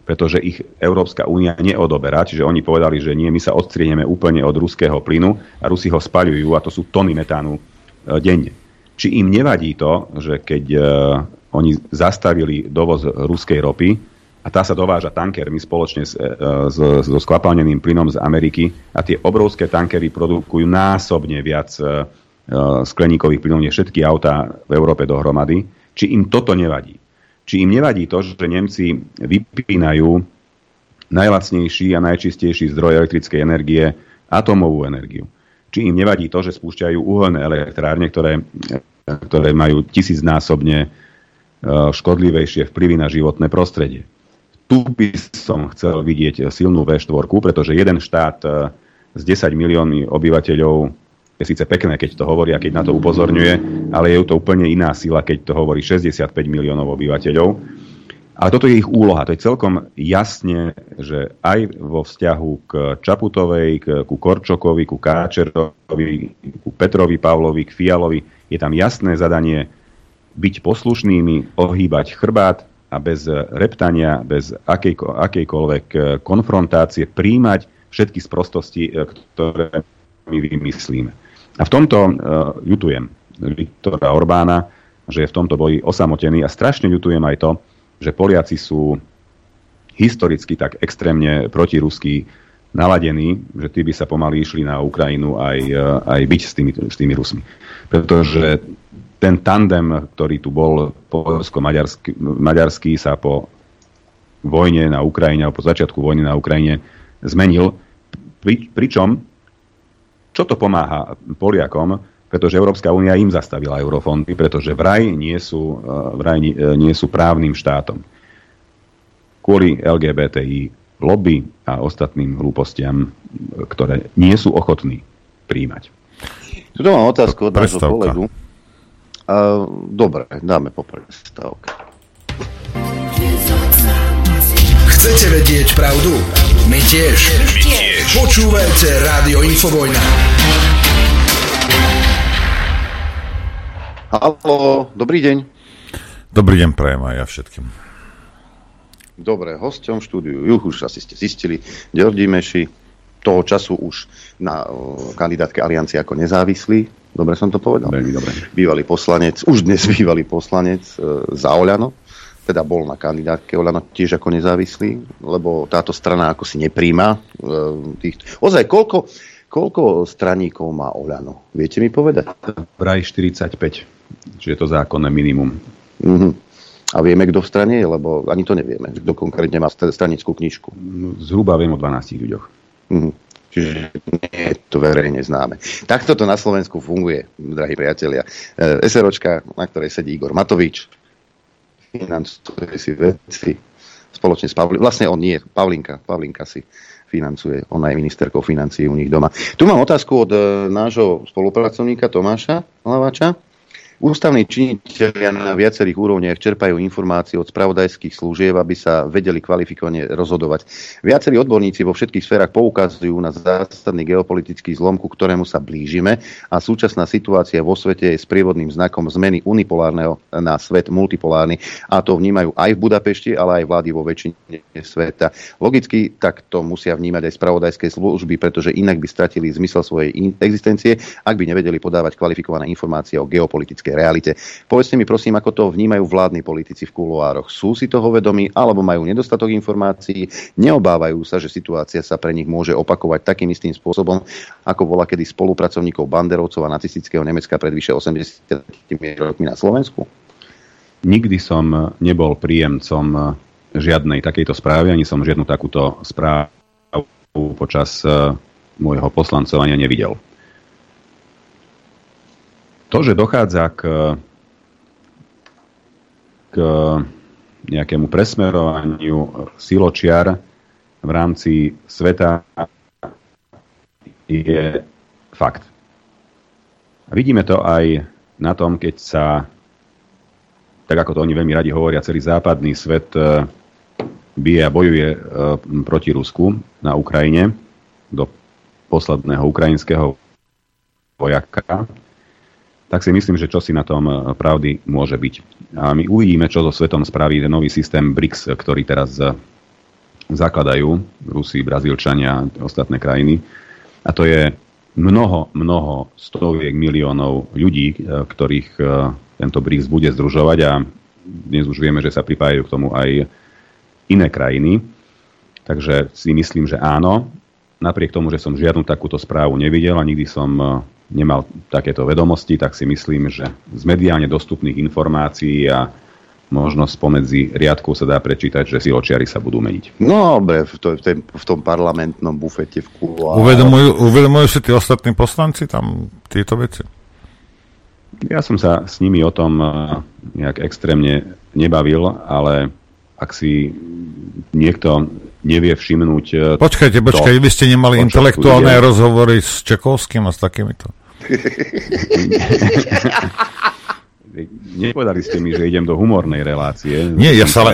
pretože ich Európska únia neodoberá, čiže oni povedali, že nie, my sa odstrihneme úplne od ruského plynu a Rusi ho spaľujú a to sú tony metánu denne. Či im nevadí to, že keď oni zastavili dovoz ruskej ropy a tá sa dováža tankermi spoločne so skvapalneným plynom z Ameriky a tie obrovské tankery produkujú násobne viac skleníkových plynov než všetky autá v Európe dohromady, či im toto nevadí. Či im nevadí to, že Nemci vypínajú najlacnejší a najčistejší zdroj elektrickej energie, atómovú energiu. Či im nevadí to, že spúšťajú uholné elektrárne, ktoré majú 1000-násobne škodlivejšie vplyvy na životné prostredie. Tu by som chcel vidieť silnú V4, pretože jeden štát s 10 miliónmi obyvateľov je síce pekné, keď to hovorí a keď na to upozorňuje, ale je to úplne iná sila, keď to hovorí 65 miliónov obyvateľov. Ale toto je ich úloha. To je celkom jasne, že aj vo vzťahu k Čaputovej, ku Korčokovi, ku Káčerovi, ku Petrovi Pavlovi, k Fialovi, je tam jasné zadanie byť poslušnými, ohýbať chrbát a bez reptania, bez akejkoľvek konfrontácie príjmať všetky sprostosti, ktoré my vymyslíme. A v tomto ľutujem Viktora Orbána, že je v tomto boji osamotený a strašne ľutujem aj to, že Poliaci sú historicky tak extrémne protiruskí naladení, že tí by sa pomaly išli na Ukrajinu aj byť s tými Rusmi. Pretože ten tandem, ktorý tu bol poľsko-maďarský, sa po vojne na Ukrajine, po začiatku vojny na Ukrajine zmenil. Pričom, čo to pomáha Poliakom, pretože Európska únia im zastavila eurofondy, pretože vraj nie sú právnym štátom. Kvôli LGBTI lobby a ostatným hlúpostiam, ktoré nie sú ochotní príjmať. Tu mám otázku od nášho kolegu. Dobre, dáme po prestávke. Chcete vedieť pravdu? My tiež. Počúvajte Rádio Infovojna. Haló, dobrý deň. Dobrý deň prajem aj ja všetkým. Dobre, hosťom štúdiu už asi ste zistili, Ďordi Meši, toho času už na kandidátke Aliancie ako nezávislý. Dobre som to povedal? Veľmi dobre. Bývalý poslanec, už dnes bývalý poslanec za Oľano, teda bol na kandidátke Oľano tiež ako nezávislý, lebo táto strana ako si nepríjma tých... Ozaj, koľko straníkov má Oľano? Viete mi povedať? Vraj 45, čiže je to zákonné minimum. A vieme, kto v strane je? Lebo ani to nevieme. Kto konkrétne má stranickú knižku? Zhruba viem o 12 ľuďoch. Čiže nie je to verejne známe. Takto to na Slovensku funguje, drahí priatelia. SROčka, na ktorej sedí Igor Matovič, financuje si veci spoločne s Pavlinkou. Vlastne on nie, Pavlinka si financuje. Ona je ministerkou financií u nich doma. Tu mám otázku od nášho spolupracovníka Tomáša Hlaváča. Ústavní činitelia na viacerých úrovniach čerpajú informácie od spravodajských služieb, aby sa vedeli kvalifikovane rozhodovať. Viacerí odborníci vo všetkých sférach poukazujú na zásadný geopolitický zlom, ku ktorému sa blížime, a súčasná situácia vo svete je sprievodným znakom zmeny unipolárneho na svet multipolárny, a to vnímajú aj v Budapešti, ale aj vlády vo väčšine sveta. Logicky tak to musia vnímať aj spravodajské služby, pretože inak by stratili zmysel svojej existencie, ak by nevedeli podávať kvalifikované informácie o geopolitickej realite. Povedzte mi prosím, ako to vnímajú vládni politici v kuloároch. Sú si toho vedomí, alebo majú nedostatok informácií? Neobávajú sa, že situácia sa pre nich môže opakovať takým istým spôsobom, ako bola kedy spolupracovníkov banderovcov a nacistického Nemecka pred vyše 80 rokmi na Slovensku? Nikdy som nebol príjemcom žiadnej takejto správy, ani som žiadnu takúto správu počas môjho poslancovania nevidel. To, že dochádza k nejakému presmerovaniu siločiar v rámci sveta, je fakt. A vidíme to aj na tom, keď sa, tak ako to oni veľmi radi hovoria, celý západný svet bije a bojuje proti Rusku na Ukrajine do posledného ukrajinského vojaka, tak si myslím, že čosi na tom pravdy môže byť. A my uvidíme, čo so svetom spraví ten nový systém BRICS, ktorý teraz zakladajú Rusi, Brazílčania a ostatné krajiny. A to je mnoho stoviek miliónov ľudí, ktorých tento BRICS bude združovať a dnes už vieme, že sa pripájajú k tomu aj iné krajiny. Takže si myslím, že áno. Napriek tomu, že som žiadnu takúto správu nevidel a nikdy som nemal takéto vedomosti, tak si myslím, že z mediálne dostupných informácií a možno spomedzi riadkov sa dá prečítať, že siločiari sa budú meniť. No, dobre, v tom parlamentnom bufete v kuloáru. Uvedomujú si tí ostatní poslanci tam tieto veci? Ja som sa s nimi o tom nejak extrémne nebavil, ale ak si niekto nevie všimnúť... Počkajte, vy ste nemali intelektuálne rozhovory s Čekovským a s takýmito? Nepovedali ste mi, že idem do humornej relácie. Nie, ja sa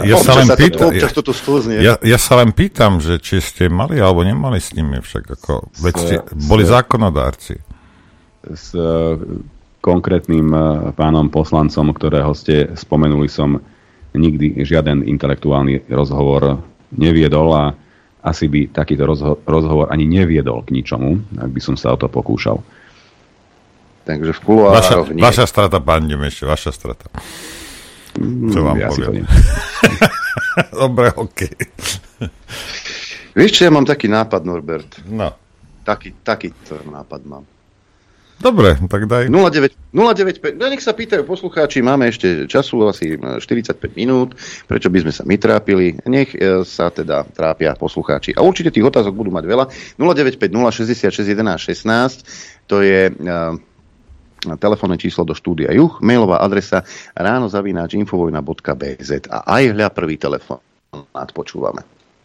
len pýtam, že či ste mali alebo nemali s nimi, však ako, veď ste boli zákonodárci. S konkrétnym pánom poslancom, ktorého ste spomenuli, som nikdy žiaden intelektuálny rozhovor neviedol a asi by takýto rozhovor ani neviedol k ničomu, ak by som sa o to pokúšal. Takže v kuloároch nie. Vaša strata, pán Demeš, vaša strata. Čo vám poviem? Dobre, okej. Vieš, čo ja mám taký nápad, Norbert? No. Taký nápad mám. Dobre, tak daj. 095, nech sa pýtajú poslucháči, máme ešte času asi 45 minút, prečo by sme sa my trápili, nech sa teda trápia poslucháči. A určite tých otázok budú mať veľa. 095 066 11 16, to je telefónne číslo do štúdia Juh, mailová adresa ráno@infovojna.bz a aj hľa prvý telefón. Počúvame.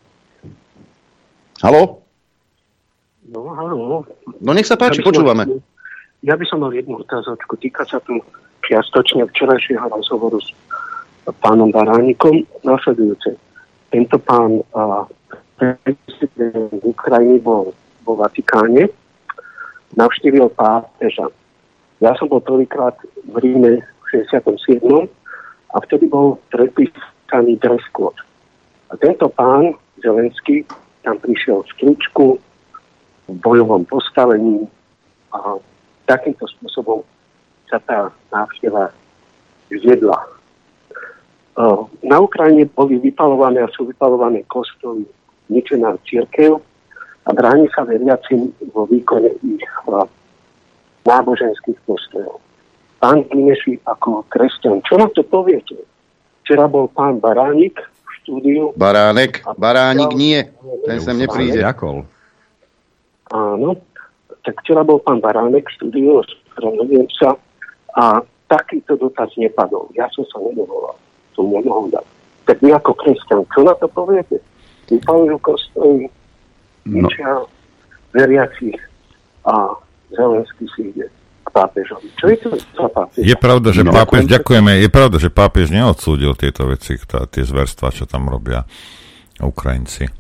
Haló? No, haló. No nech sa páči, počúvame. Ja by som mal jednu otázočku. Týka sa tu čiastočne včerajšieho rozhovoru s pánom Baránikom. Nasledujúce. Tento pán prezident Ukrajiny bol vo Vatikáne, navštívil pápeža. Ja som bol prvýkrát v Ríme v 67. a vtedy bol predpísaný dress code. A tento pán Zelenský tam prišiel v tričku, v bojovom postavení a takýmto spôsobom sa tá návšteva zjedla. Na Ukrajine boli vypalované a sú vypalované kostoly, ničená cirkev a bráni sa veriacim vo výkone ich náboženských postojov. Pán Dineši, ako kresťan, čo na to poviete? Včera bol pán Baránik v štúdiu. Baránik nie, ten sem nepríde. Áno, tak včera bol pán Baránek v štúdiu, spravedlňujem sa, a takýto dotaz nepadol. Ja som sa nedovolal, som nemohol dať. Tak vy ako kresťan, čo na to poviete? Vypalujú kostoly, ničia veriacich a Zelenský si ide k pápežovi. Čo je to za pápež? Je pravda, že je pravda, že pápež neodsúdil tieto veci, tie zverstvá, čo tam robia Ukrajinci.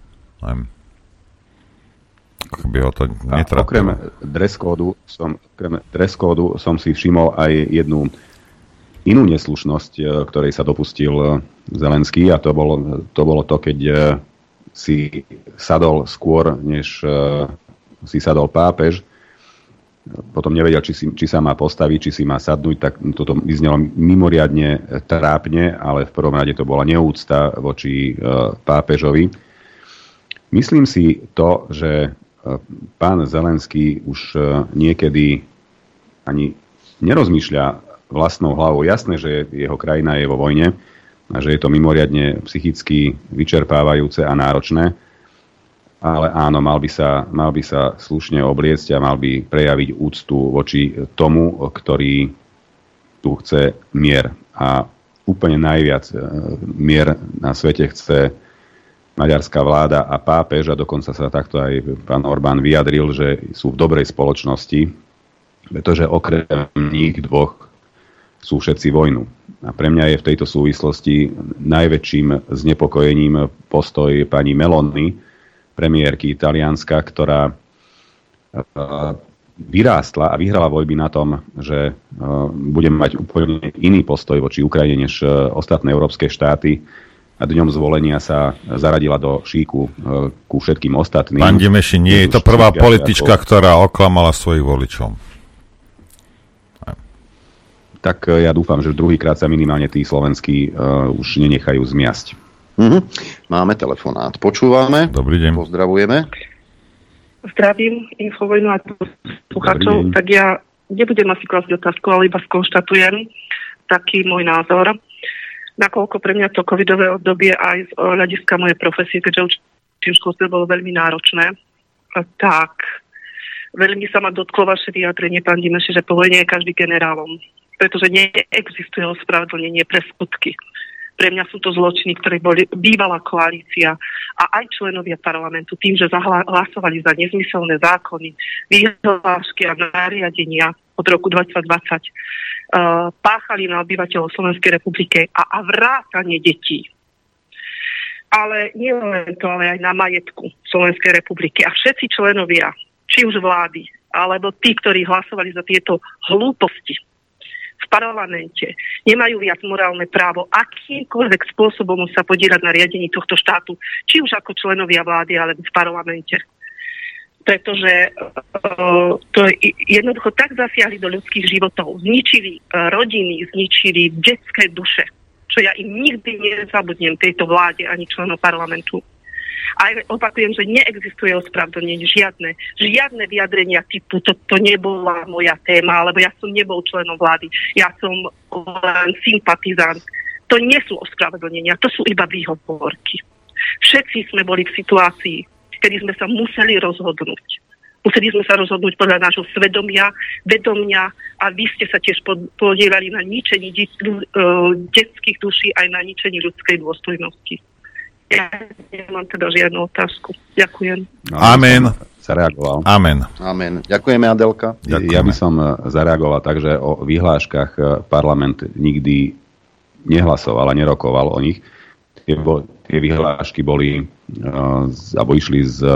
By ho to netrápilo. Okrem dress kódu som si všimol aj jednu inú neslušnosť, ktorej sa dopustil Zelenský, a to bolo to, keď si sadol skôr, než si sadol pápež. Potom nevedel, či sa má postaviť, či si má sadnúť, tak toto vyznelo mimoriadne trápne, ale v prvom rade to bola neúcta voči pápežovi. Myslím si to, že pán Zelenský už niekedy ani nerozmýšľa vlastnou hlavou. Jasné, že jeho krajina je vo vojne a že je to mimoriadne psychicky vyčerpávajúce a náročné, ale áno, mal by sa slušne obliecť a mal by prejaviť úctu voči tomu, ktorý tu chce mier. A úplne najviac mier na svete chce maďarská vláda a pápež, a dokonca sa takto aj pán Orbán vyjadril, že sú v dobrej spoločnosti, pretože okrem nich dvoch sú všetci vojnu. A pre mňa je v tejto súvislosti najväčším znepokojením postoj pani Meloni, premiérky Talianska, ktorá vyrástla a vyhrala voľby na tom, že bude mať úplne iný postoj voči Ukrajine než ostatné európske štáty. dňom zvolenia sa zaradila do šíku ku všetkým ostatným. Pán Dimeši, nie je to prvá politička, ktorá oklamala svojich voličov. Tak ja dúfam, že druhýkrát sa minimálne tí slovenskí už nenechajú zmiasť. Máme telefonát. Počúvame. Dobrý deň. Pozdravujeme. Zdravím Infovojnu a poslucháčov. Tak ja nebudem asi klásť otázku, ale iba skonštatujem taký môj názor. Nakoľko pre mňa to covidové obdobie aj z hľadiska mojej profesie, keďže učím školstve, bolo veľmi náročné, tak veľmi sa ma dotklo vaše vyjadrenie, pán Dimeši, že po vojne je každý generálom. Pretože neexistuje ospravedlnenie pre skutky. Pre mňa sú to zločiny, ktoré boli bývalá koalícia a aj členovia parlamentu tým, že hlasovali za nezmyselné zákony, vyhlášky a nariadenia od roku 2020, páchali na obyvateľov Slovenskej republiky a vrátanie detí. Ale nie len to, ale aj na majetku Slovenskej republiky. A všetci členovia, či už vlády, alebo tí, ktorí hlasovali za tieto hlúposti v parlamente, nemajú viac morálne právo akýmkoľvek spôsobom sa podierať na riadení tohto štátu, či už ako členovia vlády, alebo v parlamente. Pretože to jednoducho tak zasiahli do ľudských životov, zničili rodiny, zničili detské duše, čo ja im nikdy nezabudnem tejto vláde ani členov parlamentu. A opakujem, že neexistuje ospravedlnenie žiadne vyjadrenia typu to nebola moja téma, alebo ja som nebol členom vlády, ja som len sympatizant. To nie sú ospravedlnenia, to sú iba výhovorky. Všetci sme boli v situácii, kedy sme sa museli rozhodnúť. Museli sme sa rozhodnúť podľa nášho vedomia a vy ste sa tiež podielali na ničení detských duší aj na ničení ľudskej dôstojnosti. Ja nemám teda žiadnu otázku. Ďakujem. Amen. Zareagoval. Amen. Ďakujeme, Adelka. Ďakujeme. Ja by som zareagoval tak, že o vyhláškach parlament nikdy nehlasoval a nerokoval o nich. Tie vyhlášky boli alebo išli z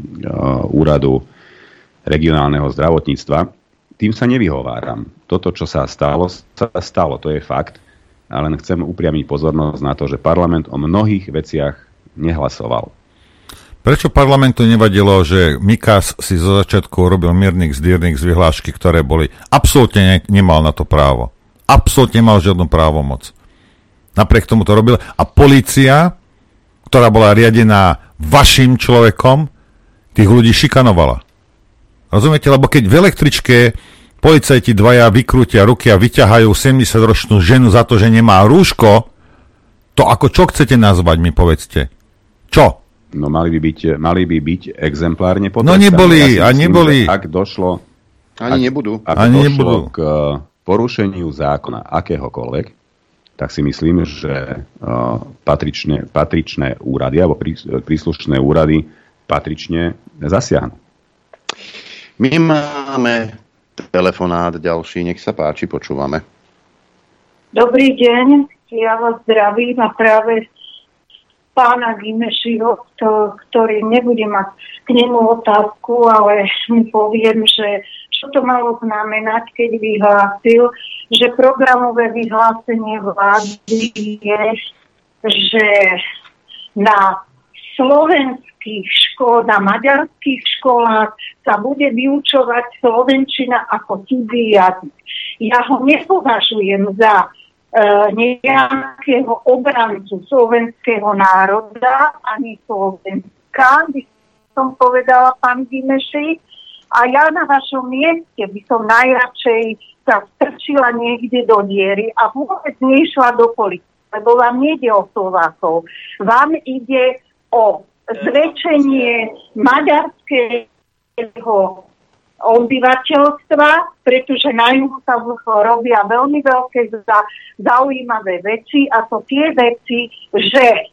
úradu regionálneho zdravotníctva. Tým sa nevyhováram. Toto, čo sa stalo, to je fakt. Ale chcem upriamiť pozornosť na to, že parlament o mnohých veciach nehlasoval. Prečo parlamentu nevadilo, že Mikas si zo začiatku robil miernik z vyhlášky, ktoré boli absolútne nemal na to právo. Absolútne nemal žiadnu právomoc. Napriek tomu to robil. A polícia, ktorá bola riadená vašim človekom, tých ľudí šikanovala. Rozumiete? Lebo keď v električke policajti dvaja vykrútia ruky a vyťahajú 70-ročnú ženu za to, že nemá rúško, to ako čo chcete nazvať, mi povedzte? Čo? No mali by byť exemplárne potrestaní. No neboli, ja neboli. Ak došlo... Ani nebudú. Ak došlo k porušeniu zákona akéhokoľvek, tak si myslím, že patričné úrady alebo príslušné úrady patrične zasiahnu. My máme telefonát ďalší, nech sa páči, počúvame. Dobrý deň, ja vás zdravím a práve pána Dimešiho, ktorý nebudem mať k nemu otázku, ale mu poviem, že čo to malo znamenať, keď vyhlásil, že programové vyhlásenie vlády je, že na slovenských škôl, na maďarských školách sa bude vyučovať slovenčina ako cudzí jazyk. Ja ho nepovažujem za nejakého obrancu slovenského národa ani Slovenska, by som povedala pán Dimeši. A ja na vašom mieste by som najradšej sa strčila niekde do diery a vôbec nešla do politiky, lebo vám nejde o Slovákov. Vám ide o zväčšenie maďarského obyvateľstva, pretože na juhu sa robia veľmi veľké zaujímavé veci a to tie veci, že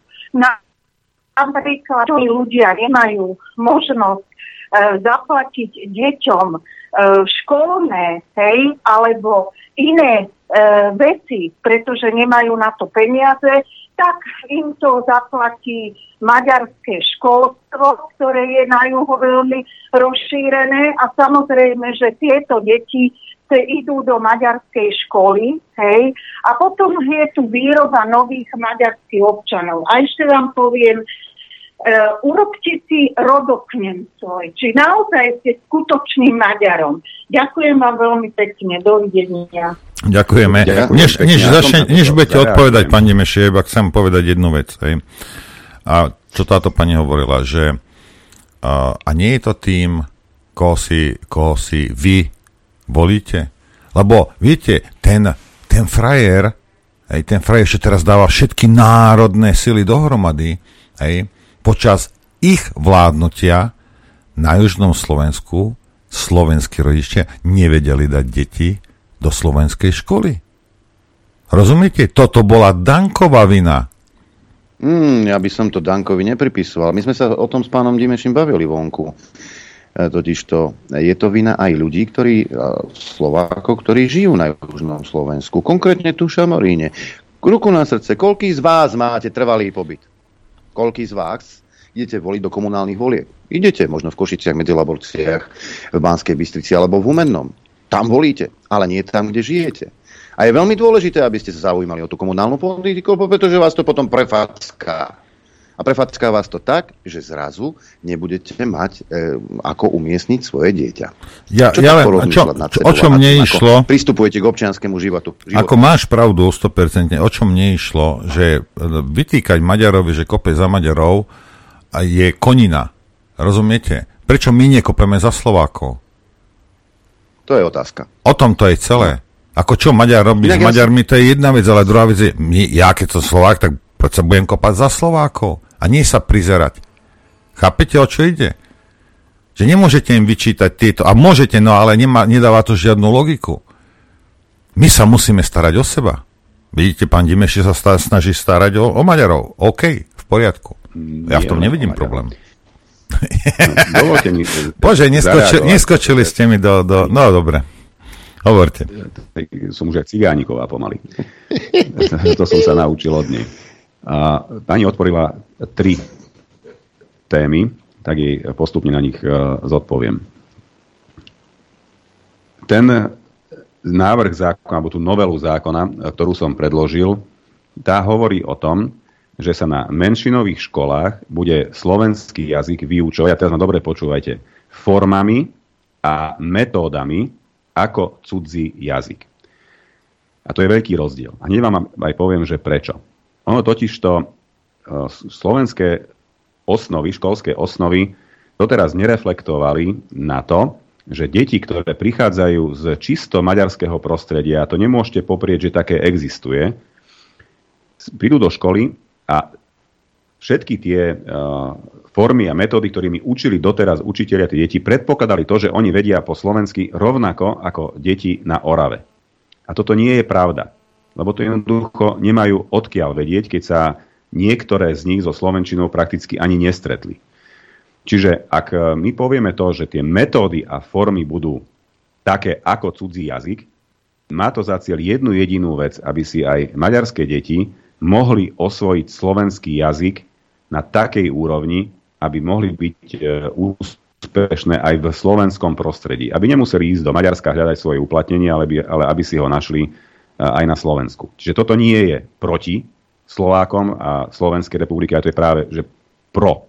napríklad ľudia nemajú možnosť zaplatiť deťom školné, alebo iné veci, pretože nemajú na to peniaze, tak im to zaplatí maďarské školstvo, ktoré je na juhu veľmi rozšírené a samozrejme, že tieto deti idú do maďarskej školy, hej, a potom je tu výroba nových maďarských občanov. A ešte vám poviem, urobte si rodoknem svoj, či naozaj ste skutočným Maďarom. Ďakujem vám veľmi pekne, dovidenia. Ďakujeme. Než budete odpovedať, pani Dimešieva, chcem povedať jednu vec. Hej. A čo táto pani hovorila, že a nie je to tým, koho si vy volíte. Lebo viete, ten frajer, že teraz dáva všetky národné sily dohromady, počas ich vládnutia na južnom Slovensku slovenskí rodičia nevedeli dať deti do slovenskej školy. Rozumiete? Toto bola Danková vina. Ja by som to Dankovi nepripisoval. My sme sa o tom s pánom Dimešim bavili vonku. Totižto je to vina aj ľudí, Slovákov, ktorí žijú na južnom Slovensku. Konkrétne tu v Šamoríne. Ruku na srdce, koľký z vás máte trvalý pobyt? Koľký z vás idete voliť do komunálnych volieb? Idete možno v Košiciach, Medzilaborciach, v Banskej Bystrici alebo v Humennom. Tam volíte, ale nie tam, kde žijete. A je veľmi dôležité, aby ste sa zaujímali o tú komunálnu politiku, pretože vás to potom prefacká. A prefacká vás to tak, že zrazu nebudete mať ako umiestniť svoje dieťa. O čom mne išlo? Pristupujete k občianskému životu. Ako máš pravdu 100%, o čom mne išlo, že vytýkať Maďarovi, že kope za Maďarov, je konina. Rozumiete? Prečo my nekopeme za Slovákov? To je otázka. O tom to je celé. Ako čo Maďar robí s Maďarmi, to je jedna vec, ale druhá vec je, ja keď som Slovák, tak prečo budem kopať za Slovákov? A nie sa prizerať. Chápete, o čo ide? Že nemôžete im vyčítať tieto, a môžete, no ale nedáva to žiadnu logiku. My sa musíme starať o seba. Vidíte, pán Dimeši sa snaží starať o Maďarov. OK, v poriadku. Ja v tom nevidím problém. Dovolte mi. Bože, neskočili ste mi do... No, dobre. Hovorte. Som už aj Cigániková pomaly. To som sa naučil od nej. A pani otvorila 3 témy, tak jej postupne na nich zodpoviem. Ten návrh zákona, alebo tú novelu zákona, ktorú som predložil, tá hovorí o tom, že sa na menšinových školách bude slovenský jazyk vyučovať, a teraz ma dobre počúvajte, formami a metódami ako cudzí jazyk. A to je veľký rozdiel. A hneď vám aj poviem, že prečo. Ono totižto slovenské osnovy, školské osnovy doteraz nereflektovali na to, že deti, ktoré prichádzajú z čisto maďarského prostredia, a to nemôžete poprieť, že také existuje, prídu do školy a všetky tie formy a metódy, ktorými učili doteraz učitelia tie deti, predpokladali to, že oni vedia po slovensky rovnako ako deti na Orave. A toto nie je pravda. Lebo to jednoducho nemajú odkiaľ vedieť, keď sa niektoré z nich so slovenčinou prakticky ani nestretli. Čiže ak my povieme to, že tie metódy a formy budú také ako cudzí jazyk, má to za cieľ jednu jedinú vec, aby si aj maďarské deti mohli osvojiť slovenský jazyk na takej úrovni, aby mohli byť úspešné aj v slovenskom prostredí. Aby nemuseli ísť do Maďarska hľadať svoje uplatnenie, ale aby si ho našli aj na Slovensku. Čiže toto nie je proti Slovákom a Slovenskej republike, a to je práve že pro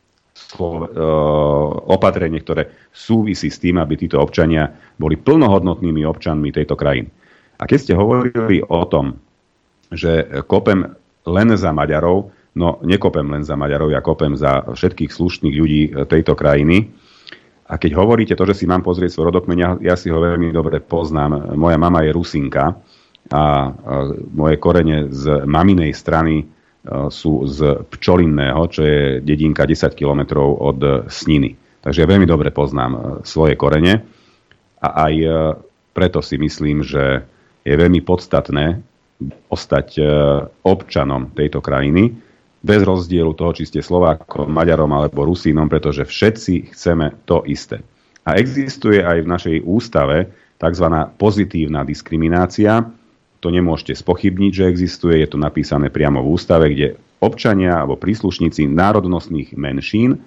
opatrenie, ktoré súvisí s tým, aby títo občania boli plnohodnotnými občanmi tejto krajiny. A keď ste hovorili o tom, že kopem len za Maďarov, no nekopem len za Maďarov, ja kopem za všetkých slušných ľudí tejto krajiny. A keď hovoríte to, že si mám pozrieť svoj rodokmeň, ja si ho veľmi dobre poznám. Moja mama je Rusinka a moje korene z maminej strany sú z Pčolinného, čo je dedinka 10 kilometrov od Sniny. Takže ja veľmi dobre poznám svoje korene a aj preto si myslím, že je veľmi podstatné ostať občanom tejto krajiny bez rozdielu toho, či ste Slovákom, Maďarom alebo Rusínom, pretože všetci chceme to isté. A existuje aj v našej ústave tzv. Pozitívna diskriminácia. To nemôžete spochybniť, že existuje, je to napísané priamo v ústave, kde občania alebo príslušníci národnostných menšín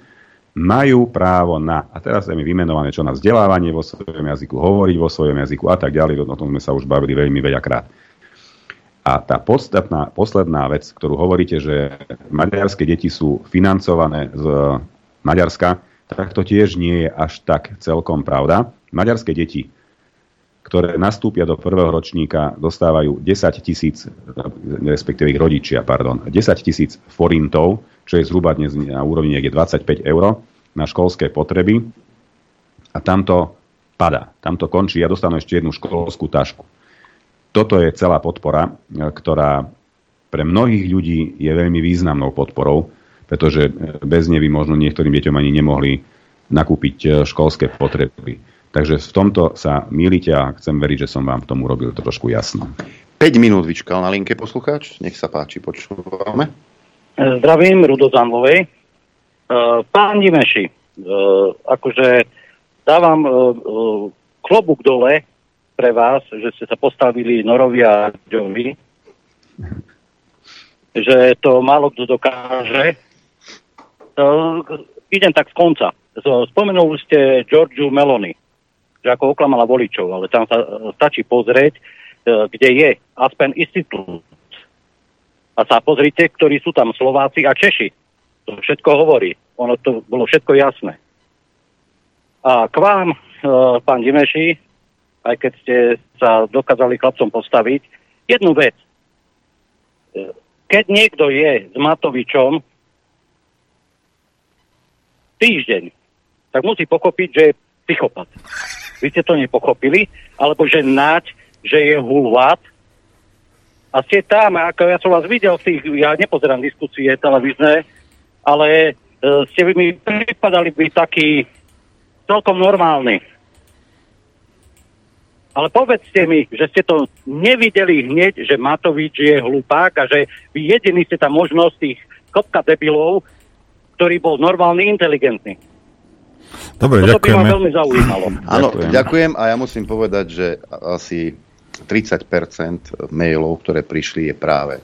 majú právo na, a teraz je mi vymenované, čo na vzdelávanie vo svojom jazyku, hovoriť vo svojom jazyku a tak ďalej, o tom sme sa už bavili veľmi veľakrát. A tá posledná vec, ktorú hovoríte, že maďarské deti sú financované z Maďarska, tak to tiež nie je až tak celkom pravda. Maďarské deti, ktoré nastúpia do prvého ročníka, dostávajú 10 000, respektíve ich rodičia, 10 000 forintov, čo je zhruba dnes na úrovni niekde 25 eur na školské potreby. A tam to padá, tam to končí a dostanú ešte jednu školskú tašku. Toto je celá podpora, ktorá pre mnohých ľudí je veľmi významnou podporou, pretože bez nej by možno niektorým deťom ani nemohli nakúpiť školské potreby. Takže v tomto sa mýlite a chcem veriť, že som vám v tom urobil trošku jasno. 5 minút vyčkal na linke poslucháč. Nech sa páči, počúvame. Zdravím, Rudo Zanlovej. Pán Dimeši, akože dávam klobúk dole pre vás, že ste sa postavili Norovi a Ďovi, že to málo kto dokáže. Idem tak z konca. Spomenuli ste Giorgiu Meloni, že ako oklamala voličov, ale tam sa stačí pozrieť, kde je Aspen Institute. A sa pozrite, ktorí sú tam Slováci a Češi. To všetko hovorí. Ono to bolo všetko jasné. A k vám, pán Dimeši, aj keď ste sa dokázali chlapcom postaviť, jednu vec. Keď niekto je s Matovičom týždeň, tak musí pochopiť, že je psychopat. Vy ste to nepochopili, alebo že Naď, že je hulvát. A ste tam, ako ja som vás videl v tých, ja nepozerám diskusie televízne, ale ste mi pripadali byť taký celkom normálny. Ale povedzte mi, že ste to nevideli hneď, že Matovič je hlupák a že vy jediný ste tam možnosť tých kopka debilov, ktorý bol normálny, inteligentný. Dobre, toto ďakujeme. by ma veľmi zaujímalo. Áno, ďakujem a ja musím povedať, že asi 30% mailov, ktoré prišli, je práve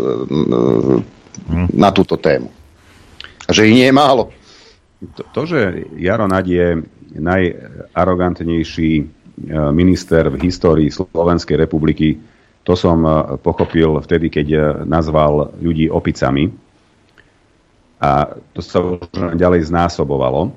na túto tému. A že ich nie je málo. To, že Jaro Naď je najarogantnejší minister v histórii Slovenskej republiky, to som pochopil vtedy, keď nazval ľudí opicami. A to sa už ďalej znásobovalo.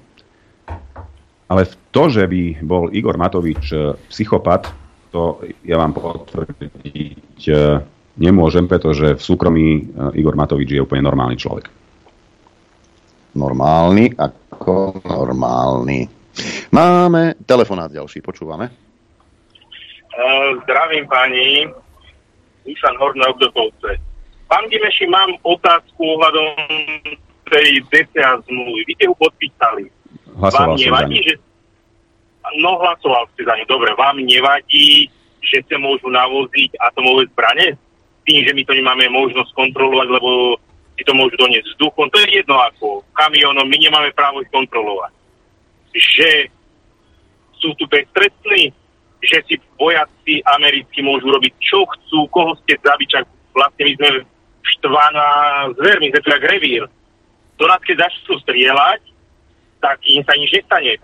Ale to, že by bol Igor Matovič psychopat, to ja vám potvrdiť nemôžem, pretože v súkromí Igor Matovič je úplne normálny človek. Normálny ako normálny. Máme telefonát ďalší, počúvame. Zdravím pani, Dušan Horné Obdokovce. Pán Dimeši, mám otázku ohľadom tej DCA zmluvy. Vy ste ju podpísali. Hlasoval som za ňu. Hlasoval ste za ňu. Dobre, vám nevadí, že sa môžu navoziť atomové zbrane? Tým, že my to nemáme možnosť kontrolovať, lebo si to môžu doniesť vzduchom. To je jedno ako kamionom, my nemáme právo ich kontrolovať. Že sú tu beztrestní, že si vojaci americkí môžu robiť čo chcú, koho ste zabiť, čak vlastne my sme štvaná zver, my sme tu jak revír. Do nás, keď začnú strieľať, tak im sa nič nestane.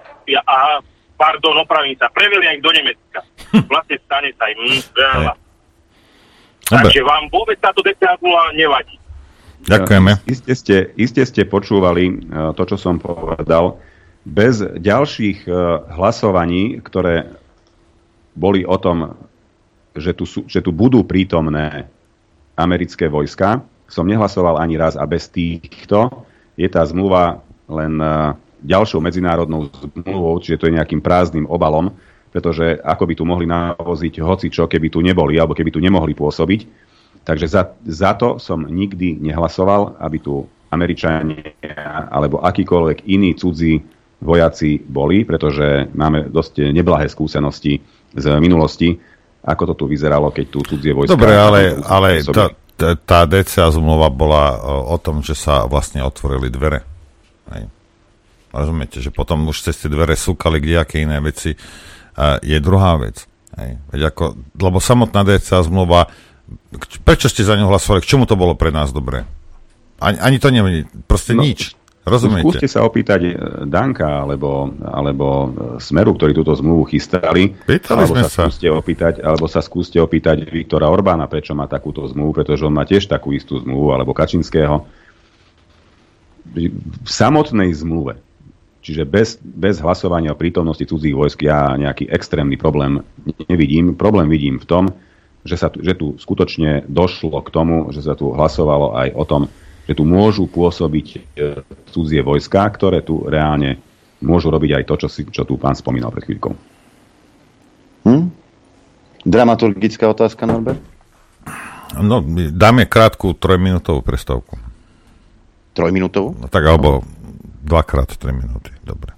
Opravím sa, prevelia ich do Nemecka. Vlastne stane sa im veľa. Takže vám vôbec táto DCA nevadí. Ďakujeme. Iste ste počúvali to, čo som povedal. Bez ďalších hlasovaní, ktoré boli o tom, že tu budú prítomné americké vojska, som nehlasoval ani raz a bez týchto je tá zmluva len ďalšou medzinárodnou zmluvou, čiže to je nejakým prázdnym obalom, pretože ako by tu mohli navoziť hocičo, keby tu neboli, alebo keby tu nemohli pôsobiť. Takže za to som nikdy nehlasoval, aby tu Američania alebo akýkoľvek iní cudzí vojaci boli, pretože máme dosť neblahé skúsenosti z minulosti, ako to tu vyzeralo, keď tu cudzie vojska... Dobre, ale tá DCA zmluva bola o tom, že sa vlastne otvorili dvere. Hej. Rozumiete, že potom už cez tie dvere súkali kdejaké iné veci. Je druhá vec. Hej. Lebo samotná DCA zmluva, prečo ste za ňu hlasovali? K čomu to bolo pre nás dobré? Ani to neviem, proste nič. Rozumiete? Skúste sa opýtať Danka alebo Smeru, ktorí túto zmluvu chystali, alebo sa skúste opýtať Viktora Orbána, prečo má takúto zmluvu, pretože on má tiež takú istú zmluvu, alebo Kačinského. V samotnej zmluve, čiže bez hlasovania o prítomnosti cudzích vojsk, ja nejaký extrémny problém nevidím. Problém vidím v tom, že tu skutočne došlo k tomu, že sa tu hlasovalo aj o tom, že tu môžu pôsobiť cudzie vojská, ktoré tu reálne môžu robiť aj to, čo tu pán spomínal pred chvíľkou. Dramaturgická otázka, Norbert? No, dáme krátku 3-minútovú prestávku. 3-minútovú? No tak, alebo 2x 3 minúty. Dobre.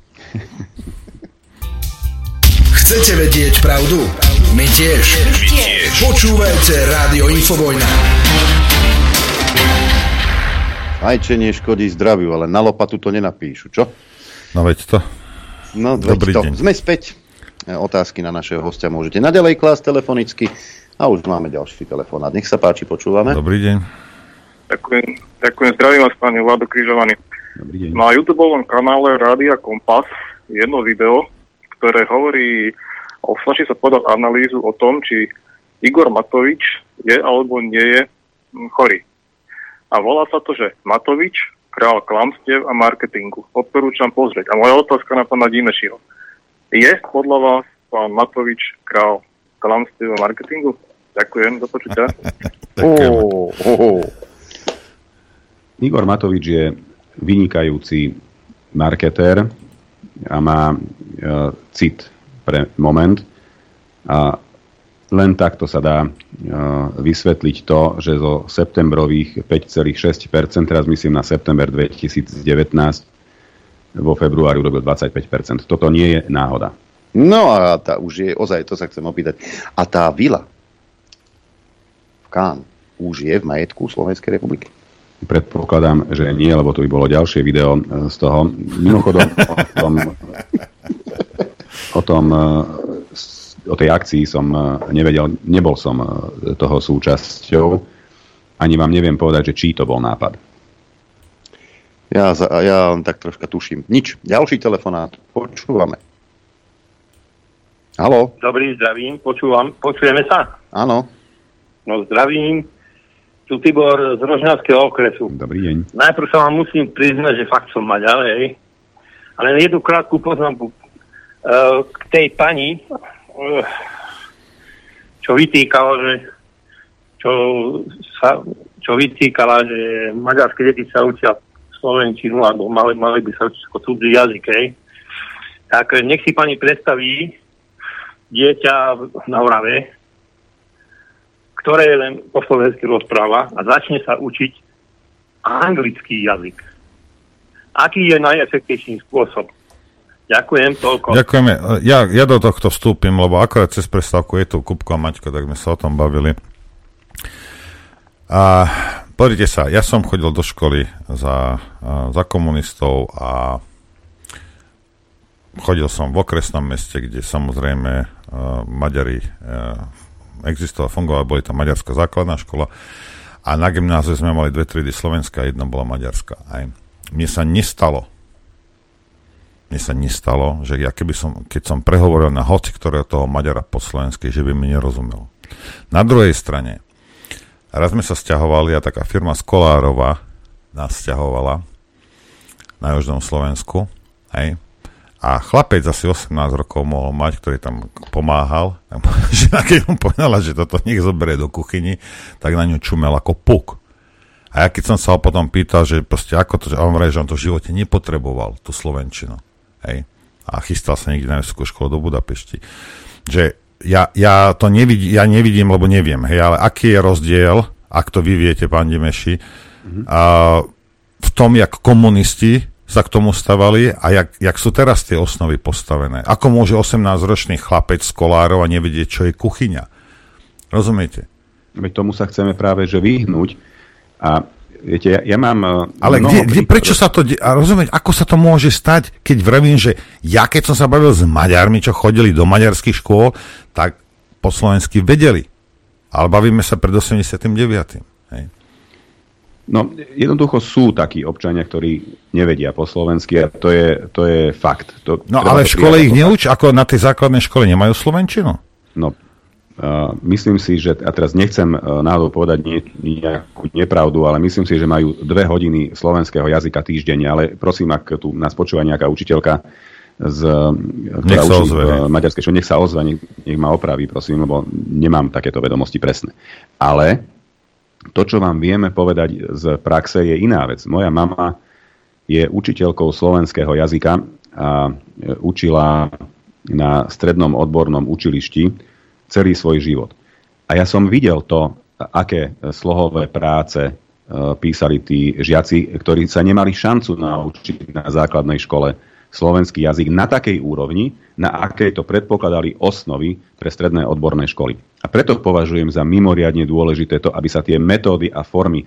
Chcete vedieť pravdu? My tiež. Počúvajte Rádio Infovojna. Fajčenie škodí zdraviu, ale na lopatu to nenapíšu, čo? No veď to. No, dobrý deň. Sme späť. Otázky na našeho hostia môžete naďalej klásť telefonicky. A už máme ďalší telefonát. Nech sa páči, počúvame. Dobrý deň. Ďakujem, zdravím vás, pani Vlado Križovaný. Dobrý deň. Na YouTubeovom kanále Rádia Kompas jedno video, ktoré hovorí, snaží sa podať analýzu o tom, či Igor Matovič je alebo nie je chorý. A volá sa to, že Matovič, král klamstiev a marketingu. Odporúčam pozrieť. A moja otázka na pána Dimešiho. Je podľa vás pán Matovič král klamstiev a marketingu? Ďakujem, do počutia. Igor Matovič je vynikajúci marketér a má cit pre moment a len takto sa dá vysvetliť to, že zo septembrových 5,6%, teraz myslím na september 2019, vo februári urobil 25%. Toto nie je náhoda. No a tá už je, ozaj to sa chcem opýtať, a tá vila v Cannes už je v majetku Slovenskej republiky? Predpokladám, že nie, lebo to by bolo ďalšie video z toho. Mimochodom, o tej akcii som nevedel, nebol som toho súčasťou, ani vám neviem povedať, že čí to bol nápad. Ja len tak troška tuším. Nič. Ďalší telefonát. Počúvame. Haló? Dobrý, zdravím. Počujeme sa? Áno. No, zdravím. Tu Tibor z Rožňavského okresu. Dobrý deň. Najprv sa vám musím priznať, že fakt som Maďar, hej. Ale jednu krátku poznámku k tej pani, čo vytýkala, že maďarské deti sa učia slovenčinu, alebo mali by sa učiť ako cudzí jazyk, hej. Tak nech si pani predstaví dieťa na Orave, ktoré len po slovensky rozpráva a začne sa učiť anglický jazyk. Aký je najefektívnejší spôsob? Ďakujem, toľko. Ďakujeme. Ja do tohto vstúpim, lebo akorát cez prestávku je tu Kupko a Maťko, tak sme sa o tom bavili. A pozrite sa, ja som chodil do školy za komunistov a chodil som v okresnom meste, kde samozrejme Maďari existovala, fungovala, boli tam maďarská základná škola a na gymnáziu sme mali 2 triedy slovenská a jedna bola maďarská. Aj mne sa nestalo, že ja keď som prehovoril na hoci ktorého toho Maďara po slovensky, že by mi nerozumel. Na druhej strane, raz sme sa sťahovali a taká firma z Kolárova nás sťahovala na južnom Slovensku, hej, a chlapec asi 18 rokov mohol mať, ktorý tam pomáhal, že keď mu povedala, že toto nech zoberie do kuchyni, tak na ňu čumel ako puk. A ja keď som sa ho potom pýtal, že proste ako to, a on vraví, že on to v živote nepotreboval, tú slovenčinu. Hej. A chystal sa niekde na vysokú školu do Budapešti. Že ja to nevidím, lebo neviem. Hej, ale aký je rozdiel, ak to vy viete, pán Dimeši, v tom, jak komunisti sa k tomu stavali a jak sú teraz tie osnovy postavené. Ako môže 18-ročný chlapec z Kolárov a nevedieť, čo je kuchyňa? Rozumiete? Veď tomu sa chceme práve že vyhnúť. A viete, ja mám... Ale prečo sa to... A rozumieť, ako sa to môže stať, keď vravím, že ja keď som sa bavil s Maďarmi, čo chodili do maďarských škôl, tak po slovensky vedeli. Ale bavíme sa pred 89. Hej. No, jednoducho sú takí občania, ktorí nevedia po slovensky a to je fakt. No ale v škole ich neuč, ako na tej základnej škole nemajú slovenčinu? No, myslím si, že, a teraz nechcem náhodou povedať nejakú nepravdu, ale myslím si, že majú 2 hodiny slovenského jazyka týždenne, ale prosím, ak tu nás počúva nejaká učiteľka, ktorá učí maďarské, čo nech sa ozve, nech ma opraví, prosím, lebo nemám takéto vedomosti presné. Ale to, čo vám vieme povedať z praxe, je iná vec. Moja mama je učiteľkou slovenského jazyka a učila na strednom odbornom učilišti celý svoj život. A ja som videl to, aké slohové práce písali tí žiaci, ktorí sa nemali šancu naučiť na základnej škole slovenský jazyk na takej úrovni, na akej to predpokladali osnovy pre stredné odborné školy. A preto považujem za mimoriadne dôležité to, aby sa tie metódy a formy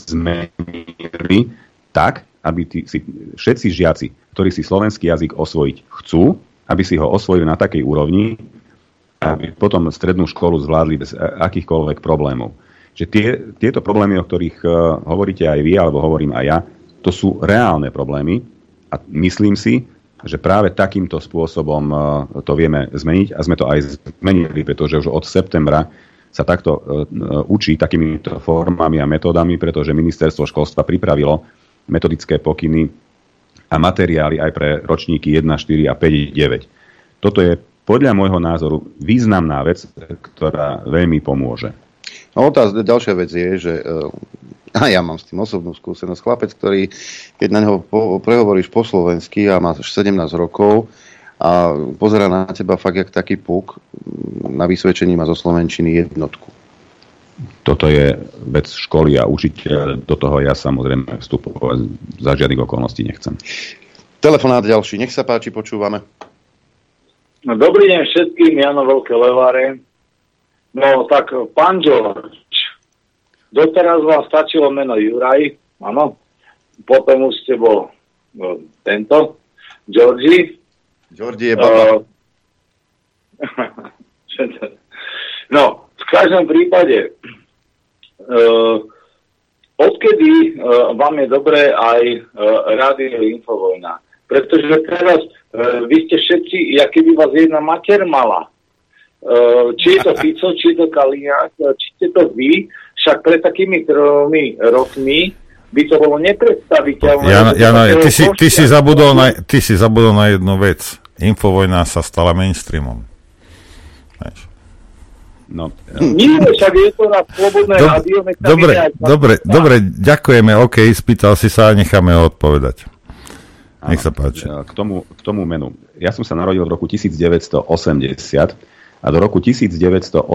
zmenili tak, aby všetci žiaci, ktorí si slovenský jazyk osvojiť chcú, aby si ho osvojili na takej úrovni, aby potom strednú školu zvládli bez akýchkoľvek problémov. Že tieto problémy, o ktorých hovoríte aj vy, alebo hovorím aj ja, to sú reálne problémy a myslím si, že práve takýmto spôsobom to vieme zmeniť a sme to aj zmenili, pretože už od septembra sa takto učí takýmito formami a metódami, pretože ministerstvo školstva pripravilo metodické pokyny a materiály aj pre ročníky 1, 4 a 5, 9. Toto je podľa môjho názoru významná vec, ktorá veľmi pomôže. No, ďalšia vec je, že a ja mám s tým osobnú skúsenosť. Chlapec, ktorý, keď na neho prehovoríš po slovensky a má 17 rokov a pozerá na teba fakt jak taký puk, na vysvedčení má zo slovenčiny 1. Toto je vec školy a učiteľ. Do toho ja samozrejme vstupovať za žiadnych okolností nechcem. Telefonát ďalší. Nech sa páči, počúvame. No, dobrý deň všetkým, Jano Veľké Leváre. No tak, pán George, doteraz vám stačilo meno Juraj, áno. Potom už ste bol tento, Georgie. Georgie je baba. No, v každom prípade, odkedy vám je dobré aj Rádio Infovojna? Pretože teraz vy ste všetci, aký by vás jedna mater mala. Či je to Fico, či je to Kaliňák, či ste to vy, však pred takými 3 rokmi by to bolo nepredstaviteľné. Jana, ty si zabudol na jednu vec. Infovojna sa stala mainstreamom. No. Nie, však je to na slobodné rádio. Dobre, ďakujeme, OK, spýtal si sa a necháme ho odpovedať. Nech sa páči. K tomu menu. Ja som sa narodil v roku 1980 a do roku 1990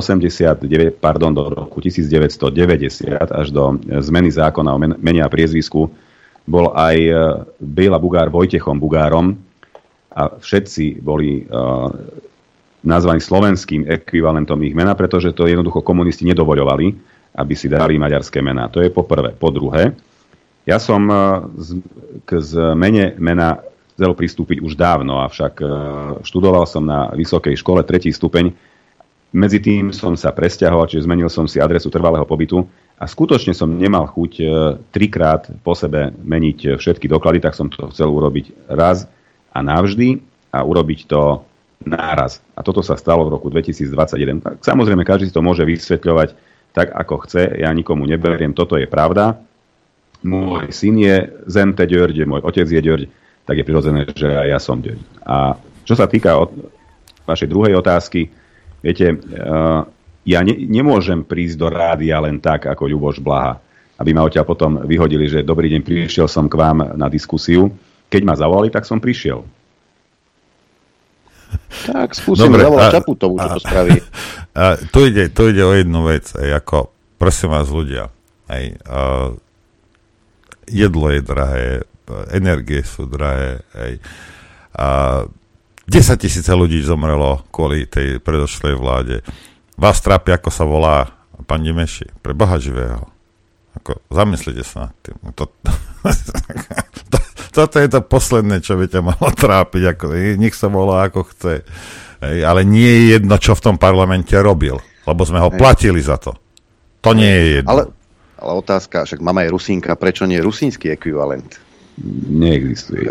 až do zmeny zákona o mene a priezvisku bol aj Béla Bugár Vojtechom Bugárom a všetci boli nazvaní slovenským ekvivalentom ich mena, pretože to jednoducho komunisti nedovoľovali, aby si dali maďarské mená. To je po prvé. Po druhé, ja som k zmene mena chcel pristúpiť už dávno, avšak študoval som na vysokej škole 3. stupeň. Medzi tým som sa presťahoval, čiže zmenil som si adresu trvalého pobytu a skutočne som nemal chuť 3-krát po sebe meniť všetky doklady, tak som to chcel urobiť raz a navždy a urobiť to náraz. A toto sa stalo v roku 2021. Tak samozrejme, každý si to môže vysvetľovať tak, ako chce. Ja nikomu neberiem, toto je pravda. Môj syn je Zemte Ďörď, môj otec je Ďörď, tak je prirodzené, že aj ja som Ďörď. A čo sa týka vašej druhej otázky, viete, ja nemôžem prísť do rádia len tak, ako Ľuboš Blaha, aby ma odtiaľ potom vyhodili, že dobrý deň, prišiel som k vám na diskusiu. Keď ma zavolali, tak som prišiel. Tak skúsim zavolať Čaputovú, čo to spraví. Tu ide o jednu vec, ako, prosím vás ľudia, jedlo je drahé, energie sú drahé, 10 000 ľudí zomrelo kvôli tej predošlej vláde. Vás trápi, ako sa volá pán Dimeši, pre Boha živého. Zamyslite sa nad tým. Toto je to posledné, čo by ťa malo trápiť. Nech sa volá, ako chce. Ale nie je jedno, čo v tom parlamente robil. Lebo sme ho platili za to. To nie je jedno. Ale otázka, však mama je Rusínka, prečo nie rusínsky ekvivalent? Neexistuje.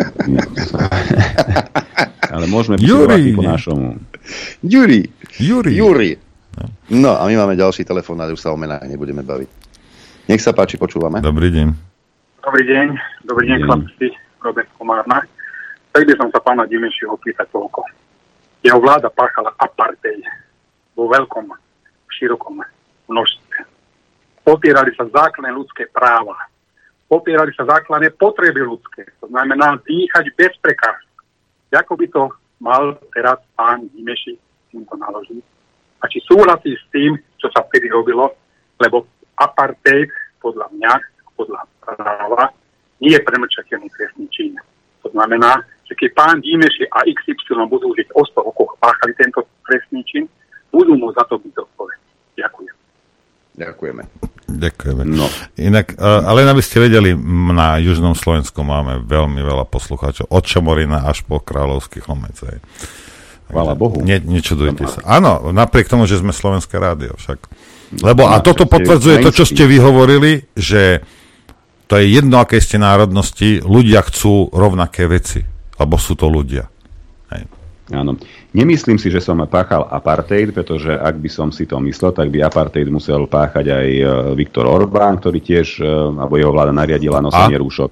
Ale môžeme byť po našomu. Juri. No a my máme ďalší telefón, ale už sa o menách nebudeme baviť. Nech sa páči, počúvame. Dobrý deň. Dobrý deň, chlapci, Robert Komárna. Tak by som sa pána Dimešiho opýtať toľko. Jeho vláda páchala apartheid vo veľkom, širokom množstve. Popierali sa základné ľudské práva. Popierali sa základné potreby ľudské. To znamená dýchať bez prekážok. Ako by to mal teraz pán Dimeši týmto naložiť? A či súhlasí s tým, čo sa vtedy robilo, lebo apartheid podľa mňa, podľa práva, nie je premlčateľný trestný čin. To znamená, že keď pán Dimeši a XY budú žiť o 100 rokov páchali tento trestný čin, budú mu za to byť zodpovední. Ďakujem. Ďakujeme. No. Inak, ale aby ste vedeli, na južnom Slovensku máme veľmi veľa poslucháčov, od Čamorina až po Kráľovský Chlomec. Chvála Bohu. Nečudujte sa. Áno, napriek tomu, že sme Slovenské rádio však. Lebo a toto potvrdzuje to, čo ste vy hovorili, že to je jedno, aké ste národnosti, ľudia chcú rovnaké veci, lebo sú to ľudia. Hej. Áno. Nemyslím si, že som páchal apartheid, pretože ak by som si to myslel, tak by apartheid musel páchať aj Viktor Orbán, ktorý tiež, alebo jeho vláda nariadila nosenie rúšok.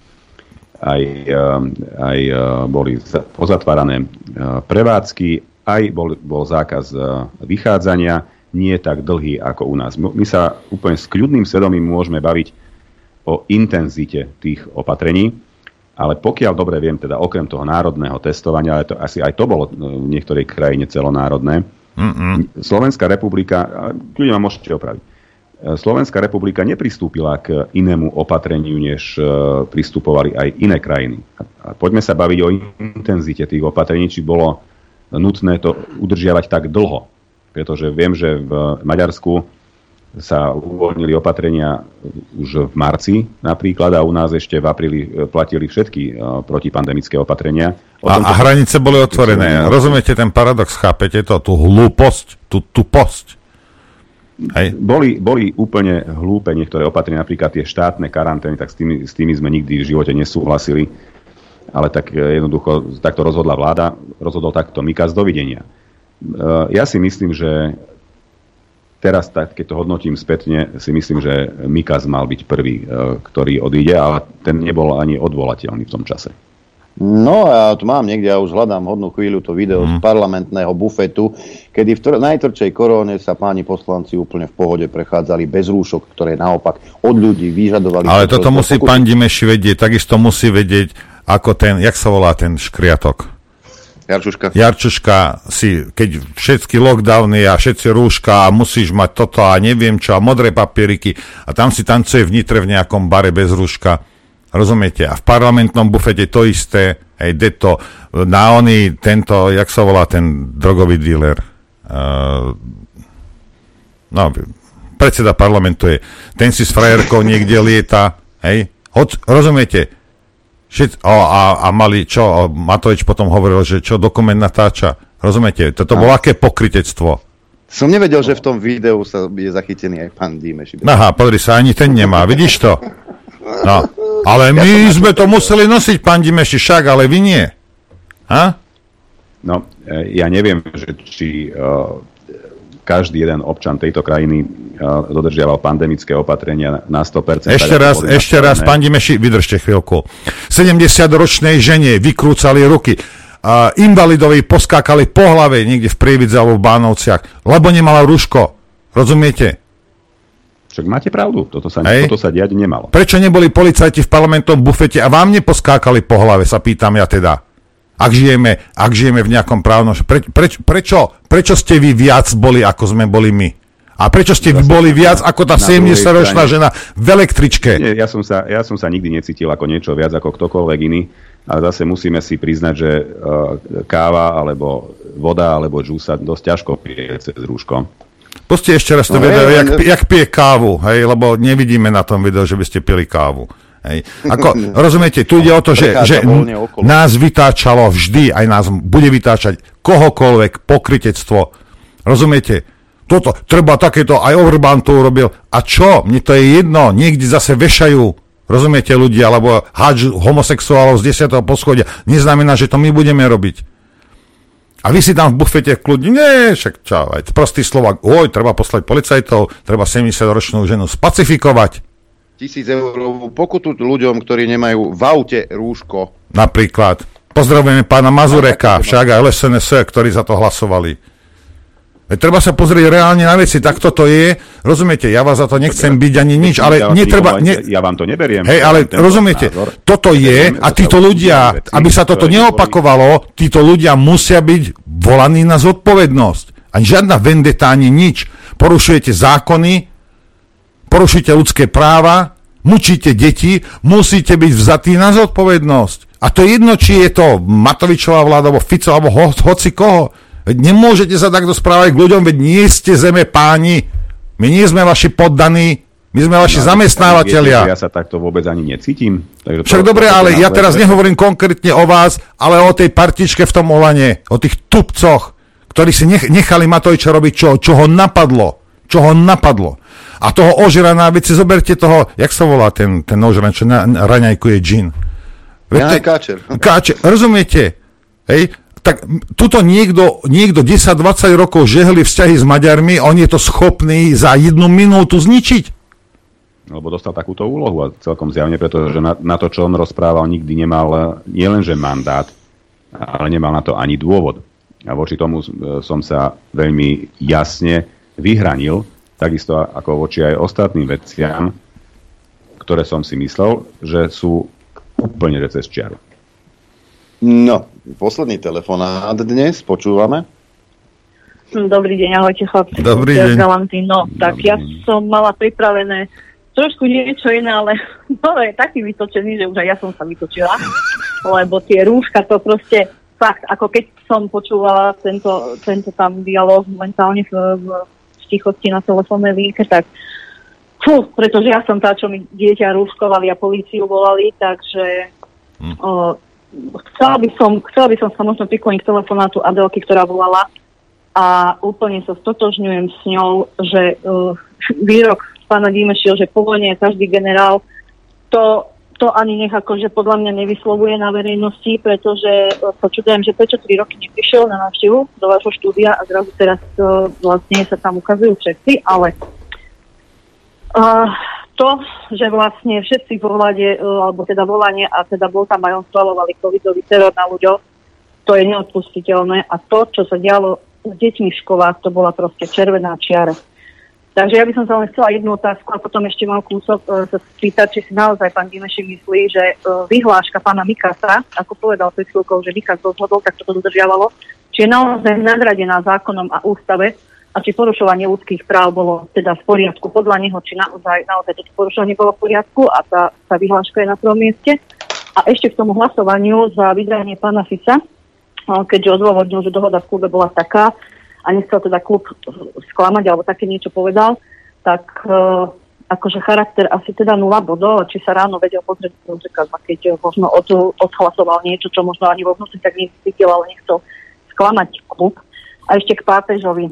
Aj boli pozatvárané prevádzky, aj bol zákaz vychádzania, nie tak dlhý ako u nás. My sa úplne s kľudným svedomím môžeme baviť o intenzite tých opatrení, ale pokiaľ dobre viem, teda okrem toho národného testovania, ale to, asi aj to bolo v niektorej krajine celonárodné, Slovenská republika, ľudia ma môžete opraviť, Slovenská republika nepristúpila k inému opatreniu, než pristupovali aj iné krajiny. A poďme sa baviť o intenzite tých opatrení, či bolo nutné to udržiavať tak dlho. Pretože viem, že v Maďarsku sa uvoľnili opatrenia už v marci napríklad a u nás ešte v apríli platili všetky protipandemické opatrenia. A hranice boli otvorené. Rozumiete ten paradox? Chápete to? Tú hlúposť? Tú tuposť? Hej. Boli úplne hlúpe niektoré opatrenia, napríklad tie štátne karantény, tak s tými sme nikdy v živote nesúhlasili. Ale tak jednoducho takto rozhodla vláda, rozhodol takto Mikas, dovidenia. Ja si myslím, že teraz, keď to hodnotím spätne, si myslím, že Mikas mal byť prvý, ktorý odíde, ale ten nebol ani odvolateľný v tom čase. No a tu mám niekde, ja už hľadám hodnú chvíľu to video z parlamentného bufetu, kedy v najtvrdšej koróne sa páni poslanci úplne v pohode prechádzali bez rúšok, ktoré naopak od ľudí vyžadovali. Ale toto musí pán Dimeši vedieť, takisto musí vedieť, ako ten, jak sa volá ten škriatok? Jarčuška si, keď všetky lockdowny a všetci rúška a musíš mať toto a neviem čo a modré papieriky a tam si tancuje v Nitre v nejakom bare bez rúška. Rozumiete? A v parlamentnom bufete to isté, hej, deto, na oný, tento, jak sa volá ten drogový dealer? Predseda parlamentu je, ten si s frajerkou niekde lieta, hej? Rozumiete? A mali, čo, Matovič potom hovoril, že čo, dokument natáča. Rozumiete? Toto bolo aké pokrytectvo. Som nevedel, že v tom videu sa je zachytený aj pán Dimeši. Aha, pozri sa, ani ten nemá. Vidíš to? No. Ale my sme to museli nosiť, pán Dimeši, však, ale vy nie. Ha? No, ja neviem, že či každý jeden občan tejto krajiny dodržiaval pandemické opatrenia na 100%. Ešte raz, pán Dimeši, vydržte chvíľku. 70-ročnej žene vykrúcali ruky, invalidovi poskákali po hlave niekde v Prievidzi alebo v Bánovciach, lebo nemala rúško. Rozumiete? Však máte pravdu, toto sa diať nemalo. Prečo neboli policajti v parlamentnom bufete a vám neposkákali po hlave, sa pýtam ja teda. Ak žijeme v nejakom právnom... Prečo ste vy viac boli, ako sme boli my? A prečo ste vy boli viac, ako tá 70-ročná žena v električke? Nie, ja som sa nikdy necítil ako niečo viac ako ktokoľvek iný, ale zase musíme si priznať, že káva, alebo voda, alebo džús sa dosť ťažko pije cez rúško. Pusti ešte raz to video, jak pije kávu, hej, lebo nevidíme na tom videu, že by ste pili kávu. Hej. Rozumiete, tu ide o to, že nás vytáčalo vždy, aj nás bude vytáčať kohokoľvek pokrytectvo. Rozumiete? Toto, treba takéto, aj Orbán to urobil. A čo? Mne to je jedno, niekde zase vešajú, rozumiete ľudia, alebo hádžu homosexuálov z 10. poschodia. Neznamená, že to my budeme robiť. A vy si tam v bufete kľudne, nie, však čau, aj prostý Slovák, treba poslať policajtov, treba 70-ročnú ženu spacifikovať. 1000 eurovú pokutu ľuďom, ktorí nemajú v aute rúško. Napríklad. Pozdravujeme pána Mazureka, však aj LSNS, ktorí za to hlasovali. Treba sa pozrieť reálne na veci, tak toto je. Rozumiete, ja vás za to nechcem byť ani nič, ale netreba... Ja vám to neberiem. Hej, ale rozumiete, toto je a títo ľudia, aby sa toto neopakovalo, títo ľudia musia byť volaní na zodpovednosť. Ani žiadna vendeta, ani nič. Porušujete zákony, porušujete ľudské práva, mučíte deti, musíte byť vzatí na zodpovednosť. A to je jedno, či je to Matovičová vláda, alebo Fico, alebo hoci koho. Veď nemôžete sa takto správať k ľuďom, veď nie ste zeme páni. My nie sme vaši poddaní, my sme vaši zamestnávateľia. Ja sa takto vôbec ani necítim. Však dobre, ale ja teraz nehovorím konkrétne o vás, ale o tej partičke v tom Olane, o tých tupcoch, ktorí si nechali Matoviča robiť, čo ho napadlo. A toho ožraná, veď si zoberte toho, jak sa volá ten ožran, čo raňajkuje džin. Káčer. Rozumiete? Hej? Tak tuto niekto 10-20 rokov žehli vzťahy s Maďarmi, on je to schopný za 1 minútu zničiť. Lebo dostal takúto úlohu a celkom zjavne, pretože na to, čo on rozprával, nikdy nemal nielenže mandát, ale nemal na to ani dôvod. A voči tomu som sa veľmi jasne vyhranil, takisto ako voči aj ostatným veciam, ktoré som si myslel, že sú úplne cez čiaru. No, posledný telefonát dnes, počúvame. Dobrý deň, ahojte chlapci. Dobrý deň. No, tak ja som mala pripravené trošku niečo iné, ale je taký vytočený, že už aj ja som sa vytočila, lebo tie rúška to proste fakt, ako keď som počúvala tento tam dialóg momentálne v tichosti na telefónnej línke, tak pretože ja som tá, čo mi dieťa rúškovali a políciu volali, takže chcela by som sa možno prikloniť k telefonátu Adelky, ktorá volala a úplne sa stotožňujem s ňou, že výrok pána Dimešiho, že po vojne je každý generál, to ani nech akože podľa mňa nevyslovuje na verejnosti, pretože sa čudujem, že prečo 3 roky neprišiel na návštevu do vášho štúdia a zrazu teraz vlastne sa tam ukazujú všetci, ale to, že vlastne všetci vo vláde, alebo teda volanie a teda bol tam aj on schvaľovali covidový teror na ľuďoch, to je neodpustiteľné a to, čo sa dialo s deťmi v školách, to bola proste červená čiara. Takže ja by som sa len chcela jednu otázku a potom ešte mal kúsok sa spýtať, či si naozaj pán Dimeši myslí, že vyhláška pána Mikasa, ako povedal pred chvíľkou, že Mikas rozhodol, tak to dodržiavalo, či je naozaj nadradená zákonom a ústave, a či porušovanie ľudských práv bolo teda v poriadku podľa neho, či naozaj toto porušovanie bolo v poriadku a tá vyhláška je na prvom mieste. A ešte k tomu hlasovaniu za vydanie pána Fica, keďže odôvodnil, že dohoda v klube bola taká a nechcel teda klub sklamať alebo také niečo povedal, tak akože charakter asi teda 0 bodov, či sa ráno vedel pozrieť do zrkadla, keď možno odhlasoval niečo, čo možno ani vo vnútri tak necítil, ale nechcel sklamať klub. A ešte k pápežovi.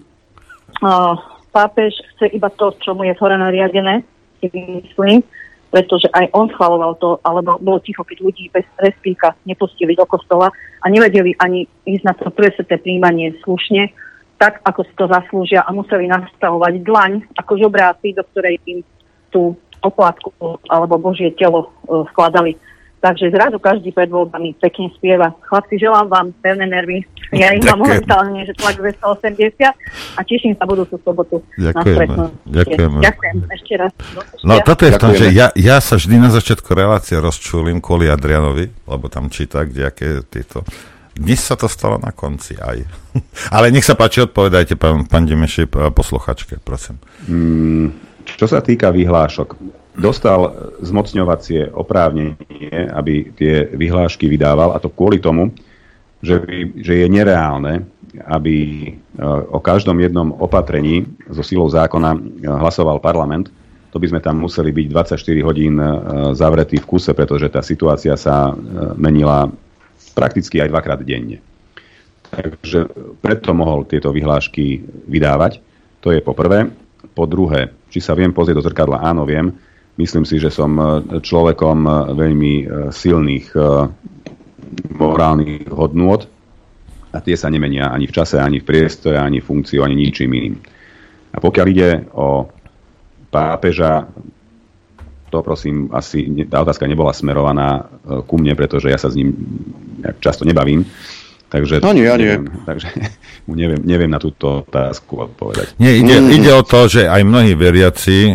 Pápež chce iba to, čo mu je zhora nariadené, si myslím, pretože aj on schvaľoval to, alebo bolo ticho, keď ľudí bez respíka nepustili do kostola a nevedeli ani ísť na to presveté príjmanie slušne, tak, ako si to zaslúžia a museli nastavovať dlaň ako žobráci, do ktorej im tú oplátku alebo Božie telo vkladali. Takže zrazu každý pred voľbami pekne spieva. Chlapci, želám vám pevné nervy. Ja im mám momentálne, že tlak 280 a teším sa budúcu sobotu na stretnutie. Ďakujem ešte raz. No toto je v tom, že ja sa vždy na začiatku relácie rozčúlim kvôli Adrianovi, lebo tam číta kdejaké tieto... Dnes sa to stalo na konci aj. Ale nech sa páči, odpovedajte, pán Dimeši, posluchačke, prosím. Čo sa týka vyhlášok, dostal zmocňovacie oprávnenie, aby tie vyhlášky vydával, a to kvôli tomu, že je nereálne, aby o každom jednom opatrení so silou zákona hlasoval parlament. To by sme tam museli byť 24 hodín zavretí v kuse, pretože tá situácia sa menila prakticky aj 2-krát denne. Takže preto mohol tieto vyhlášky vydávať. To je po prvé. Po druhé, či sa viem pozrieť do zrkadla? Áno, viem. Myslím si, že som človekom veľmi silných morálnych hodnôt a tie sa nemenia ani v čase, ani v priestore, ani funkciu, ani ničím iným. A pokiaľ ide o pápeža, to prosím, asi tá otázka nebola smerovaná ku mne, pretože ja sa s ním často nebavím. Takže, no nie, ja nie. Takže neviem na túto otázku odpovedať. Nie, ide o to, že aj mnohí veriaci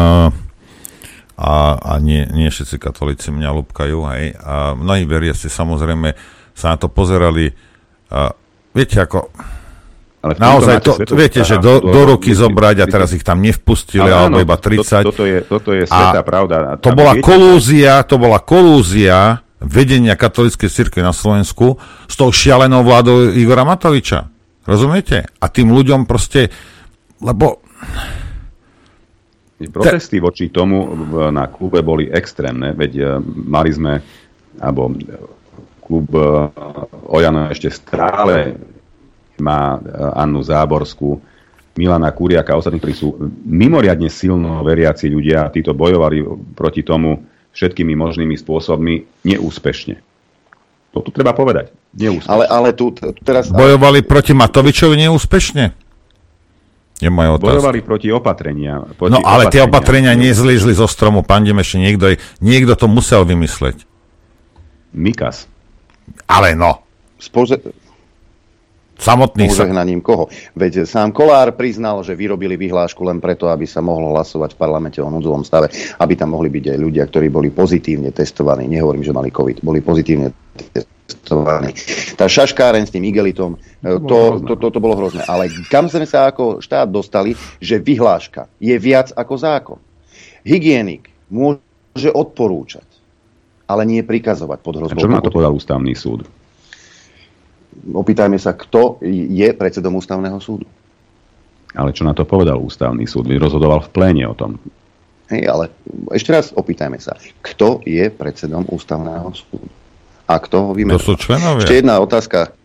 a nie všetci katolíci mňa ľúbkajú, hej, a mnohí veriaci samozrejme sa na to pozerali. Viete, ako naozaj viete, že do ruky zobrať a teraz ich tam nevpustili, alebo iba 30. Toto je svätá pravda. To bola kolúzia vedenia katolíckej cirkvi na Slovensku s tou šialenou vládou Igora Matoviča. Rozumiete? A tým ľuďom proste, lebo protesty voči tomu na klube boli extrémne, veď mali sme, alebo klub Oľano ešte stále má Annu Záborskú, Milana Kuriaka a ostatní, ktorí sú mimoriadne silno veriaci ľudia, títo bojovali proti tomu všetkými možnými spôsobmi neúspešne. To tu treba povedať. Neúspešne. Ale tu teraz... Bojovali proti Matovičovi neúspešne? Je moja otázka. Bojovali proti opatrenia. Ale tie opatrenia nezlízli zo stromu. Pán Dimeši, niekto to musel vymysleť. Mikas. Ale no. Samotný požehnaním koho? Veď sám Kollár priznal, že vyrobili vyhlášku len preto, aby sa mohlo hlasovať v parlamente o núdzovom stave, aby tam mohli byť aj ľudia, ktorí boli pozitívne testovaní. Nehovorím, že mali COVID, boli pozitívne testovaní. Tá šaškáren s tým igelitom, to bolo hrozné. Ale kam sme sa ako štát dostali, že vyhláška je viac ako zákon. Hygienik môže odporúčať, ale nie prikazovať pod hrozbou. A čo na to povedal ústavný súd? Opýtajme sa, kto je predsedom ústavného súdu. Ale čo na to povedal ústavný súd? Rozhodoval v pléne o tom. Hej, ale ešte raz opýtajme sa, kto je predsedom ústavného súdu? A kto ho vymenoval? To sú členovia. Ešte jedna otázka.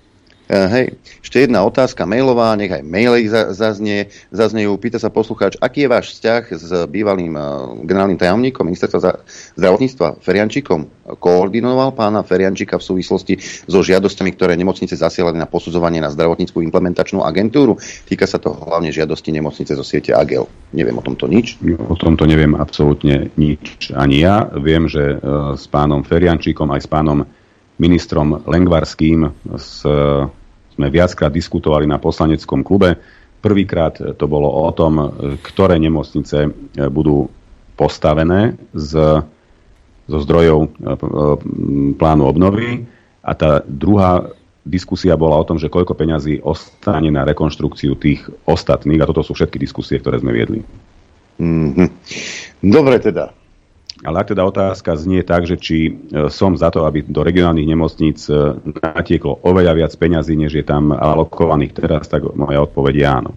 Ešte jedna otázka mailová, nech aj maily zaznejú. Pýta sa poslucháč, aký je váš vzťah s bývalým generálnym tajomníkom ministerstva zdravotníctva Feriančíkom? Koordinoval pána Feriančíka v súvislosti so žiadosťami, ktoré nemocnice zasielali na posudzovanie na zdravotnícku implementačnú agentúru? Týka sa to hlavne žiadosti nemocnice zo siete AGEL. Neviem o tomto nič. O tomto neviem absolútne nič. Ani ja viem, že s pánom Feriančíkom aj s pánom ministrom Lengvarským sme viackrát diskutovali na poslaneckom klube. Prvýkrát to bolo o tom, ktoré nemocnice budú postavené zo zdrojov plánu obnovy. A tá druhá diskusia bola o tom, že koľko peňazí ostane na rekonštrukciu tých ostatných. A toto sú všetky diskusie, ktoré sme viedli. Mm-hmm. Dobre teda. Ale ak teda otázka znie tak, že či som za to, aby do regionálnych nemocníc natieklo oveľa viac peňazí, než je tam alokovaných teraz, tak moja odpoveď je áno.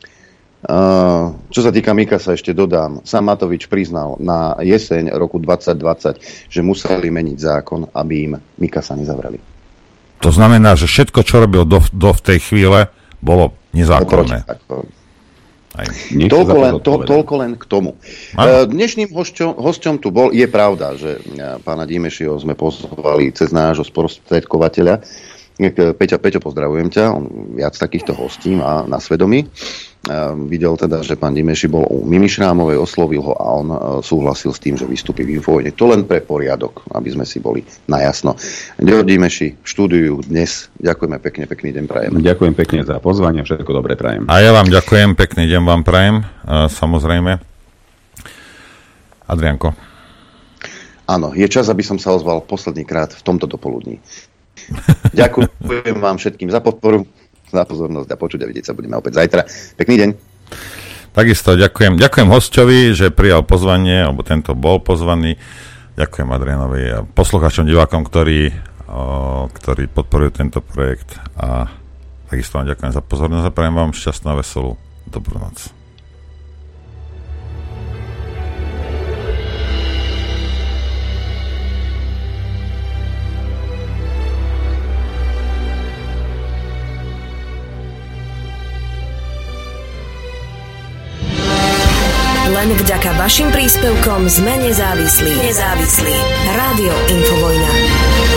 Čo sa týka Mikasa, ešte dodám. Sám Matovič priznal na jeseň roku 2020, že museli meniť zákon, aby im Mikasa nezavreli. To znamená, že všetko, čo robil do v tej chvíle, bolo nezákonné. Toľko len k tomu. Dnešným hosťom tu bol, je pravda, že pána Dimešiho sme pozvali cez nášho sprostredkovateľa. Peťo, pozdravujem ťa, on viac takýchto hostí má na svedomí. Videl teda, že pán Dimeši bol u Mimi Šrámovej, oslovil ho a on súhlasil s tým, že vystúpi v Infovojne. To len pre poriadok, aby sme si boli najasno. Ďakujem Dimeši, v štúdiu dnes. Ďakujeme pekne, pekný deň prajem. Ďakujem pekne za pozvanie, všetko dobre prajem. A ja vám ďakujem, pekný deň vám prajem, samozrejme. Adrianko. Áno, je čas, aby som sa ozval posledný krát v tomto dopoludní. Ďakujem vám všetkým za podporu, za pozornosť a počuť a vidieť sa budeme opäť zajtra. Pekný deň. Takisto ďakujem hosťovi, že prijal pozvanie, alebo tento bol pozvaný. Ďakujem Adrianovi a poslucháčom, divákom, ktorí podporujú tento projekt. A takisto vám ďakujem za pozornosť a prajem vám šťastnú a veselú dobrú noc. Len vďaka vašim príspevkom sme nezávislí. Rádio Infovojna.